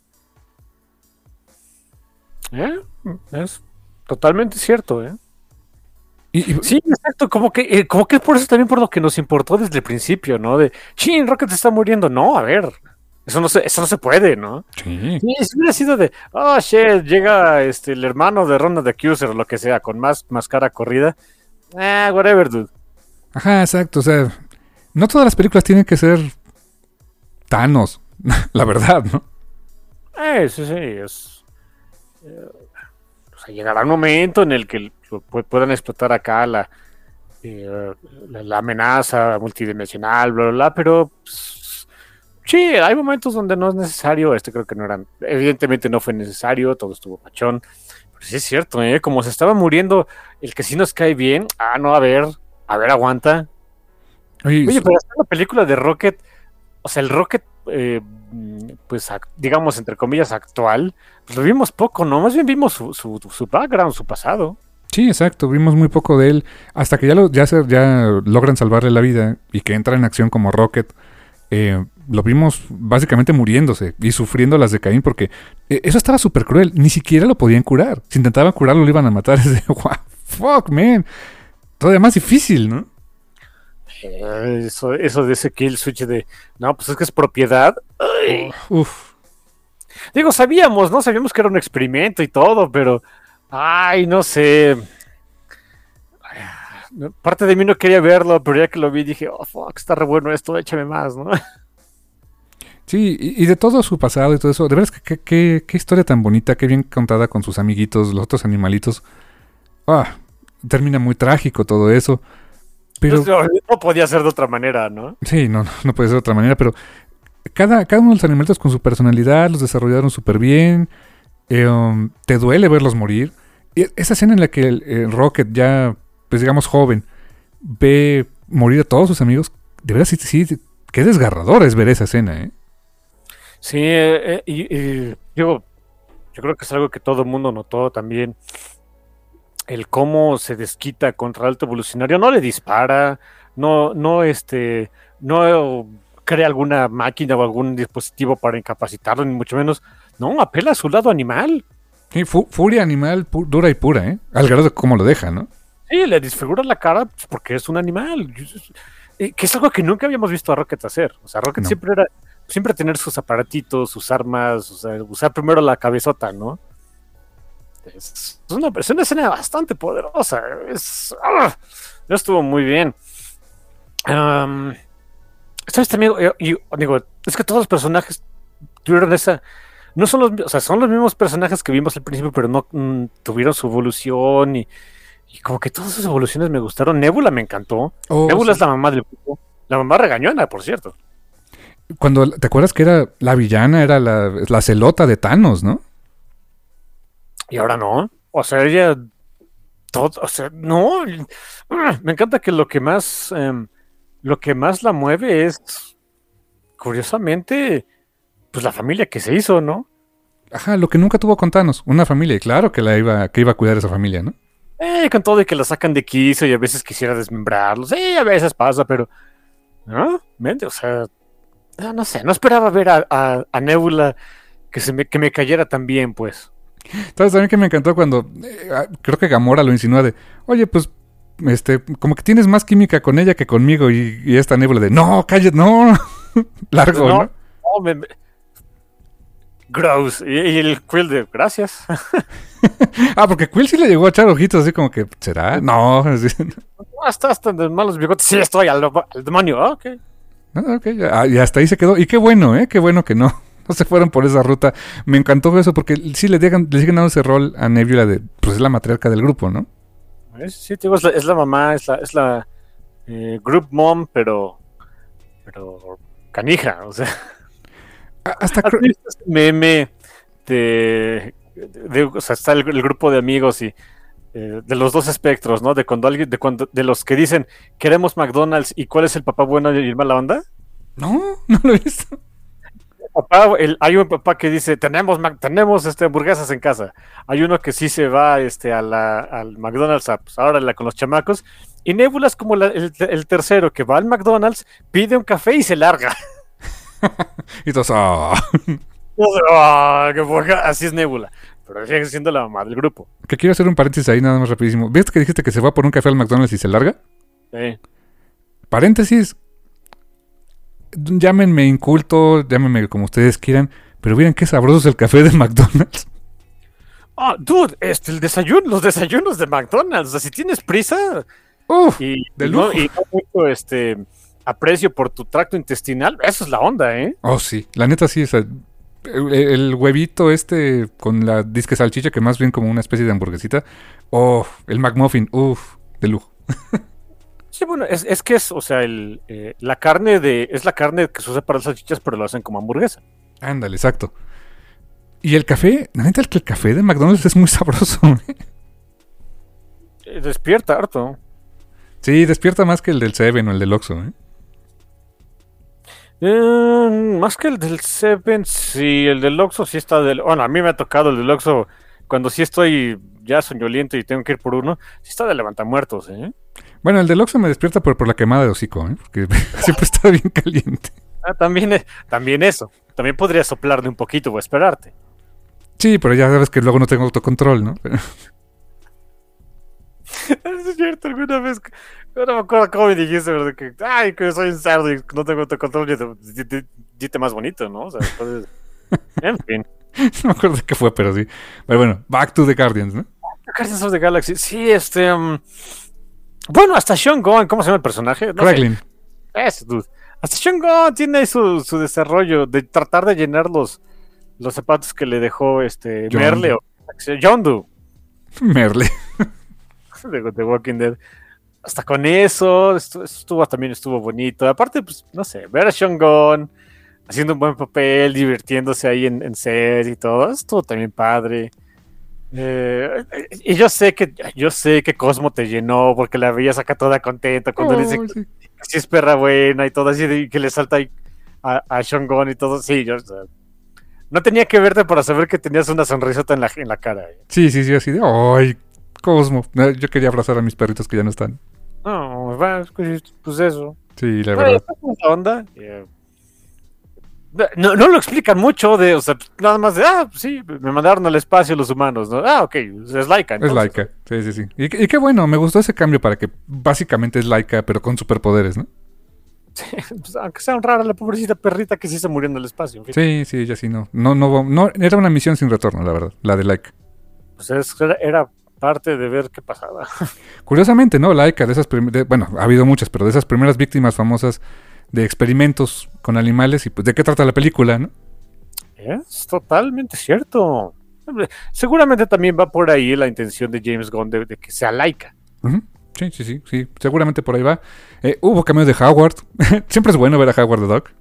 C: Es totalmente cierto, ¿eh?
B: Sí,
C: exacto, como que es por eso también por lo que nos importó desde el principio, ¿no? De, chin, Rocket se está muriendo. No, a ver, eso no se puede, ¿no?
B: Sí.
C: Si hubiera sido de, oh, shit, llega el hermano de Ronald the Accuser o lo que sea, con más cara corrida. Whatever, dude.
B: Ajá, exacto, o sea, no todas las películas tienen que ser Thanos, la verdad, ¿no?
C: Sí, es... o sea, llegará un momento en el que puedan explotar acá la amenaza multidimensional, bla, bla, bla, pero pues, sí, hay momentos donde no es necesario. Creo que no eran, evidentemente no fue necesario, todo estuvo pachón. Sí, es cierto, como se estaba muriendo el que sí nos cae bien. Ah, no, a ver, aguanta.
B: Oye,
C: Oye, pero hasta la película de Rocket, o sea, el Rocket, pues digamos, entre comillas, actual, pues lo vimos poco, ¿no? Más bien vimos su background, su pasado.
B: sí, exacto, vimos muy poco de él hasta que ya logran salvarle la vida y que entra en acción como Rocket. Lo vimos básicamente muriéndose y sufriendo las de Caín porque eso estaba súper cruel. Ni siquiera lo podían curar. Si intentaban curarlo, lo iban a matar. Es de, wow, fuck, man. Todavía más difícil, ¿no?
C: Eso de ese kill switch de, no, pues es que es propiedad. Ay.
B: Uf.
C: Digo, sabíamos, ¿no? Sabíamos que era un experimento y todo, pero, ay, no sé. Parte de mí no quería verlo, pero ya que lo vi dije, oh, fuck, está re bueno esto, échame más, ¿no?
B: Sí, y de todo su pasado y todo eso, de veras que qué historia tan bonita, qué bien contada con sus amiguitos, los otros animalitos. Ah, termina muy trágico todo eso. Pero
C: No podía ser de otra manera, ¿no?
B: sí, no puede ser de otra manera, pero cada uno de los animalitos con su personalidad los desarrollaron súper bien. Te duele verlos morir. Y esa escena en la que el Rocket ya, pues digamos joven, ve morir a todos sus amigos, de verdad sí, qué desgarrador es ver esa escena, ¿eh?
C: Sí, yo creo que es algo que todo el mundo notó también. El cómo se desquita contra Alto Evolucionario, no le dispara, no crea alguna máquina o algún dispositivo para incapacitarlo, ni mucho menos. No, apela a su lado animal.
B: Sí, furia animal dura y pura, ¿eh? Al grado de cómo lo deja, ¿no?
C: Sí, le disfigura la cara pues, porque es un animal. Que es algo que nunca habíamos visto a Rocket hacer. O sea, Rocket
B: No.
C: siempre tener sus aparatitos, sus armas, o sea, usar primero la cabezota, ¿no? Es una escena bastante poderosa. Estuvo muy bien. ¿Sabes también? Yo digo, es que todos los personajes tuvieron esa. No son los, o sea, son los mismos personajes que vimos al principio, pero no tuvieron su evolución y como que todas sus evoluciones me gustaron. Nebula me encantó. Nebula
B: Sí.
C: es la mamá del grupo. La mamá regañona, por cierto.
B: Cuando, ¿te acuerdas que era la villana, era la celota de Thanos, ¿no?
C: Y ahora no. O sea, ella. O sea, no. Me encanta que lo que más la mueve es, curiosamente, pues la familia que se hizo, ¿no?
B: Ajá, lo que nunca tuvo con Thanos, una familia, y claro que iba a cuidar esa familia, ¿no?
C: Con todo de que la sacan de quicio y a veces quisiera desmembrarlos. A veces pasa, pero. ¿No? Mente, o sea. No sé, no esperaba ver a Nebula que me cayera tan bien, pues.
B: ¿Sabes también que me encantó cuando creo que Gamora lo insinúa de, oye, pues, como que tienes más química con ella que conmigo y esta Nebula de, no, cállate, no, largo, ¿no?
C: Gross. Y el Quill de, gracias.
B: Porque Quill sí le llegó a echar ojitos así como que, ¿será? No.
C: Estás tan de malos bigotes. Sí, estoy al demonio. Ok.
B: Okay. Y hasta ahí se quedó. Y qué bueno, qué bueno que no se fueron por esa ruta. Me encantó eso porque sí le siguen dando ese rol a Nebula de, pues es la matriarca del grupo, ¿no?
C: Sí, te digo, es la mamá, es la group mom, pero canija, o sea.
B: Hasta
C: ¿Has visto ese meme o sea, está el grupo de amigos y de los dos espectros, ¿no? De los que dicen queremos McDonald's y cuál es el papá bueno y el mala onda.
B: No lo he visto.
C: Hay un papá que dice tenemos hamburguesas en casa. Hay uno que sí se va al McDonald's pues, ahora con los chamacos. Y Nebula es como el tercero que va al McDonald's, pide un café y se larga.
B: Y todos,
C: así es Nebula. Pero sigue siendo la mamá del grupo.
B: Que quiero hacer un paréntesis ahí nada más rapidísimo. ¿Viste que dijiste que se va por un café al McDonald's y se larga?
C: Sí.
B: Paréntesis. Llámenme inculto, llámenme como ustedes quieran, pero miren qué sabroso es el café de McDonald's.
C: Dude, los desayunos de McDonald's, o sea, si tienes prisa
B: de lujo.
C: y no mucho aprecio por tu tracto intestinal, eso es la onda, ¿eh?
B: Sí, la neta sí, el huevito con la disque salchicha, que más bien como una especie de hamburguesita, el McMuffin, de lujo.
C: Sí, bueno, es que o sea, la carne es la carne que se usa para las salchichas, pero lo hacen como hamburguesa.
B: Ándale, exacto. Y el café, la neta, el café de McDonald's es muy sabroso.
C: Despierta harto.
B: Sí, despierta más que el del Seven o el del Oxxo, ¿eh?
C: Más que el del Seven, sí, el del Oxxo sí está del... Bueno, a mí me ha tocado el del Oxxo cuando sí estoy ya soñoliento y tengo que ir por uno, sí está de levantamuertos, ¿eh?
B: Bueno, el del Oxxo me despierta por la quemada de hocico, ¿eh? Porque siempre está bien caliente.
C: También eso. También podría soplarle un poquito o esperarte.
B: Sí, pero ya sabes que luego no tengo autocontrol, ¿no?
C: Es cierto, alguna vez... No me acuerdo cómo me dijiste, ¿verdad? Que soy un cerdo y no tengo autocontrol. Dite más bonito, ¿no? O sea, entonces... En fin.
B: No me acuerdo de qué fue, pero sí. Pero bueno, Back to the Guardians, ¿no?
C: Guardians of the Galaxy. Sí, bueno, hasta Sean Gunn, ¿cómo se llama el personaje? No
B: Kraglin.
C: sé. Ese dude. Hasta Sean Gunn tiene ahí su desarrollo de tratar de llenar los zapatos que le dejó Merle o Yondu
B: Merle.
C: de Walking Dead. Hasta con eso también estuvo bonito. Aparte, pues, no sé, ver a Sean Gunn haciendo un buen papel, divirtiéndose ahí en set y todo, estuvo también padre. Y yo sé que Cosmo te llenó porque la veías acá toda contenta cuando le dice
B: Sí.
C: que sí es perra buena y todo así, y que le salta ahí a Sean Gunn y todo. Sí, yo no tenía que verte para saber que tenías una sonrisota en la cara.
B: Sí, así de, ¡ay, Cosmo! Yo quería abrazar a mis perritos que ya no están.
C: No, pues eso.
B: Sí, la verdad.
C: Esa onda. No lo explican mucho, o sea, nada más de, sí, me mandaron al espacio los humanos, ¿no? Ok, es Laika.
B: Es Laika, sí. Y qué bueno, me gustó ese cambio para que básicamente es Laika, pero con superpoderes, ¿no?
C: Sí, pues, aunque sea rara la pobrecita perrita que sí se murió en el espacio. En fin.
B: Sí, ya sí, no, era una misión sin retorno, la verdad, la de Laika.
C: Pues era parte de ver qué pasaba.
B: Curiosamente, ¿no? Laika, bueno, ha habido muchas, pero de esas primeras víctimas famosas de experimentos con animales, y pues de qué trata la película, ¿no?
C: Es totalmente cierto. Seguramente también va por ahí la intención de James Gunn de que sea Laika.
B: Uh-huh. Sí, seguramente por ahí va. Hubo cameos de Howard. Siempre es bueno ver a Howard the Duck.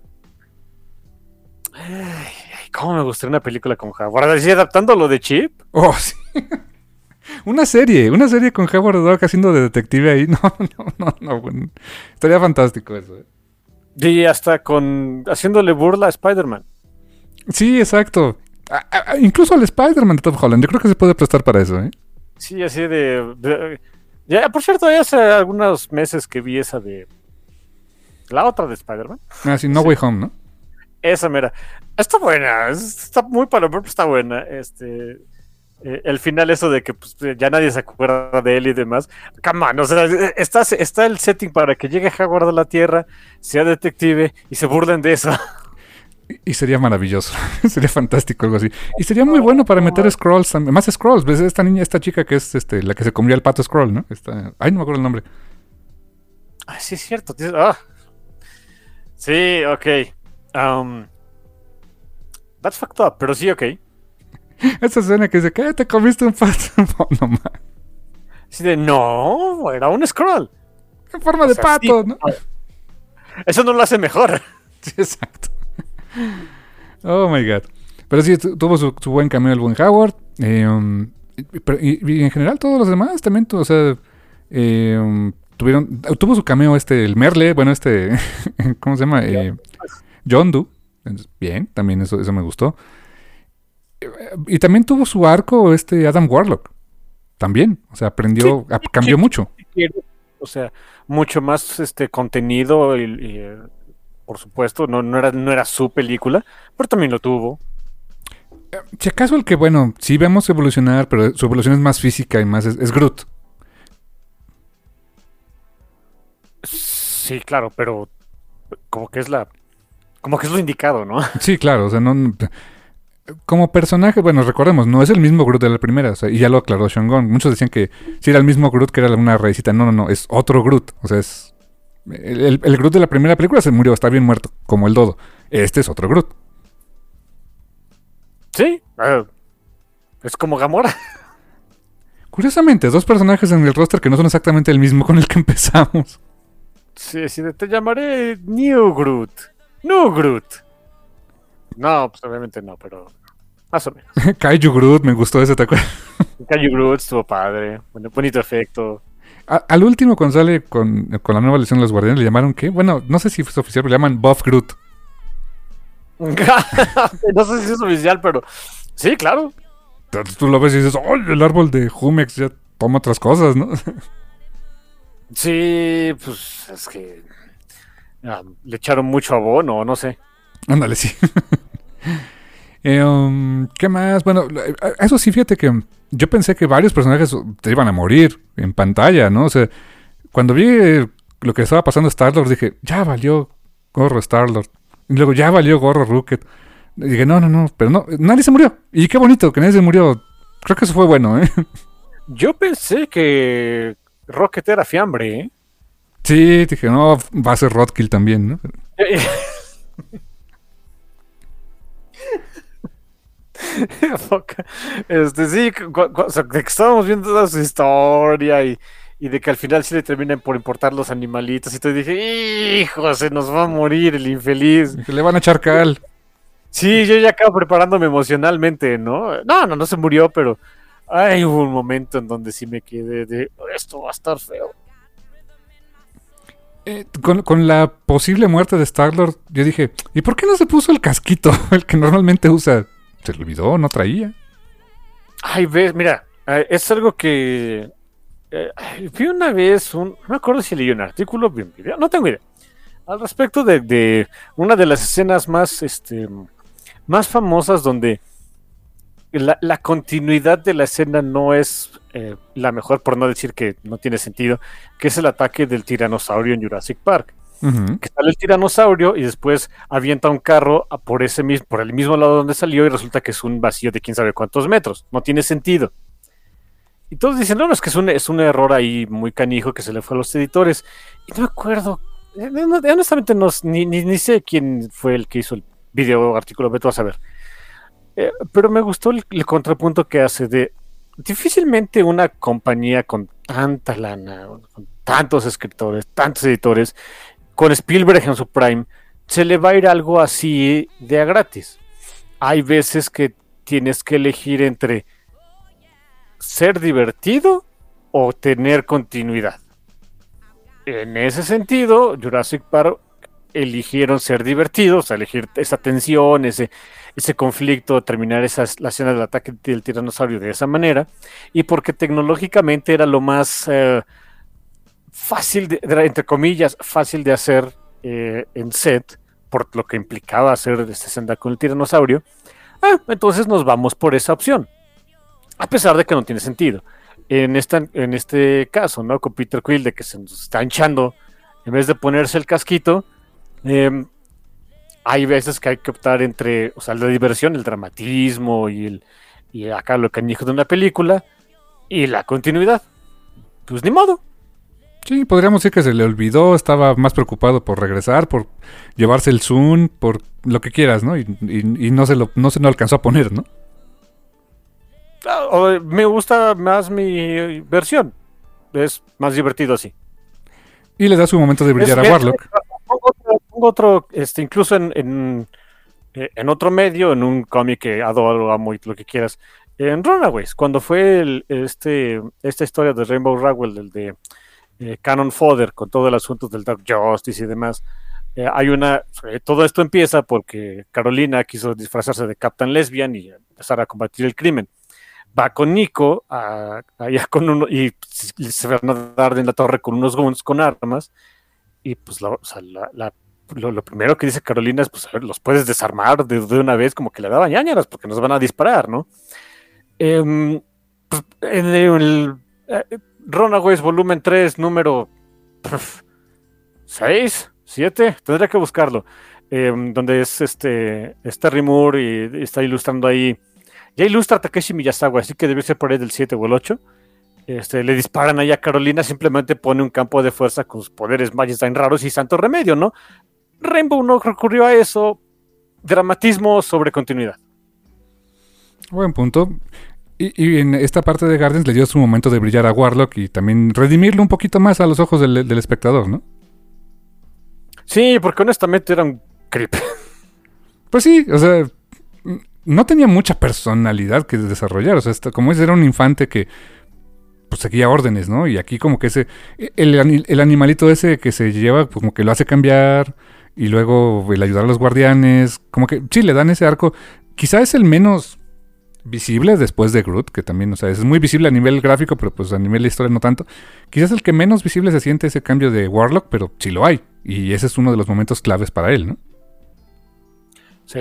C: Ay, cómo me gustaría una película con Howard. ¿Así adaptando lo de Chip?
B: Oh, sí. Una serie con Howard the Duck haciendo de detective ahí. No. Bueno, estaría fantástico eso, ¿eh?
C: Y hasta haciéndole burla a Spider-Man.
B: Sí, exacto. Incluso al Spider-Man de Tom Holland. Yo creo que se puede prestar para eso, ¿eh?
C: Sí, así ya, por cierto, ya hace algunos meses que vi esa de... La otra de Spider-Man.
B: Sí, No Way Home, ¿no?
C: Esa mera. Está buena. Está muy palomero, pero está buena. El final eso de que pues, ya nadie se acuerda de él y demás. Come on, o sea, está el setting para que llegue Howard a la Tierra, sea detective y se burlen de eso.
B: Y sería maravilloso. Sería fantástico algo así. Y sería muy bueno para meter Skrulls, más Skrulls. ¿Ves? Esta chica que es la que se comió el pato Skrull, ¿no? Ay, no me acuerdo el nombre.
C: Sí, es cierto. Sí, ok. That's fucked up, pero sí, ok.
B: Esa escena que dice, ¿qué? ¿Te comiste un pato? No más.
C: Sí, no, era un Skrull.
B: En forma de pato,
C: sí,
B: ¿no?
C: Eso no lo hace mejor.
B: Sí, exacto. Oh my god. Pero sí, tuvo su buen cameo el buen Howard. Y en general todos los demás también, o sea, tuvo su cameo el Merle, bueno, ¿cómo se llama? Yondu. Bien, también eso me gustó. Y también tuvo su arco Adam Warlock. También, o sea, cambió mucho.
C: O sea, mucho más contenido y por supuesto, no era su película, pero también lo tuvo.
B: Si acaso el que, bueno, sí vemos evolucionar, pero su evolución es más física y más es Groot.
C: Sí, claro, pero como que es lo indicado, ¿no?
B: Sí, claro, o sea, no... Como personaje, bueno, recordemos, no es el mismo Groot de la primera, o sea, y ya lo aclaró Sean Gunn. Muchos decían que sí era el mismo Groot, que era una raicita. No, es otro Groot, o sea, es... El Groot de la primera película se murió, está bien muerto, como el Dodo. Este es otro Groot.
C: Sí, es como Gamora.
B: Curiosamente, dos personajes en el roster que no son exactamente el mismo con el que empezamos.
C: Sí, te llamaré New Groot. No, pues obviamente no, pero Más o menos.
B: Kaiju Groot, me gustó ese, ¿te acuerdas?
C: Kaiju Groot estuvo padre. Bueno, bonito efecto.
B: Al último, cuando sale con la nueva lección de los Guardianes, le llamaron ¿qué? Bueno, no sé si es oficial, pero le llaman Buff Groot.
C: No sé si es oficial, pero sí, claro.
B: Tú lo ves y dices, ¡oh! El árbol de Jumex ya toma otras cosas, ¿no?
C: Sí, pues es que le echaron mucho abono, no sé.
B: Ándale, sí. ¿Qué más? Bueno, eso sí, fíjate que yo pensé que varios personajes te iban a morir en pantalla, ¿no? O sea, cuando vi lo que estaba pasando a Star-Lord, dije, ya valió gorro Star-Lord. Y luego, ya valió gorro Rocket. Y dije, no, pero no, nadie se murió. Y qué bonito que nadie se murió. Creo que eso fue bueno, ¿eh?
C: Yo pensé que Rocket era fiambre, ¿eh?
B: Sí, dije, no, va a ser Roadkill también, ¿no?
C: Sí, o sea, de que estábamos viendo toda su historia y de que al final sí le terminan por importar los animalitos y todo, y dije, hijo, se nos va a morir el infeliz.
B: Que le van a echar cal.
C: Sí, yo ya acabo preparándome emocionalmente, ¿no? No se murió, pero hubo un momento en donde sí me quedé de, esto va a estar feo.
B: Con la posible muerte de Star-Lord, yo dije, ¿y por qué no se puso el casquito? El que normalmente usa. Se le olvidó, no traía.
C: Ay, ves, mira, es algo que vi una vez, no me acuerdo si leí un artículo, vi un video, no tengo idea, al respecto de una de las escenas más famosas donde la continuidad de la escena no es la mejor, por no decir que no tiene sentido, que es el ataque del tiranosaurio en Jurassic Park.
B: Uh-huh.
C: Que sale el tiranosaurio y después avienta un carro por el mismo lado donde salió y resulta que es un vacío de quién sabe cuántos metros. No tiene sentido. Y todos dicen, no, es que es un error ahí muy canijo que se le fue a los editores. Y no me acuerdo, honestamente ni sé quién fue el que hizo el video artículo, vete a saber. Pero me gustó el contrapunto que hace de difícilmente una compañía con tanta lana, con tantos escritores, tantos editores, con Spielberg en su prime, se le va a ir algo así de a gratis. Hay veces que tienes que elegir entre ser divertido o tener continuidad. En ese sentido, Jurassic Park eligieron ser divertidos, o sea, elegir esa tensión, ese conflicto, terminar la escena del ataque del tiranosaurio de esa manera, y porque tecnológicamente era lo más fácil, entre comillas, fácil de hacer en set, por lo que implicaba hacer esta escena con el tiranosaurio, entonces nos vamos por esa opción, a pesar de que no tiene sentido. En este caso, ¿no? Con Peter Quill, de que se nos está hinchando, en vez de ponerse el casquito, hay veces que hay que optar entre, o sea, la diversión, el dramatismo y acá lo canijo de una película y la continuidad. Pues ni modo.
B: Sí, podríamos decir que se le olvidó, estaba más preocupado por regresar, por llevarse el Zoom, por lo que quieras, ¿no? Y no se lo alcanzó a poner, ¿no?
C: Me gusta más mi versión. Es más divertido así.
B: Y le da su momento de brillar a Warlock.
C: Pongo otro, incluso en otro medio, en un cómic que adoro, amo y lo que quieras. En Runaways, cuando fue esta historia de Rainbow Rowell, el de Cannon Fodder, con todo el asunto del Dark Justice y demás, todo esto empieza porque Carolina quiso disfrazarse de Captain Lesbian y empezar a combatir el crimen. Va con Nico allá con uno y se van a dar en la torre con unos guns con armas y pues lo primero que dice Carolina es, pues a ver, los puedes desarmar de una vez, como que le daban ñañaras porque nos van a disparar, ¿no? Pues, en el Runaways volumen 3 número 6, 7, tendría que buscarlo, donde es Terry Moore y está ilustrando ahí. Ya ilustra Takeshi Miyazawa, así que debe ser por ahí del 7 o el 8. Le disparan ahí a Carolina, simplemente pone un campo de fuerza con sus poderes Magic tan raros y santo remedio, ¿no? Rainbow no recurrió a eso. Dramatismo sobre continuidad.
B: Buen punto. Y en esta parte de Guardians le dio su momento de brillar a Warlock y también redimirlo un poquito más a los ojos del espectador, ¿no?
C: Sí, porque honestamente era un creep.
B: Pues sí, o sea, no tenía mucha personalidad que desarrollar. O sea, como era un infante que pues seguía órdenes, ¿no? Y aquí como que el animalito ese que se lleva, pues, como que lo hace cambiar, y luego el ayudar a los guardianes, como que sí, le dan ese arco. Quizá es el menos visible después de Groot, que también, o sea, es muy visible a nivel gráfico, pero pues a nivel de historia no tanto. Quizás el que menos visible se siente ese cambio de Warlock, pero sí lo hay. Y ese es uno de los momentos claves para él, ¿no?
C: Sí,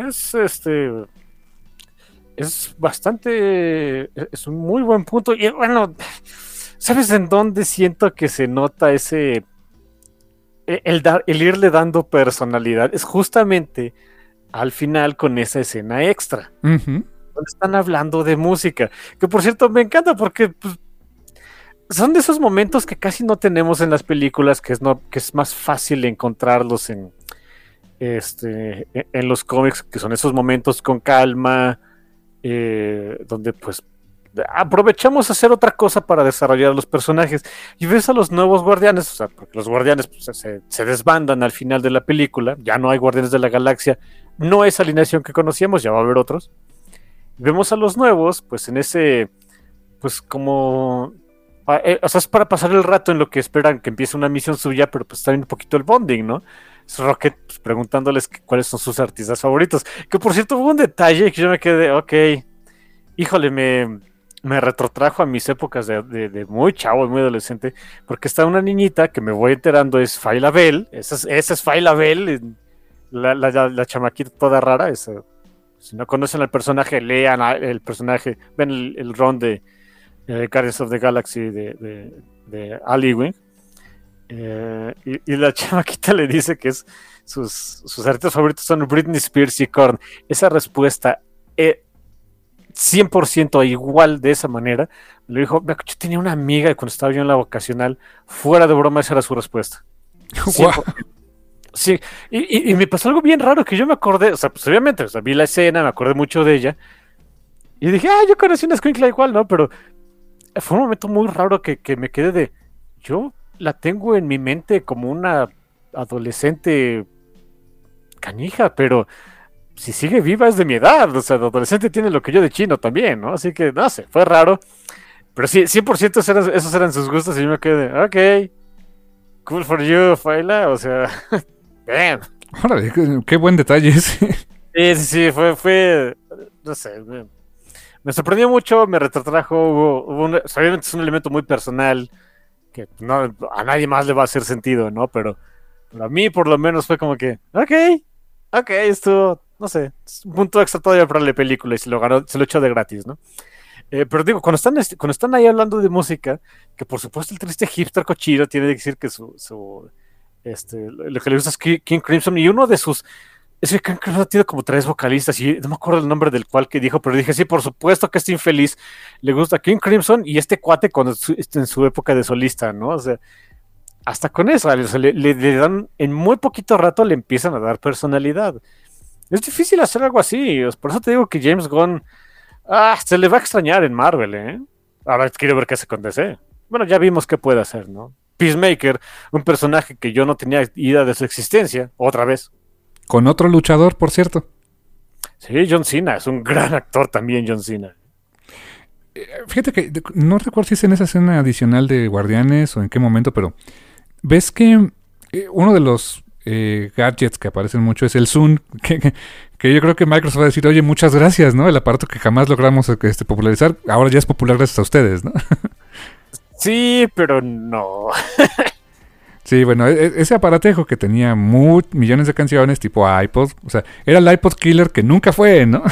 C: es bastante, es un muy buen punto. Y bueno, ¿sabes en dónde siento que se nota ese, el irle dando personalidad? Es justamente al final con esa escena extra.
B: Uh-huh.
C: Donde están hablando de música. Que por cierto me encanta porque pues, son de esos momentos que casi no tenemos en las películas, que es más fácil encontrarlos en los cómics, que son esos momentos con calma, donde pues aprovechamos a hacer otra cosa para desarrollar a los personajes. Y ves a los nuevos guardianes, o sea, porque los guardianes pues, se desbandan al final de la película, ya no hay Guardianes de la Galaxia, no es alineación que conocíamos, ya va a haber otros. Vemos a los nuevos, pues en ese, pues como, o sea, es para pasar el rato en lo que esperan que empiece una misión suya, pero pues también un poquito el bonding, ¿no? Es Rocket pues, preguntándoles cuáles son sus artistas favoritos. Que por cierto hubo un detalle que yo me quedé, ok, híjole, me retrotrajo a mis épocas de muy chavo, muy adolescente, porque está una niñita que me voy enterando es Phyla Vell, esa es Phyla Vell, la chamaquita toda rara, esa. Si no conocen al personaje, lean el personaje, ven el run de Guardians of the Galaxy de Al Ewing. Y la chamaquita le dice que sus artistas favoritos son Britney Spears y Korn. Esa respuesta 100% igual de esa manera. Le dijo, yo tenía una amiga y cuando estaba yo en la vocacional, fuera de broma, esa era su respuesta.
B: Wow.
C: Sí, y me pasó algo bien raro que yo me acordé, o sea, pues obviamente, o sea, vi la escena, me acordé mucho de ella, y dije, yo conocí una escuincla igual, ¿no? Pero fue un momento muy raro que me quedé de, yo la tengo en mi mente como una adolescente canija, pero si sigue viva es de mi edad, o sea, de adolescente tiene lo que yo de chino también, ¿no? Así que, no sé, fue raro, pero sí, 100% esos eran sus gustos y yo me quedé, ok, cool for you, Faila, o sea... Damn.
B: Órale, qué buen detalle ese.
C: Sí, fue, no sé, me sorprendió mucho, me retrotrajo, obviamente es un elemento muy personal, que no, a nadie más le va a hacer sentido, ¿no? Pero a mí por lo menos fue como que, ok, esto, no sé, es un punto extra todavía para la película y se lo echó de gratis, ¿no? Pero digo, cuando están ahí hablando de música, que por supuesto el triste hipster cochino tiene que decir que lo que le gusta es King Crimson, y uno de sus... Ese King Crimson tiene como 3 vocalistas, y no me acuerdo el nombre del cual que dijo, pero dije, sí, por supuesto que este infeliz le gusta King Crimson y este cuate cuando en su época de solista, ¿no? O sea, hasta con eso, o sea, le dan, en muy poquito rato le empiezan a dar personalidad. Es difícil hacer algo así, por eso te digo que James Gunn, se le va a extrañar en Marvel, ¿eh? Ahora quiero ver qué hace con DC. Bueno, ya vimos qué puede hacer, ¿no? Peacemaker, un personaje que yo no tenía idea de su existencia, otra vez.
B: Con otro luchador, por cierto.
C: Sí, John Cena, es un gran actor también, John Cena.
B: Fíjate que no recuerdo si es en esa escena adicional de Guardianes o en qué momento, pero ves que uno de los gadgets que aparecen mucho es el Zoom, que yo creo que Microsoft va a decir, oye, muchas gracias, ¿no? El aparato que jamás logramos popularizar, ahora ya es popular gracias a ustedes, ¿no?
C: Sí, pero no.
B: Sí, bueno, ese aparatejo que tenía millones de canciones tipo iPod, o sea, era el iPod killer que nunca fue, ¿no?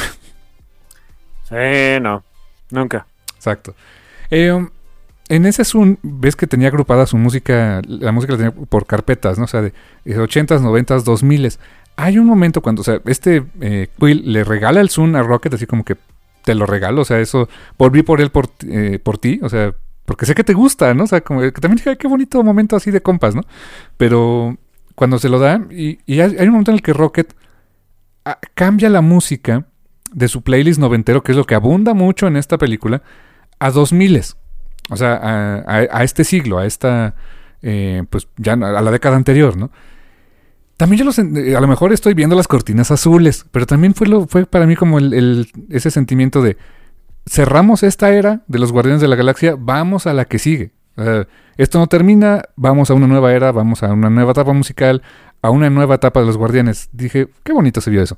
C: Sí, no, nunca.
B: Exacto. En ese Zoom ves que tenía agrupada su música, la música la tenía por carpetas, ¿no? O sea, de 80s, 90s, 2000s. Hay un momento cuando, o sea, Quill le regala el Zoom a Rocket, así como que te lo regalo, o sea, eso, volví por él por ti, o sea, porque sé que te gusta, ¿no? O sea, como que también dije, qué bonito momento así de compas, ¿no? Pero cuando se lo da, y hay un momento en el que Rocket cambia la música de su playlist noventero, que es lo que abunda mucho en esta película, a 2000s. O sea, a este siglo, a esta, pues ya a la década anterior, ¿no? También a lo mejor estoy viendo las cortinas azules, pero también fue para mí como ese sentimiento de cerramos esta era de los Guardianes de la Galaxia, vamos a la que sigue. Esto no termina, vamos a una nueva era, vamos a una nueva etapa musical, a una nueva etapa de los Guardianes. Dije, qué bonito se vio eso.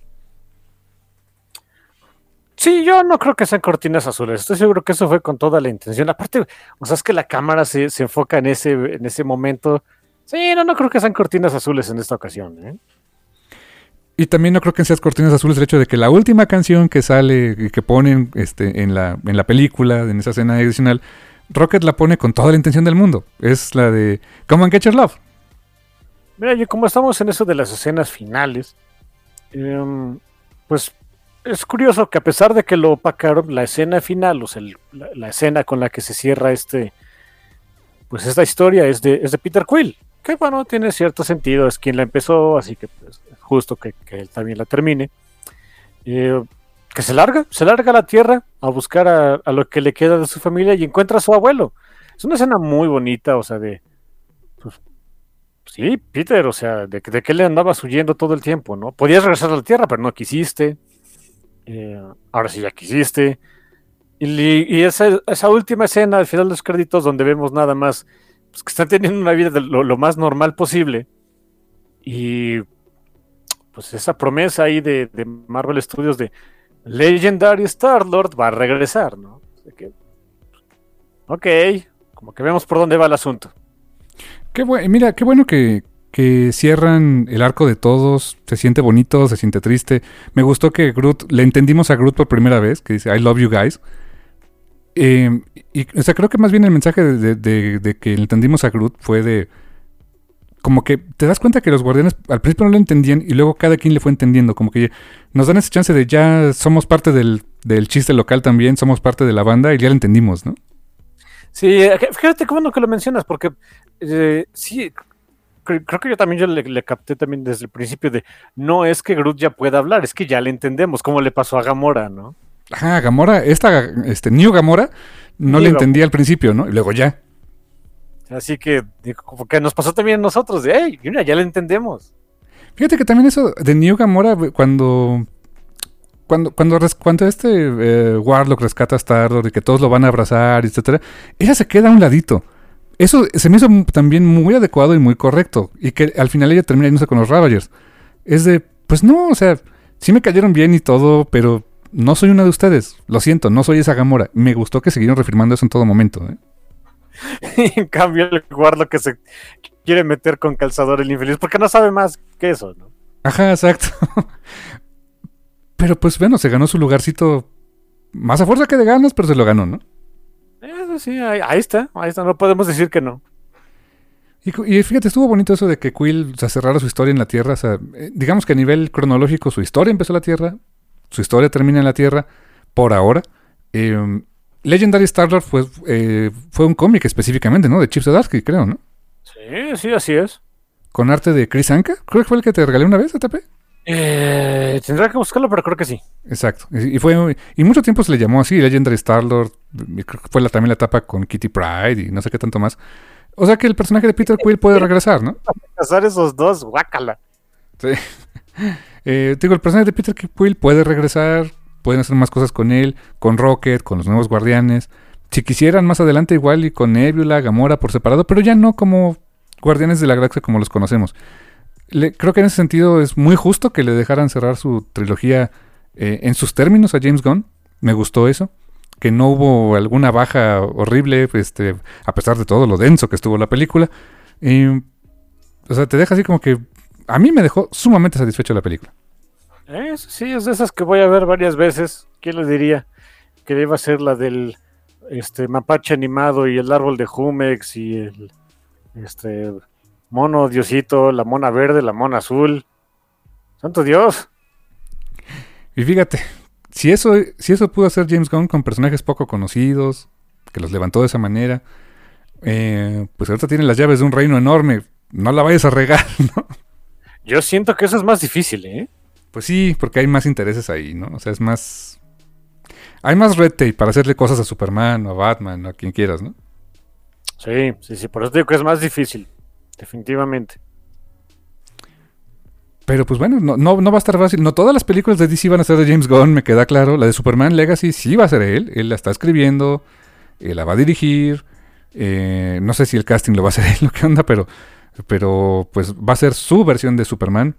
C: Sí, yo no creo que sean cortinas azules. Estoy seguro que eso fue con toda la intención. Aparte, o sea, es que la cámara se enfoca en ese momento. Sí, no creo que sean cortinas azules en esta ocasión, ¿eh?
B: Y también no creo que sean cortinas azules el hecho de que la última canción que sale y que ponen en la película, en esa escena adicional, Rocket la pone con toda la intención del mundo. Es la de Come and Get Your Love.
C: Mira, yo como estamos en eso de las escenas finales, pues es curioso que a pesar de que lo opacaron, la escena final, o sea, la escena con la que se cierra pues esta historia es de Peter Quill, que bueno, tiene cierto sentido, es quien la empezó, así que pues, justo que él también la termine. Que se larga a la Tierra a buscar a lo que le queda de su familia y encuentra a su abuelo. Es una escena muy bonita, o sea, pues, sí, Peter, o sea, de que le andabas huyendo todo el tiempo, ¿no? Podías regresar a la Tierra, pero no quisiste. Ahora sí ya quisiste. Y esa última escena al final de los créditos donde vemos nada más pues, que están teniendo una vida de lo más normal posible. Y pues esa promesa ahí de Marvel Studios de Legendary Star-Lord va a regresar, ¿no? Ok, como que vemos por dónde va el asunto.
B: Mira, qué bueno que cierran el arco de todos. Se siente bonito, se siente triste. Me gustó que Groot, le entendimos a Groot por primera vez, que dice I love you guys. O sea, creo que más bien el mensaje de que entendimos a Groot fue de como que te das cuenta que los Guardianes al principio no lo entendían y luego cada quien le fue entendiendo, como que nos dan esa chance de ya somos parte del chiste local también, somos parte de la banda y ya lo entendimos, ¿no?
C: Sí, fíjate qué bueno que lo mencionas, porque sí, creo que yo le capté también desde el principio de no es que Groot ya pueda hablar, es que ya le entendemos, como le pasó a Gamora, ¿no?
B: Ajá, Gamora, New Gamora no le entendía al principio, ¿no? Y luego ya.
C: Así que, como que nos pasó también a nosotros, de, hey, mira, ya le entendemos.
B: Fíjate que también eso de New Gamora, cuando Warlock rescata a Star-Lord y que todos lo van a abrazar, etcétera, ella se queda a un ladito. Eso se me hizo también muy adecuado y muy correcto. Y que al final ella termina yéndose con los Ravagers. Es de, pues no, o sea, sí me cayeron bien y todo, pero no soy una de ustedes. Lo siento, no soy esa Gamora. Me gustó que siguieron reafirmando eso en todo momento, ¿eh?
C: Y en cambio el Warlock que se quiere meter con calzador el infeliz, porque no sabe más que eso, ¿no?
B: Ajá, exacto. Pero pues bueno, se ganó su lugarcito más a fuerza que de ganas, pero se lo ganó, ¿no?
C: Eso sí, ahí está, no podemos decir que no.
B: Y fíjate, estuvo bonito eso de que Quill cerrara su historia en la Tierra. O sea, digamos que a nivel cronológico su historia empezó en la Tierra, su historia termina en la Tierra, por ahora. Legendary Star-Lord fue un cómic específicamente, ¿no? De Chip Zdarsky, creo, ¿no?
C: Sí, así es.
B: Con arte de Chris Anka, creo que fue el que te regalé una vez, ATP.
C: Tendrá que buscarlo, pero creo que sí.
B: Exacto. Y mucho tiempo se le llamó así, Legendary Star-Lord. Creo que fue también la etapa con Kitty Pryde y no sé qué tanto más. O sea que el personaje de Peter Quill puede regresar, ¿no?
C: Casar esos dos, guácala.
B: Sí. Digo, el personaje de Peter Quill puede regresar, pueden hacer más cosas con él, con Rocket, con los nuevos Guardianes. Si quisieran más adelante igual y con Nebula, Gamora por separado, pero ya no como Guardianes de la Galaxia como los conocemos. Creo que en ese sentido es muy justo que le dejaran cerrar su trilogía en sus términos a James Gunn. Me gustó eso. Que no hubo alguna baja horrible, a pesar de todo lo denso que estuvo la película. O sea, te deja así como que... A mí me dejó sumamente satisfecho la película.
C: Sí, es de esas que voy a ver varias veces. ¿Quién le diría? Que deba ser la del mapache animado y el árbol de Jumex y el mono diosito, la mona verde, la mona azul. ¡Santo Dios!
B: Y fíjate, si eso pudo hacer James Gunn con personajes poco conocidos, que los levantó de esa manera, pues ahorita tiene las llaves de un reino enorme. No la vayas a regar, ¿no?
C: Yo siento que eso es más difícil, ¿eh?
B: Pues sí, porque hay más intereses ahí, ¿no? O sea, es más... Hay más red tape para hacerle cosas a Superman o a Batman o a quien quieras, ¿no?
C: Sí, por eso digo que es más difícil. Definitivamente.
B: Pero pues bueno, no va a estar fácil. No todas las películas de DC van a ser de James Gunn, me queda claro. La de Superman Legacy sí va a ser él. Él la está escribiendo, la va a dirigir. No sé si el casting lo va a hacer él, lo que onda, pero pues va a ser su versión de Superman.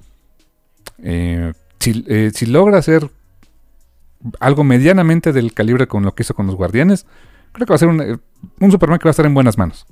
B: Si logra hacer algo medianamente del calibre con lo que hizo con los Guardianes, creo que va a ser un Superman que va a estar en buenas manos.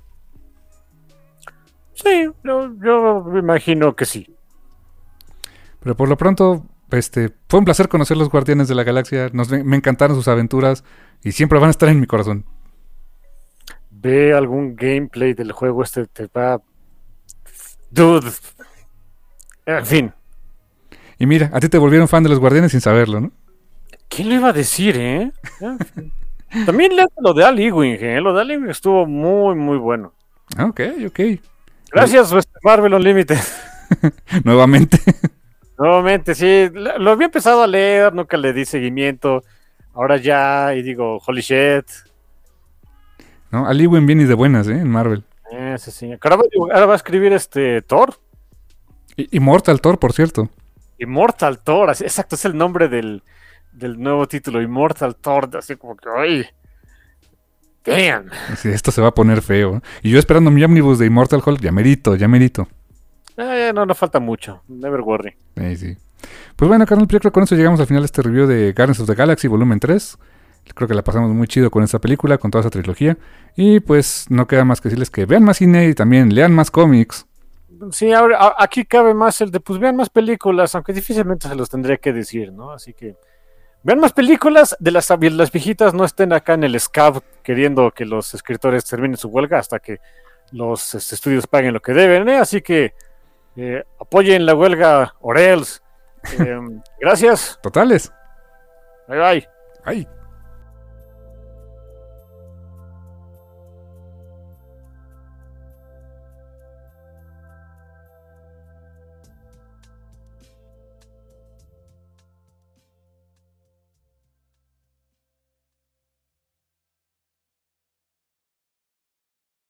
C: Sí, yo me imagino que sí.
B: Pero por lo pronto, fue un placer conocer los Guardianes de la Galaxia. Me encantaron sus aventuras y siempre van a estar en mi corazón.
C: Ve algún gameplay del juego, te va... Dude. En fin.
B: Y mira, a ti te volvieron fan de los Guardianes sin saberlo, ¿no?
C: ¿Quién lo iba a decir, También lo de Al Ewing, Lo de Al Ewing estuvo muy, muy bueno.
B: Ok.
C: Gracias, Marvel Unlimited.
B: Nuevamente.
C: Nuevamente, sí. Lo había empezado a leer, nunca le di seguimiento. Ahora ya, y digo, holy shit.
B: No, Al Ewing viene de buenas, en Marvel.
C: Sí. Ahora va a escribir Thor.
B: Immortal Thor, por cierto.
C: Immortal Thor, exacto, es el nombre del nuevo título, Immortal Thor, así como que, ¡ay! ¡Damn!
B: Sí, esto se va a poner feo. Y yo esperando mi ómnibus de Immortal Hulk, ya merito.
C: No falta mucho, never worry.
B: Sí. Pues bueno, carnal, yo creo que con eso llegamos al final de este review de Guardians of the Galaxy Volumen 3. Creo que la pasamos muy chido con esta película, con toda esa trilogía. Y pues no queda más que decirles que vean más cine y también lean más cómics.
C: Sí, ahora aquí cabe más el de, pues vean más películas, aunque difícilmente se los tendría que decir, ¿no? Así que vean más películas, de las viejitas no estén acá en el SCAV queriendo que los escritores terminen su huelga hasta que los estudios paguen lo que deben, Así que apoyen la huelga or else. Gracias.
B: Totales.
C: Bye bye.
B: Bye.